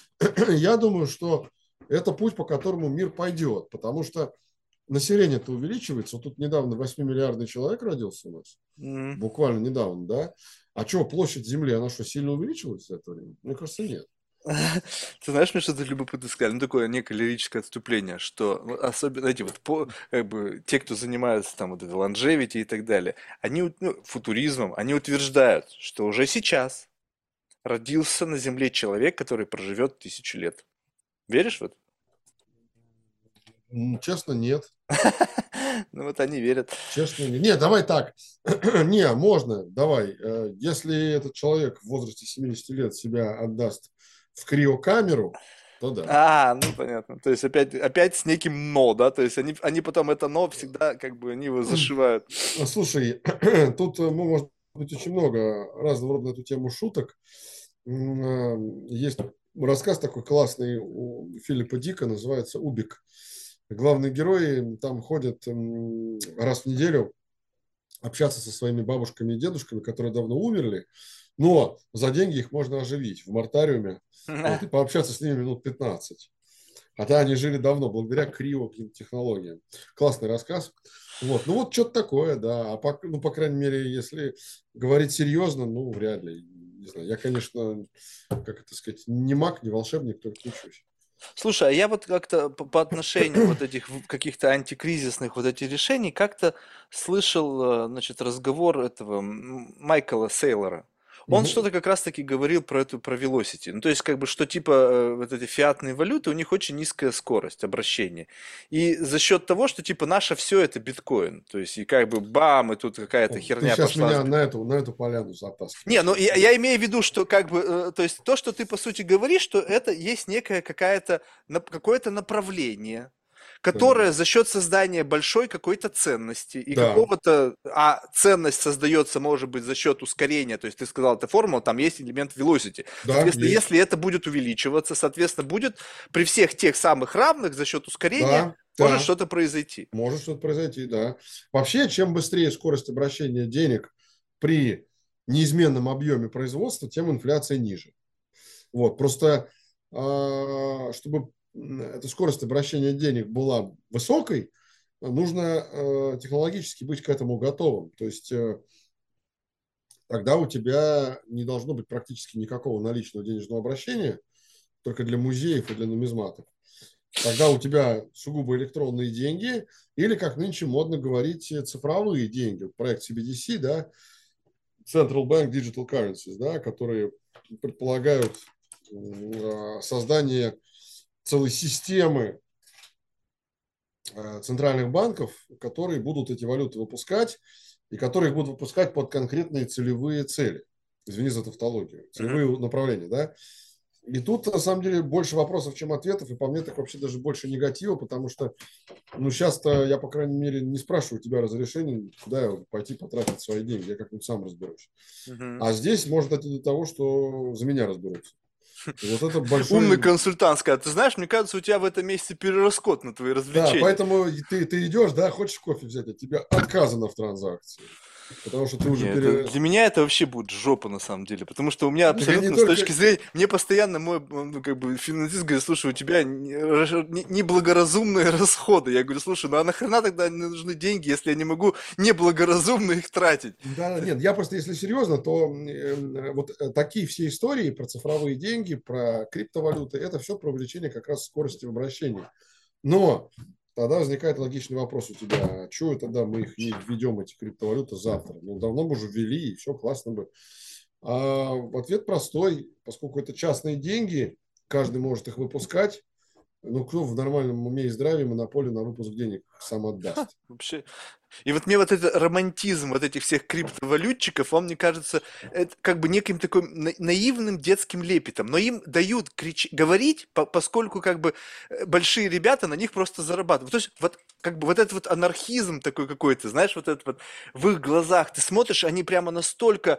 Я думаю, что это путь, по которому мир пойдет, потому что население-то увеличивается. Вот тут недавно 8-миллиардный человек родился у нас, М. буквально недавно, да? А что, площадь Земли, она что, сильно увеличилась за это время? Мне кажется, нет. Ты знаешь, мне что-то любопытно сказали, ну, такое некое лирическое отступление, что ну, особенно эти вот как бы те, кто занимаются там вот этой longevity и так далее, они ну, футуризмом, они утверждают, что уже сейчас родился на Земле человек, который проживет 1000 лет. Веришь в это? Честно, нет. Ну вот они верят. Честно, нет. Не, давай так. Не, можно, давай. Если этот человек в возрасте 70 лет себя отдаст в криокамеру, то да. А, ну понятно. То есть опять с неким но, да? То есть они потом это но всегда как бы они его зашивают. Слушай, тут может быть очень много разного рода на эту тему шуток. Есть рассказ такой классный у Филиппа Дика, называется «Убик». Главные герои там ходят раз в неделю общаться со своими бабушками и дедушками, которые давно умерли, но за деньги их можно оживить в мортариуме, вот, и пообщаться с ними минут 15. Хотя они жили давно, благодаря крио-технологиям. Классный рассказ. Вот. Ну, вот что-то такое, да. Ну, по крайней мере, если говорить серьезно, ну, вряд ли. Не знаю. Я, конечно, как это сказать, не маг, не волшебник, только учусь. Слушай, а я вот как-то по отношению вот этих каких-то антикризисных вот этих решений как-то слышал, значит, разговор этого Майкла Сейлора. Он Мгм. что-то как раз-таки говорил про velocity. Ну, то есть, как бы, что типа вот эти фиатные валюты, у них очень низкая скорость обращения. И за счет того, что типа наше все это биткоин. То есть, и как бы бам, и тут какая-то О, ты херня сейчас пошла с меня на эту поляну не, затаскиваешь. ну я имею в виду, что как бы, то есть то, что ты по сути говоришь, что это есть некое какая-то, какое-то направление, Да, которое за счет создания большой какой-то ценности и да, какого-то, а ценность создается, может быть, за счет ускорения, то есть ты сказал, это формула, там есть элемент velocity. да, Соответственно, есть. если это будет увеличиваться, соответственно, будет при всех тех самых равных за счет ускорения Да, может да. что-то произойти. Может что-то произойти, да. Вообще, чем быстрее скорость обращения денег при неизменном объеме производства, тем инфляция ниже. Вот, просто чтобы эта скорость обращения денег была высокой, нужно технологически быть к этому готовым. То есть тогда у тебя не должно быть практически никакого наличного денежного обращения, только для музеев и для нумизматов. Тогда у тебя сугубо электронные деньги или, как нынче модно говорить, цифровые деньги. Проект CBDC, да, Central Bank Digital Currencies, да, которые предполагают создание целой системы центральных банков, которые будут эти валюты выпускать и которые их будут выпускать под конкретные целевые цели. Извини за тавтологию. Мгм. Целевые направления, да. И тут, на самом деле, больше вопросов, чем ответов, и по мне так вообще даже больше негатива, потому что, ну, сейчас-то я, по крайней мере, не спрашиваю у тебя разрешения, куда пойти потратить свои деньги, я как-нибудь сам разберусь. Мгм. А здесь может дойти до того, что за меня разберутся. И вот это Умный большой... консультант сказал, ты знаешь, мне кажется, у тебя в этом месяце перерасход на твои Да, развлечения. поэтому ты идешь, да, хочешь кофе взять, а тебе отказано в транзакции, потому что ты уже Нет, пере... для меня это вообще будет жопа на самом деле, потому что у меня Так и не абсолютно с только... точки зрения, мне постоянно мой, ну, как бы, финансист говорит, слушай, у тебя неблагоразумные расходы. Я говорю, слушай, ну а нахрена тогда мне нужны деньги, если я не могу неблагоразумно их тратить? Да, нет, я просто, если серьезно, то вот такие все истории про цифровые деньги, про криптовалюты, это все про увеличение как раз скорости в обращении. Но тогда возникает логичный вопрос у тебя, а что тогда мы их не введем, эти криптовалюты, завтра? Ну, давно бы уже ввели, и все классно бы. А ответ простой, поскольку это частные деньги, каждый может их выпускать, ну, кто в нормальном уме и здравии монополию на выпуск денег сам отдаст? Вообще. И вот мне вот этот романтизм вот этих всех криптовалютчиков, он, мне кажется, это как бы неким таким наивным детским лепетом. Но им дают говорить, поскольку как бы большие ребята на них просто зарабатывают. То есть вот как бы вот этот вот анархизм такой какой-то, знаешь, вот этот вот в их глазах. Ты смотришь, они прямо настолько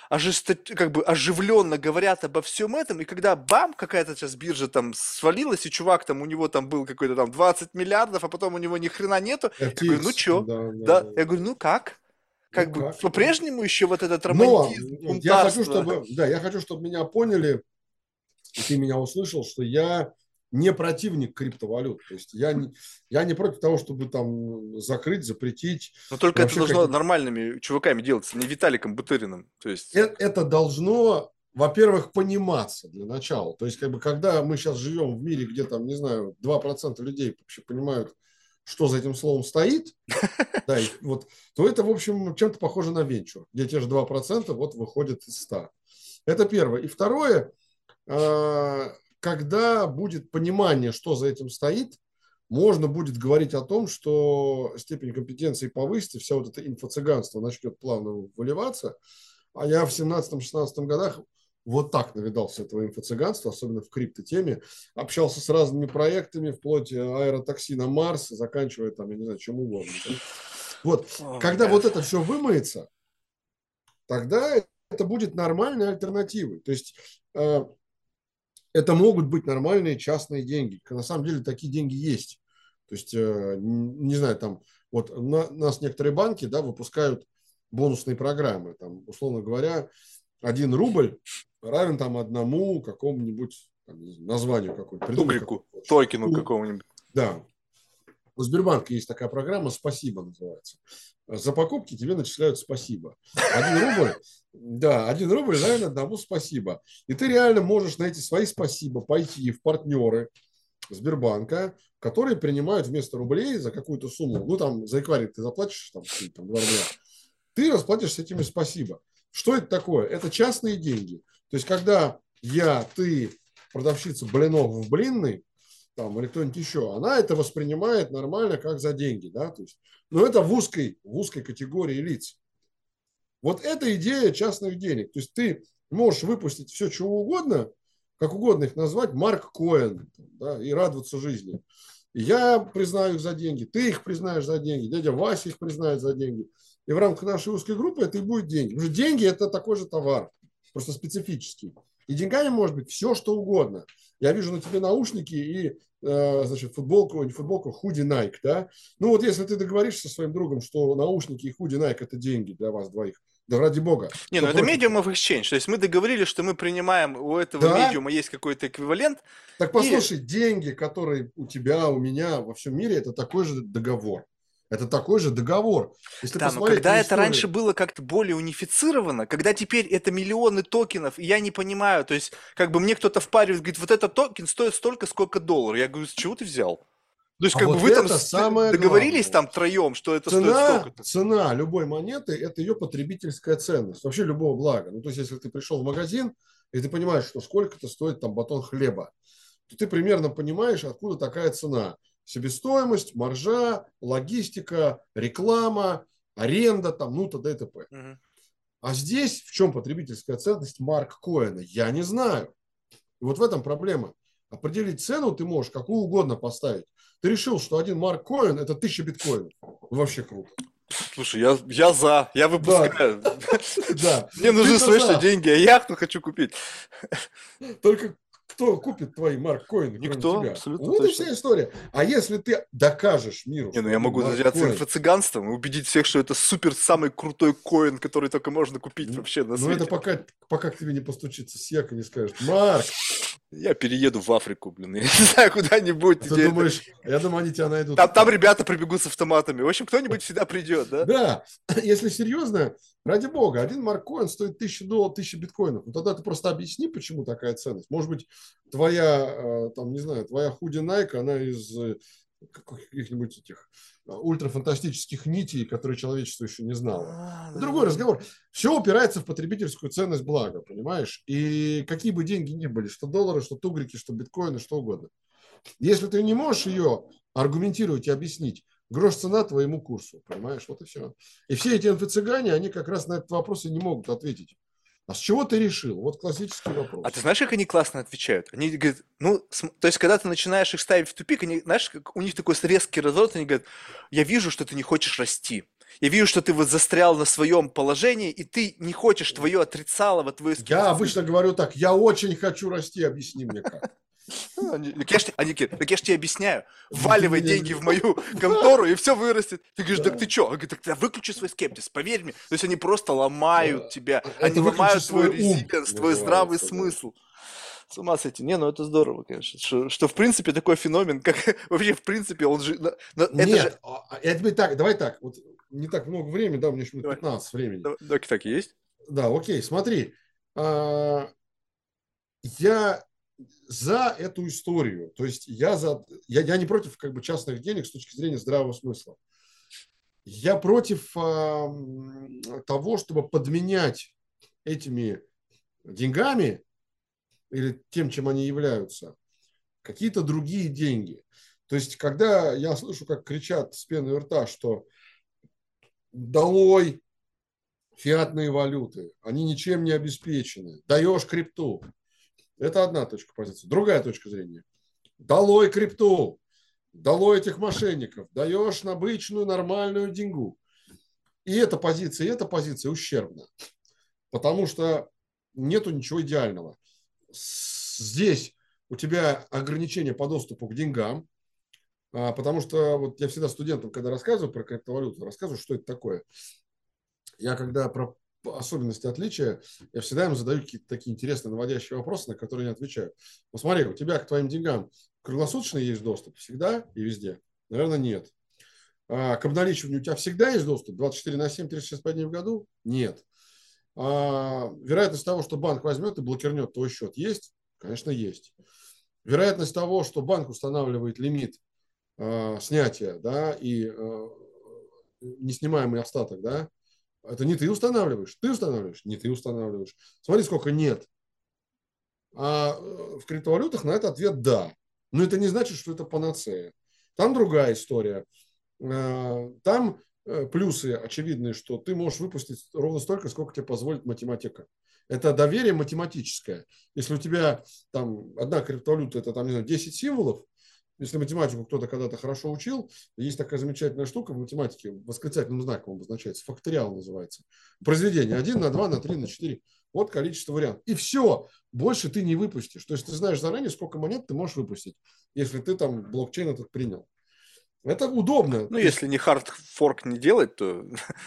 как бы оживленно говорят обо всем этом, и когда бам, какая-то сейчас биржа там свалилась, и чувак там, у него там был какой-то там 20 миллиардов, а потом у него ни хрена нету, я говорю, ну FTX, чё? да, да, Да, да. я говорю, ну как? Ну Как бы как, да. по-прежнему еще вот этот Но романтизм, я хочу, бунтарство. чтобы, да, я хочу, чтобы меня поняли, и ты меня услышал, что я не противник криптовалют. То есть я не против того, чтобы там закрыть, запретить. Но только И это вообще должно какие нормальными чуваками делаться, не Виталиком Бутыриным. То есть, это должно, во-первых, пониматься для начала. То есть, как бы, когда мы сейчас живем в мире, где там, не знаю, 2% людей вообще понимают, что за этим словом стоит, да, и вот, то это, в общем, чем-то похоже на венчур, где те же 2% вот выходят из 100. Это первое. И второе, когда будет понимание, что за этим стоит, можно будет говорить о том, что степень компетенции повысится, вся вот это инфо-цыганство начнет плавно выливаться. А я в 17-16 годах вот так навидался этого инфо-цыганства, особенно в криптотеме. Общался с разными проектами, вплоть аэротакси на Марс, заканчивая там, я не знаю, чем угодно. Вот, ой, когда да. вот это все вымоется, тогда это будет нормальной альтернативой. То есть это могут быть нормальные частные деньги. На самом деле такие деньги есть. То есть, не знаю, там, вот нас некоторые банки, да, выпускают бонусные программы. Там, условно говоря, 1 рубль равен там одному какому-нибудь там, названию какое-то. Придумай, какое Тугрику, хочешь. токену какому-нибудь. Да. У Сбербанка есть такая программа «Спасибо» называется. За покупки тебе начисляют спасибо. 1 рубль, да, 1 рубль равен одному спасибо. И ты реально можешь на эти свои спасибо пойти в партнеры Сбербанка, которые принимают вместо рублей за какую-то сумму, ну там за эквайринг ты заплатишь там 2 рубля, ты расплатишься этими спасибо. Что это такое? Это частные деньги. То есть, когда ты, продавщица блинов в блинной, там, или кто-нибудь еще, она это воспринимает нормально, как за деньги. Да? То есть, но это в узкой категории лиц. Вот эта идея частных денег. То есть, ты можешь выпустить все, чего угодно, как угодно их назвать, Марк Коэн, да, и радоваться жизни. И я признаю их за деньги, ты их признаешь за деньги, дядя Вася их признает за деньги. И в рамках нашей узкой группы это и будет деньги. Потому что деньги – это такой же товар, просто специфический. И деньгами может быть все, что угодно. Я вижу на тебе наушники и значит, футболку, не футболку, худи Nike. Да? Ну вот если ты договоришься со своим другом, что наушники и худи Nike – это деньги для вас двоих, да ради бога, Не, кто ну это против? medium of exchange. То есть мы договорились, что мы принимаем у этого Да, медиума есть какой-то эквивалент. так И, послушай, деньги, которые у тебя, у меня во всем мире, это такой же договор. Это такой же договор. Если да, но посмотреть когда на это раньше историю, было как-то более унифицировано, когда теперь это миллионы токенов, и я не понимаю, то есть как бы мне кто-то впаривает, говорит, вот этот токен стоит столько, сколько долларов. Я говорю, с чего ты взял? То есть а как бы вот вы там это самое договорились главное. там троем, что это стоит Цена, столько-то. цена любой монеты – это ее потребительская ценность, вообще любого блага. Ну, то есть, если ты пришел в магазин, и ты понимаешь, что сколько-то стоит там батон хлеба, то ты примерно понимаешь, откуда такая цена. Себестоимость, маржа, логистика, реклама, аренда, там, ну, т.д. и т.п. Мгм. А здесь в чем потребительская ценность Марк Коэна? Я не знаю. И вот в этом проблема. Определить цену ты можешь какую угодно поставить. Ты решил, что 1 Марк Коэн – это 1000 биткоинов. Ну, вообще круто. Слушай, я за, я Да, выпускаю. да, Мне нужны ты-то срочно за. деньги, а яхту хочу купить. Только кто купит твои марк-коины, кроме Никто, тебя? абсолютно Вот и точно. вся история. А если ты докажешь миру, Не, ну что я один могу заняться марк-коин, инфо-цыганством и убедить всех, что это супер самый крутой коин, который только можно купить вообще на ну это свете. пока к тебе не постучится Сек и не скажет, Марк, Я перееду в Африку, блин, я не знаю, куда-нибудь, ты где это... думаешь, я думаю, они тебя найдут и Там там. ребята прибегут с автоматами. В общем, кто-нибудь всегда придет, да? Да, если серьезно, ради бога, 1 марк-коин стоит $1000, 1000 биткоинов. Ну тогда ты просто объясни, почему такая ценность. Может быть, твоя, там, не знаю, твоя худи Nike, она из каких-нибудь этих ультрафантастических нитей, которые человечество еще не знало. Другой Да-да-да. разговор. Все упирается в потребительскую ценность блага, понимаешь? И какие бы деньги ни были, что доллары, что тугрики, что биткоины, что угодно. Если ты не можешь ее аргументировать и объяснить, грош цена твоему курсу, понимаешь, вот и все. И все эти инфо-цыгане, они как раз на этот вопрос и не могут ответить. А с чего ты решил? Вот классический А ты вопрос. знаешь, как они классно отвечают? Они говорят, ну, то есть, когда ты начинаешь их ставить в тупик, они, знаешь, как у них такой резкий разворот, они говорят, я вижу, что ты не хочешь расти. Я вижу, что ты вот застрял на своем положении, и ты не хочешь твое отрицалово, твое Я обычно скептицизм. говорю так, я очень хочу расти, объясни мне как. Они говорят, так я ж тебе объясняю, Ну, ты вваливай мне... деньги в мою контору, и все вырастет. Ты говоришь, так ты Да, что? Он говорит, так ты выключи свой скепсис, поверь мне. То есть они просто ломают да. тебя, они Это выключи ломают твой свой ум, резилиенс, твой здравый называется, да. смысл. С ума сойти. Не, ну это здорово, конечно. Что в принципе такой феномен, как вообще в принципе он же... это же... Нет, я тебе так, давай так, вот не так много времени, да, у меня еще минут Давай, 15 времени. давай, так есть? Да, окей, смотри, а, я за эту историю, то есть я не против как бы частных денег с точки зрения здравого смысла. Я против того, чтобы подменять этими деньгами или тем, чем они являются, какие-то другие деньги. То есть, когда я слышу, как кричат с пены у рта, что долой фиатные валюты, они ничем не обеспечены, даешь крипту. Это одна точка позиции. Другая точка зрения. Долой крипту, долой этих мошенников, даешь обычную нормальную деньгу. И эта позиция ущербна, потому что нету ничего идеального. Здесь у тебя ограничения по доступу к деньгам, Потому что вот я всегда студентам, когда рассказываю про криптовалюту, рассказываю, что это такое. Я когда про особенности отличия, я всегда им задаю какие-то такие интересные наводящие вопросы, на которые не отвечаю. Вот смотри, у тебя к твоим деньгам круглосуточно есть доступ? Всегда и везде? Наверное, нет. К обналичиванию у тебя всегда есть доступ? 24/7, 365 дней в году? Нет. Вероятность того, что банк возьмет и блокирнет твой счет, есть? Конечно, есть. Вероятность того, что банк устанавливает лимит снятия, да, и неснимаемый остаток, да, это не ты устанавливаешь, не ты устанавливаешь. Смотри, сколько нет. В криптовалютах на это ответ да. Но это не значит, что это панацея. Там другая история. Там плюсы очевидные, что ты можешь выпустить ровно столько, сколько тебе позволит математика. Это доверие математическое. Если у тебя там одна криптовалюта, это там, не знаю, 10 символов, если математику кто-то когда-то хорошо учил, есть такая замечательная штука в математике, восклицательным знаком обозначается, факториал называется. Произведение 1 на 2 на 3 на 4. Вот количество вариантов. И все, больше ты не выпустишь. То есть ты знаешь заранее, сколько монет ты можешь выпустить, если ты там блокчейн этот принял. Это удобно. Ну, То есть, если не хардфорк не делать, то...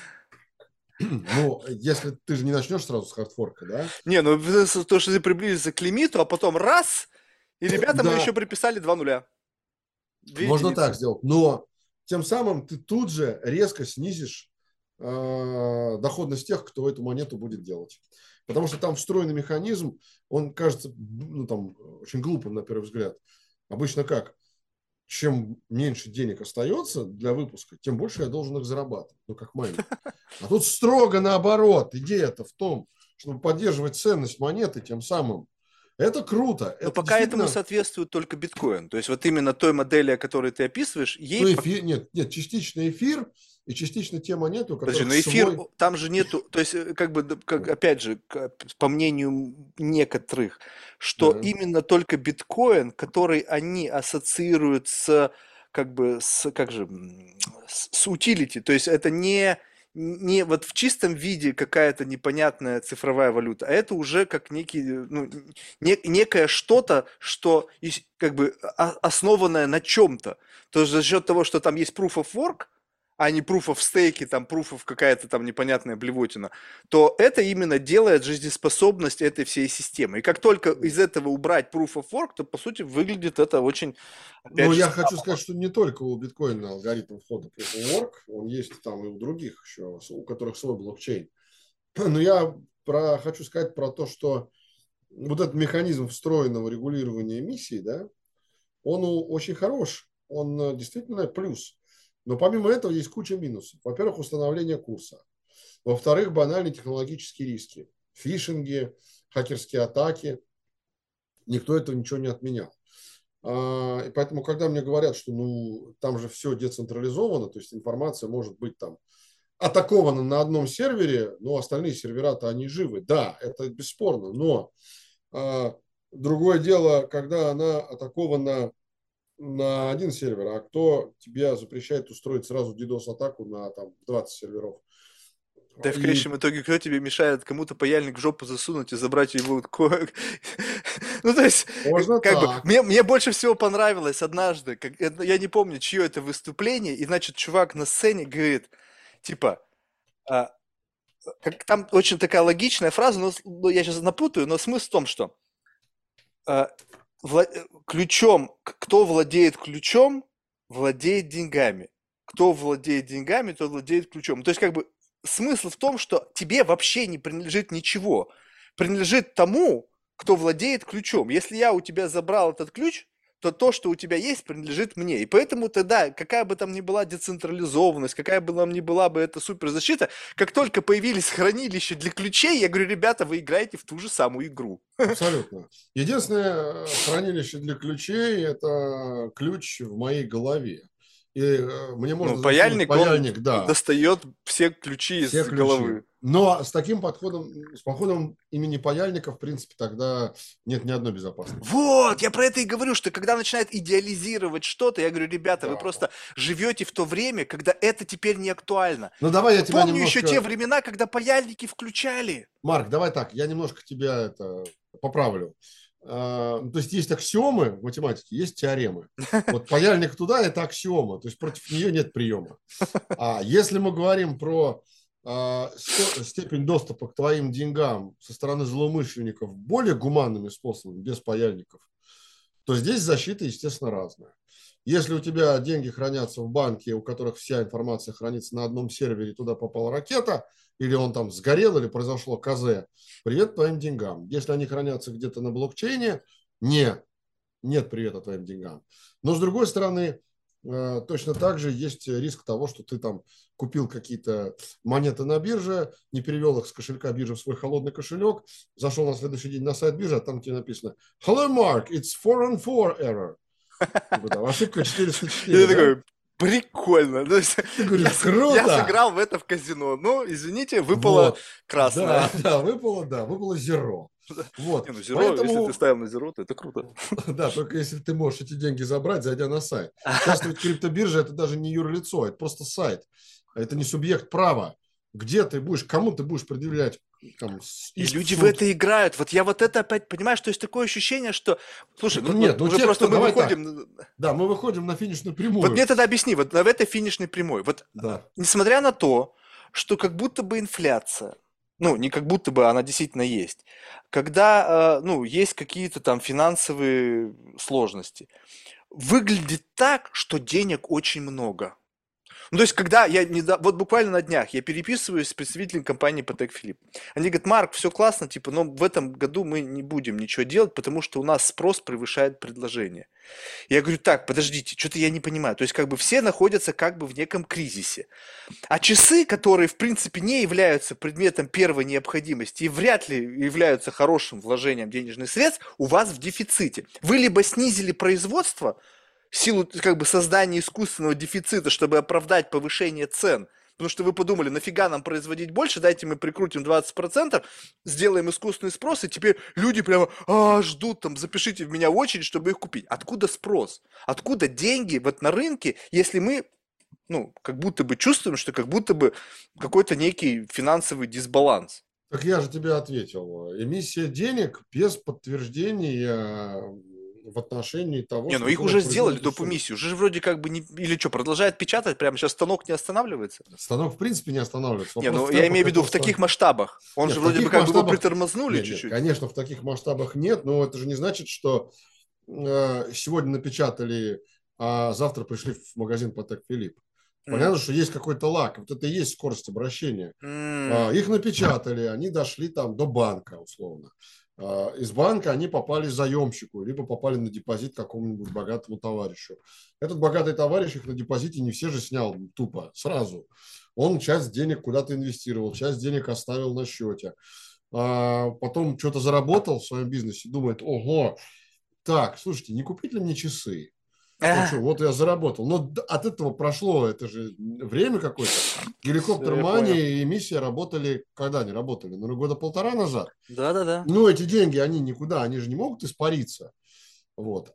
ну, если ты же не начнешь сразу с хардфорка, да? Не, ну то, что ты приблизился к лимиту, а потом раз, и ребята мы еще Да, приписали 2 нуля. 2 можно так единицы. сделать. Но тем самым ты тут же резко снизишь доходность тех, кто эту монету будет делать. Потому что там встроенный механизм, он кажется ну, там, очень глупым на первый взгляд. Обычно как? Чем меньше денег остается для выпуска, тем больше я должен их зарабатывать, ну, как майнер. А тут строго наоборот. Идея-то в том, чтобы поддерживать ценность монеты тем самым. Это круто. Но Это пока этому действительно... соответствует только биткоин. То есть вот именно той модели, о которой ты описываешь, ей... Ну, эфир, нет, частично эфир и частично те монеты, у Подожди, которых но эфир, свой... там же нету, то есть как бы, как, опять же, по мнению некоторых, что Да. именно только биткоин, который они ассоциируют с, как бы, с, как же, с утилити, то есть это не вот в чистом виде какая-то непонятная цифровая валюта, а это уже как некий, ну, некое что-то, что как бы основанное на чем-то. То есть за счет того, что там есть proof of work, а не proof of stake, там proof of какая-то там непонятная блевотина, то это именно делает жизнеспособность этой всей системы. И как только из этого убрать proof of work, то по сути выглядит это очень, опять Но же, я хочу слабо. сказать, что не только у биткоина алгоритм входа Proof of Work, он есть там и у других еще, у которых свой блокчейн. Но я хочу сказать про то, что вот этот механизм встроенного регулирования эмиссии, да, он очень хорош, он действительно плюс. Но помимо этого есть куча минусов. Во-первых, установление курса. Во-вторых, банальные технологические риски. Фишинги, хакерские атаки. Никто этого ничего не отменял. И поэтому, когда мне говорят, что ну, там же все децентрализовано, то есть информация может быть там атакована на одном сервере, но остальные сервера-то они живы. Да, это бесспорно, но а, другое дело, когда она атакована на один сервер, а кто тебе запрещает устроить сразу DDoS-атаку на там, 20 серверов. Да и в И конечном итоге, кто тебе мешает кому-то паяльник в жопу засунуть и забрать его? Ну, то есть, можно как бы, так. мне больше всего понравилось однажды, я не помню, чье это выступление, и, значит, чувак на сцене говорит, типа, а, там очень такая логичная фраза, но я сейчас напутаю, но смысл в том, что а, ключом, кто владеет ключом, владеет деньгами. Кто владеет деньгами, тот владеет ключом. То есть, как бы, смысл в том, что тебе вообще не принадлежит ничего. Принадлежит тому, кто владеет ключом. Если я у тебя забрал этот ключ, то, что у тебя есть, принадлежит мне. И поэтому тогда, какая бы там ни была децентрализованность, какая бы там ни была бы эта суперзащита, как только появились хранилища для ключей, я говорю, ребята, вы играете в ту же самую игру. Абсолютно. Единственное хранилище для ключей – это ключ в моей голове. И мне Ну, можно засунуть паяльник, он паяльник, да, достает все ключи все из ключи. головы. Но с таким подходом, с подходом имени паяльника, в принципе, тогда нет ни одной безопасности. Вот, я про это и говорю, что когда начинает идеализировать что-то, я говорю, ребята, вы Да. просто живете в то время, когда это теперь не актуально. Ну, давай я Я тебя помню еще те немножко, времена, когда паяльники включали. Марк, давай так, я немножко тебя это поправлю. То есть есть аксиомы в математике, есть теоремы. Вот паяльник туда – это аксиома, то есть против нее нет приема. А если мы говорим про степень доступа к твоим деньгам со стороны злоумышленников более гуманными способами, без паяльников, то здесь защита, естественно, разная. Если у тебя деньги хранятся в банке, у которых вся информация хранится на одном сервере, туда попала ракета, или он там сгорел, или произошло КЗ, привет твоим деньгам. Если они хранятся где-то на блокчейне, нет привета твоим деньгам. Но с другой стороны, точно так же есть риск того, что ты там купил какие-то монеты на бирже, не перевел их с кошелька биржи в свой холодный кошелек, зашел на следующий день на сайт биржи, а там тебе написано «Hello, Mark, it's 404 error». Типа там ошибка И 404, ты да? такой, прикольно. То есть, Ты я, говоришь, я круто! сыграл в это в казино. Ну, извините, выпало Вот. красное. Да, выпало zero. Вот. Не, ну, Zero, если ты Поэтому, ставил на Zero, то это круто. да, только если ты можешь эти деньги забрать, зайдя на сайт. Часто ведь криптобиржа – это даже не юрлицо, это просто сайт. Это не субъект права. Где ты будешь, кому ты будешь предъявлять там, И иск в люди в суд? это играют. Вот я вот это опять, понимаешь, то есть такое ощущение, что... Слушай, ну Нет, вот ну уже те, просто кто, мы давай так, выходим... да, мы выходим на финишную Вот мне прямую. тогда объясни, вот в этой финишной прямой, вот Да. несмотря на то, что как будто бы инфляция, ну, не как будто бы она действительно есть, когда, ну, есть какие-то там финансовые сложности, выглядит так, что денег очень много. Ну, то есть, когда вот буквально на днях я переписываюсь с представителем компании Patek Philippe. Они говорят, Марк, все классно, типа, но в этом году мы не будем ничего делать, потому что у нас спрос превышает предложение. Я говорю, так, подождите, что-то я не понимаю. То есть, как бы все находятся как бы в неком кризисе. А часы, которые, в принципе, не являются предметом первой необходимости и вряд ли являются хорошим вложением денежных средств, у вас в дефиците. Вы либо снизили производство, в силу как бы создания искусственного дефицита, чтобы оправдать повышение цен. Потому что вы подумали, нафига нам производить больше, дайте мы прикрутим 20%, сделаем искусственный спрос, и теперь люди прямо ждут, там, запишите в меня очередь, чтобы их купить. Откуда спрос? Откуда деньги вот на рынке, если мы, ну, как будто бы чувствуем, что как будто бы какой-то некий финансовый дисбаланс? Так я же тебе ответил. Эмиссия денег без подтверждения в отношении того, Не, ну что их ты уже воспроизвел сделали эту доп. сумму. Эмиссию. Уже вроде как бы не... Или что, продолжает печатать? Прямо сейчас станок не останавливается? Станок в принципе не останавливается. Не, Вопрос ну в я темпах имею в виду этого в таких станка. масштабах. Он Нет, же в вроде бы таких как бы его масштабах... притормознули Нет, чуть-чуть. конечно, в таких масштабах нет, но это же не значит, что сегодня напечатали, а завтра пришли в магазин Patek Philippe. М. Понятно, что есть какой-то лаг. Вот это и есть скорость обращения. М. Их напечатали, они дошли там до банка, условно. Из банка они попали заемщику, либо попали на депозит какому-нибудь богатому товарищу. Этот богатый товарищ их на депозите не все же снял тупо, сразу. Он часть денег куда-то инвестировал, часть денег оставил на счете. Потом что-то заработал в своем бизнесе, думает, ого, так, слушайте, не купить ли мне часы? Ну что, вот я заработал. Но от этого прошло, это же время какое-то. Всё, Геликоптер я понял. Мани и миссия работали, когда они работали? Ну, года полтора назад. Да-да-да. Ну, эти деньги, они никуда, они же не могут испариться. Вот.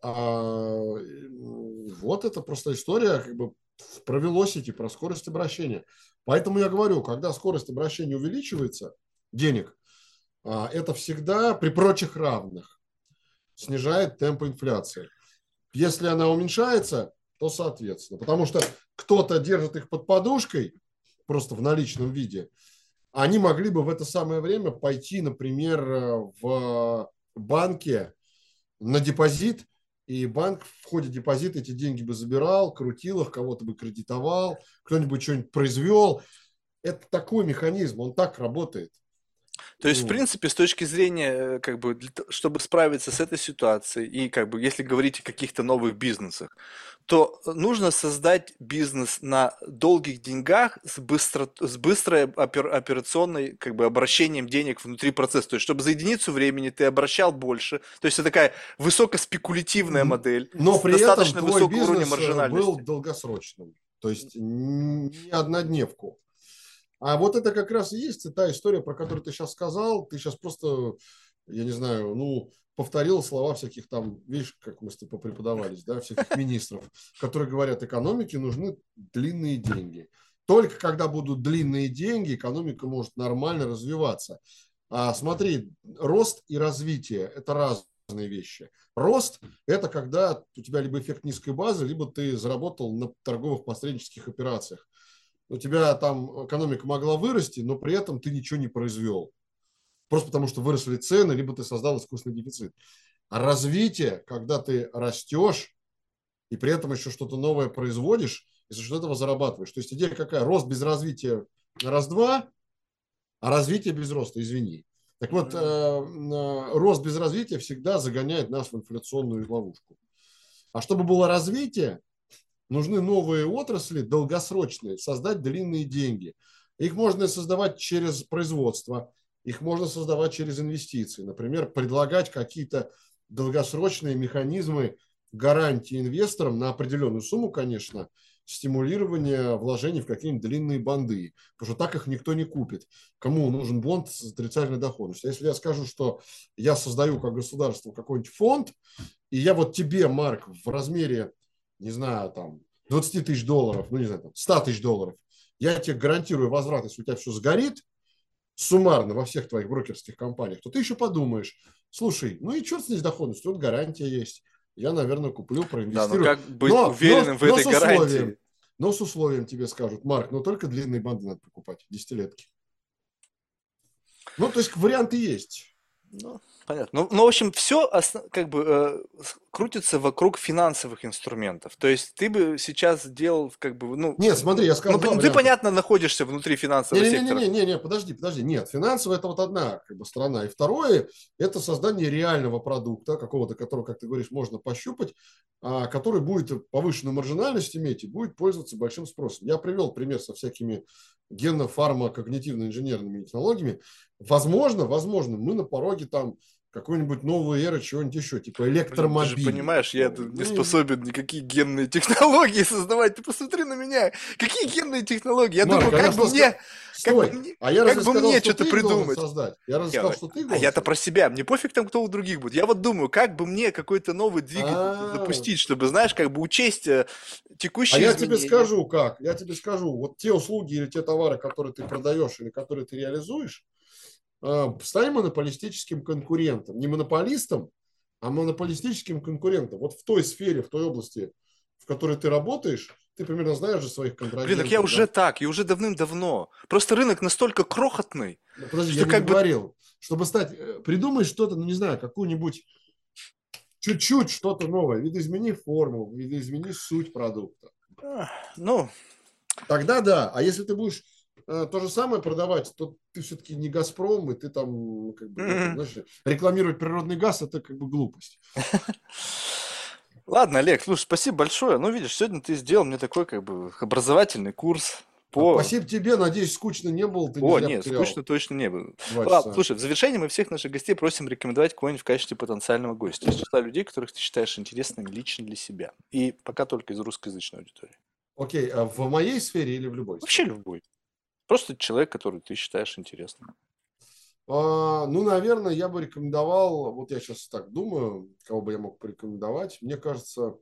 Вот это просто история как бы про velocity, про скорость обращения. Поэтому я говорю, когда скорость обращения увеличивается, денег, это всегда при прочих равных снижает темп инфляции. Если она уменьшается, то соответственно. Потому что кто-то держит их под подушкой, просто в наличном виде, они могли бы в это самое время пойти, например, в банке на депозит, и банк в ходе депозита эти деньги бы забирал, крутил их, кого-то бы кредитовал, кто-нибудь что-нибудь произвел. Это такой механизм, он так работает. То есть, в принципе, с точки зрения, как бы, чтобы справиться с этой ситуацией, и как бы, если говорить о каких-то новых бизнесах, то нужно создать бизнес на долгих деньгах с быстрой операционной, как бы, обращением денег внутри процесса. То есть, чтобы за единицу времени ты обращал больше. То есть, это такая высокоспекулятивная модель Но с при этом достаточно твой высоким уровнем бизнес был маржинальности. долгосрочным, то есть не однодневку. А вот это как раз и есть та история, про которую ты сейчас сказал. Ты сейчас просто, я не знаю, ну, повторил слова всяких там, видишь, как мы с тобой преподавались, да, всяких министров, которые говорят, экономике нужны длинные деньги. Только когда будут длинные деньги, экономика может нормально развиваться. Смотри, рост и развитие – это разное. вещи. Рост – это когда у тебя либо эффект низкой базы, либо ты заработал на торговых посреднических операциях. У тебя там экономика могла вырасти, но при этом ты ничего не произвел. Просто потому, что выросли цены, либо ты создал искусственный дефицит. А развитие, когда ты растешь и при этом еще что-то новое производишь, и за счет этого зарабатываешь. То есть идея какая? Рост без развития раз-два, а развитие без роста, извини. Так вот, рост без развития всегда загоняет нас в инфляционную ловушку. А чтобы было развитие, нужны новые отрасли, долгосрочные, создать длинные деньги. Их можно создавать через производство, их можно создавать через инвестиции. Например, предлагать какие-то долгосрочные механизмы гарантии инвесторам на определенную сумму, конечно, стимулирования вложений в какие-нибудь длинные банды, потому что так их никто не купит. Кому нужен бонд с отрицательной доходностью? Если я скажу, что я создаю как государство какой-нибудь фонд, и я вот тебе, Марк, в размере, не знаю, там, 20 тысяч долларов, ну, не знаю, там, 100 тысяч долларов, я тебе гарантирую возврат, если у тебя все сгорит, суммарно во всех твоих брокерских компаниях, то ты еще подумаешь, слушай, ну и черт с ней с доходностью, вот гарантия есть, я, наверное, куплю, Да, но проинвестирую. как быть уверенным в Но этой с условием, гарантии? тебе скажут, Марк, но только длинные банды надо покупать, десятилетки. Ну, то есть варианты есть. Ну, понятно. Ну, в общем, все как бы крутится вокруг финансовых инструментов. То есть ты бы сейчас делал, как бы, Нет, смотри, я сказал два ты, варианта. понятно, находишься внутри финансового сектора. Не, подожди. Нет, финансовая – это вот одна как бы сторона. И второе – это создание реального продукта, какого-то, которого, как ты говоришь, можно пощупать, который будет повышенную маржинальность иметь и будет пользоваться большим спросом. Я привел пример со всякими генно-фарма-когнитивно-инженерными технологиями. Возможно, мы на пороге там какой-нибудь новой эры, чего-нибудь еще, типа Блин, ты же электромобилей. понимаешь, я тут не способен никакие генные технологии создавать. Ты посмотри на меня. Какие генные технологии? Я Марк, думаю, а я что сказал? Стой. А я разве как бы сказал, мне что что-то ты их должен придумать? создать? Я разве Не, сказал, ну, что ты их а должен я-то про создать? себя. Мне пофиг там, кто у других будет. Я вот думаю, как бы мне какой-то новый двигатель А, запустить, чтобы, знаешь, как бы учесть а текущие я тебе изменения. скажу как. Я тебе скажу, вот те услуги или те товары, которые ты продаешь или которые ты реализуешь, стань монополистическим конкурентом. Не монополистом, а монополистическим конкурентом. Вот в той сфере, в той области, в которой ты работаешь, ты примерно знаешь же своих Блин, так я контрагентов, уже да? так, и уже давным-давно. Просто рынок настолько крохотный, Ну, подожди, я что не как бы... договорил. Чтобы стать, придумай что-то, ну не знаю, какую-нибудь чуть-чуть что-то новое. Видоизмени форму, видоизмени суть продукта. Ну, Тогда да. А если ты будешь то же самое продавать, то ты все-таки не «Газпром», и ты там, как бы, ну, там, знаешь, рекламировать природный газ – это как бы глупость. ладно, Олег, слушай, спасибо большое. Ну, видишь, сегодня ты сделал мне такой как бы образовательный курс по... Спасибо тебе. Надеюсь, скучно не было, ты не О, зря нет, потерял скучно точно не было. два Ладно, часа. слушай, в завершение мы всех наших гостей просим рекомендовать кого-нибудь в качестве потенциального гостя. Из числа людей, которых ты считаешь интересными лично для себя. И пока только из русскоязычной аудитории. Окей, а в моей сфере или в любой Вообще сфере? любой. Просто человек, который ты считаешь интересным. Ну, наверное, я бы рекомендовал, вот я сейчас так думаю, кого бы я мог порекомендовать. Мне кажется,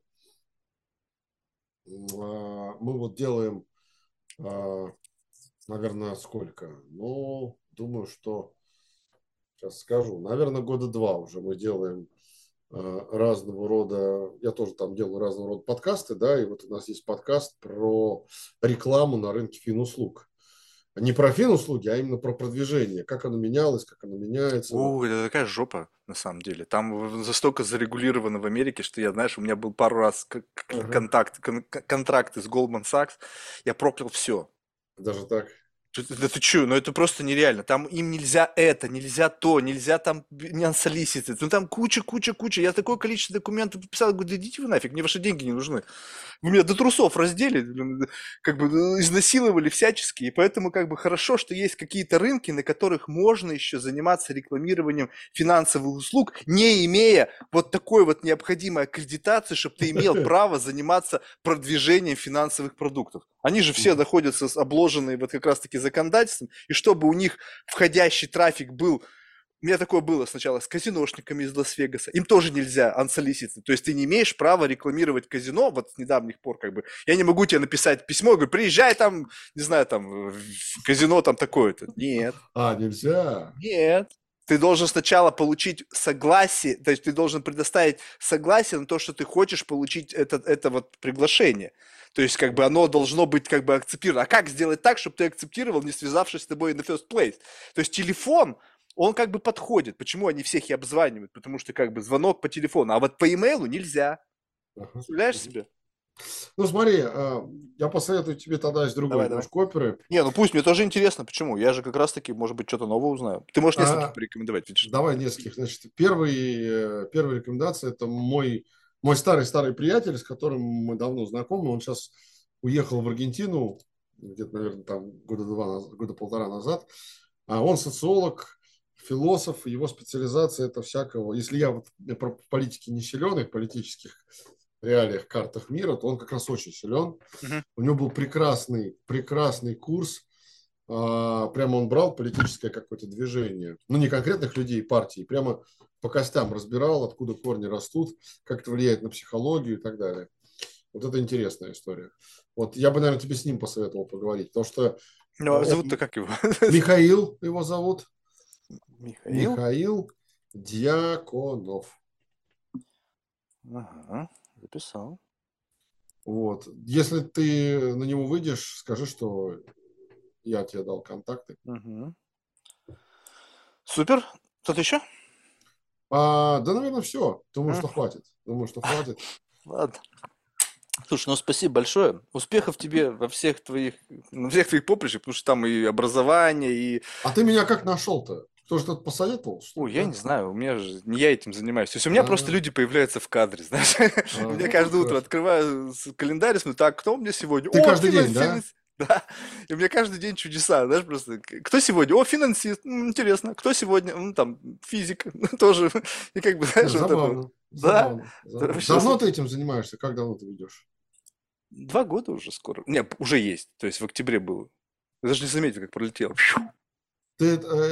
мы вот делаем, наверное, сколько? Ну, думаю, что, сейчас скажу, наверное, года два уже мы делаем разного рода, я тоже там делаю разного рода подкасты, да, и вот у нас есть подкаст про рекламу на рынке финуслуг. Не про финуслуги, а именно про продвижение, как оно менялось, как оно меняется. Вот. Это такая жопа, на самом деле. Там застолько зарегулировано в Америке, что я, знаешь, у меня был пару раз Ага. контракты с Goldman Sachs, я проклял все. Даже так. Да ты чё, ну это просто нереально. Там им нельзя это, нельзя то, нельзя там не unsolicited. Ну там куча. Я такое количество документов подписал, говорю, да идите вы нафиг, мне ваши деньги не нужны. Вы меня до трусов раздели, блин, как бы изнасиловали всячески. И поэтому как бы хорошо, что есть какие-то рынки, на которых можно еще заниматься рекламированием финансовых услуг, не имея вот такой вот необходимой аккредитации, чтобы ты имел право заниматься продвижением финансовых продуктов. Они же все находятся обложенные вот как раз-таки законодательством, и чтобы у них входящий трафик был, у меня такое было сначала с казиношниками из Лас-Вегаса, им тоже нельзя unsolicited, то есть ты не имеешь права рекламировать казино, вот с недавних пор как бы, я не могу тебе написать письмо, говорю, приезжай там, не знаю, там, в казино там такое-то. Нет, Нельзя. нет. Ты должен сначала получить согласие, то есть ты должен предоставить согласие на то, что ты хочешь получить это вот приглашение. То есть как бы оно должно быть как бы акцептировано. А как сделать так, чтобы ты акцептировал, не связавшись с тобой in the first place? То есть телефон, он как бы подходит. Почему они всех и обзванивают? Потому что как бы звонок по телефону, а вот по имейлу нельзя. Ага. Представляешь себе? Ну, смотри, я посоветую тебе тогда из другой Давай, давай. немножко оперы. Не, ну пусть, мне тоже интересно, почему. Я же как раз-таки, может быть, что-то новое узнаю. Ты можешь нескольких А, порекомендовать, видишь? Давай нескольких. Значит, первая рекомендация – это мой старый приятель, с которым мы давно знакомы. Он сейчас уехал в Аргентину, где-то, наверное, там года полтора назад. Он социолог, философ, его специализация – это всякого… Если я вот про политики не силен, и в политических реалиях, картах мира, то он как раз очень силен. Мгм. У него был прекрасный курс. Прямо он брал политическое какое-то движение, ну не конкретных людей, партий, прямо по костям разбирал, откуда корни растут, как это влияет на психологию и так далее. Вот это интересная история. Вот я бы, наверное, тебе с ним посоветовал поговорить, потому что Ну, а зовут-то он, как его? Михаил его зовут, Михаил? Михаил Дьяконов. Ага, записал. Вот. Если ты на него выйдешь, скажи, что я тебе дал контакты. Мгм. Супер. Что-то еще? Да, наверное, все. Думаю, что хватит. Думаю, что хватит. Ладно. Слушай, ну спасибо большое. Успехов тебе на всех твоих поприщах, потому что там и образование, и... А ты меня как нашел-то? Кто же тут посоветовал, что Ой, ли, я не да? знаю, у меня же не я этим занимаюсь. То есть у меня просто люди появляются в кадре, знаешь. У меня Ну, каждое утро хорошо. открываю календарь, смотрю, так, кто у меня сегодня? Ты О, каждый день, да? Да. И у меня каждый день чудеса, знаешь, просто. Кто сегодня? О, финансист. Интересно. Кто сегодня? Ну, там, физик. Тоже. И как бы, знаешь, вот это вот. Забавно, Да. забавно, Это забавно. вообще Давно ты супер. этим занимаешься? Как давно ты ведешь? 2 года уже скоро. Не, уже есть. То есть в октябре было. Я даже не заметил, как пролетело. Ты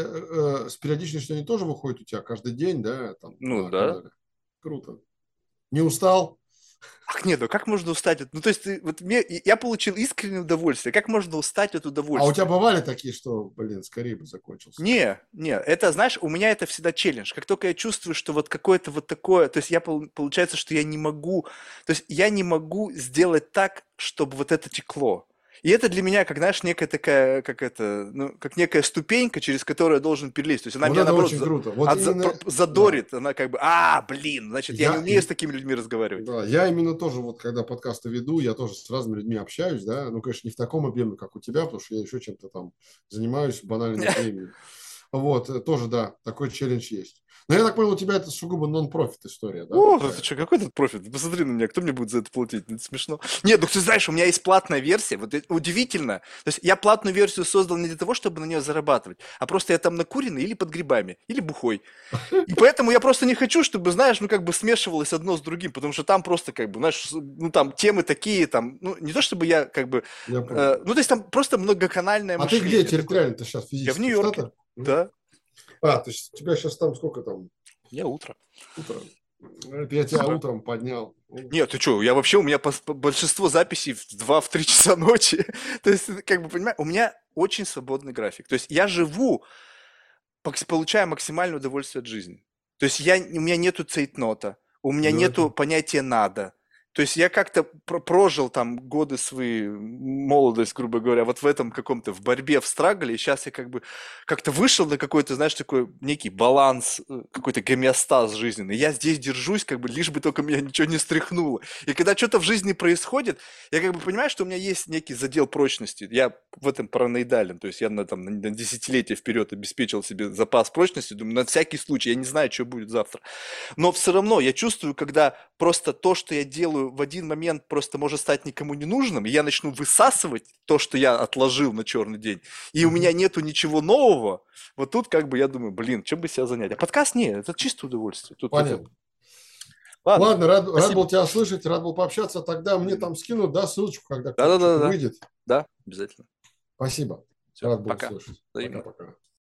с периодичностью они тоже выходят у тебя каждый день, да, там Ну на да. канале? Круто. Не устал? Ах, нет, ну как можно устать? Ну, то есть, я получил искреннее удовольствие. Как можно устать от А у тебя удовольствия? бывали такие, что, блин, скорее бы закончился? Не, это, знаешь, у меня это всегда челлендж. Как только я чувствую, что вот какое-то вот такое, то есть получается, что я не могу, то есть я не могу сделать так, чтобы вот это текло. И это для меня, как, знаешь, некая такая, как это, ну, как некая ступенька, через которую я должен перелезть. То есть она Вот меня, это наоборот, очень круто. Вот именно, да. задорит. Она как бы, блин, значит, я не Я, умею с такими людьми разговаривать. Да, я именно тоже, вот когда подкасты веду, я тоже с разными людьми общаюсь, да, ну, конечно, не в таком объеме, как у тебя, потому что я еще чем-то там занимаюсь, банально нет времени. Вот, тоже, да, такой челлендж есть. Но я так понял, у тебя это сугубо нон-профит история, да, О, это такая? что, какой тут профит? Посмотри на меня, кто мне будет за это платить? Это смешно. Нет, ну ты знаешь, у меня есть платная версия, вот это удивительно. То есть я платную версию создал не для того, чтобы на нее зарабатывать, а просто я там накуренный или под грибами, или бухой. И поэтому я просто не хочу, чтобы, знаешь, ну как бы смешивалось одно с другим, потому что там просто как бы, знаешь, ну там темы такие, там, ну не то чтобы я как бы, Я понял. ну то есть там просто многоканальное А ты где мышление такое. территориально? Ты сейчас Я в физически в Нью-Йорке, Штатах? да, То есть у тебя сейчас там сколько там? я утро. Утро. Это я тебя утром поднял. Нет, ты что, я вообще, у меня большинство записей в 2-3 часа ночи. То есть, как бы, понимаешь, у меня очень свободный график. То есть я живу, получая максимальное удовольствие от жизни. То есть у меня нету цейтнота, у меня Ну, нету это, понятия «надо». То есть я как-то прожил там годы свои, молодость, грубо говоря, вот в этом каком-то, в борьбе, в страгле, и сейчас я как бы как-то вышел на какой-то, знаешь, такой некий баланс, какой-то гомеостаз жизненный. Я здесь держусь, как бы, лишь бы только меня ничего не стряхнуло. И когда что-то в жизни происходит, я как бы понимаю, что у меня есть некий задел прочности. Я в этом параноидален, то есть я на десятилетия вперед обеспечил себе запас прочности, думаю, на всякий случай, я не знаю, что будет завтра. Но все равно я чувствую, когда просто то, что я делаю в один момент, просто может стать никому не нужным, и я начну высасывать то, что я отложил на черный день, и у меня мгм. нету ничего нового, вот тут как бы я думаю, блин, чем бы себя занять? А подкаст нет, это чистое удовольствие. Тут это... Понятно. Ладно, Ладно, рад был спасибо. тебя слышать, рад был пообщаться. Тогда мне Взаимно. там скинут, да, ссылочку, когда кто-то что-то Да-да-да-да. выйдет. Да, обязательно. Спасибо. Все, Рад был пока. слышать. Взаимно. Пока-пока.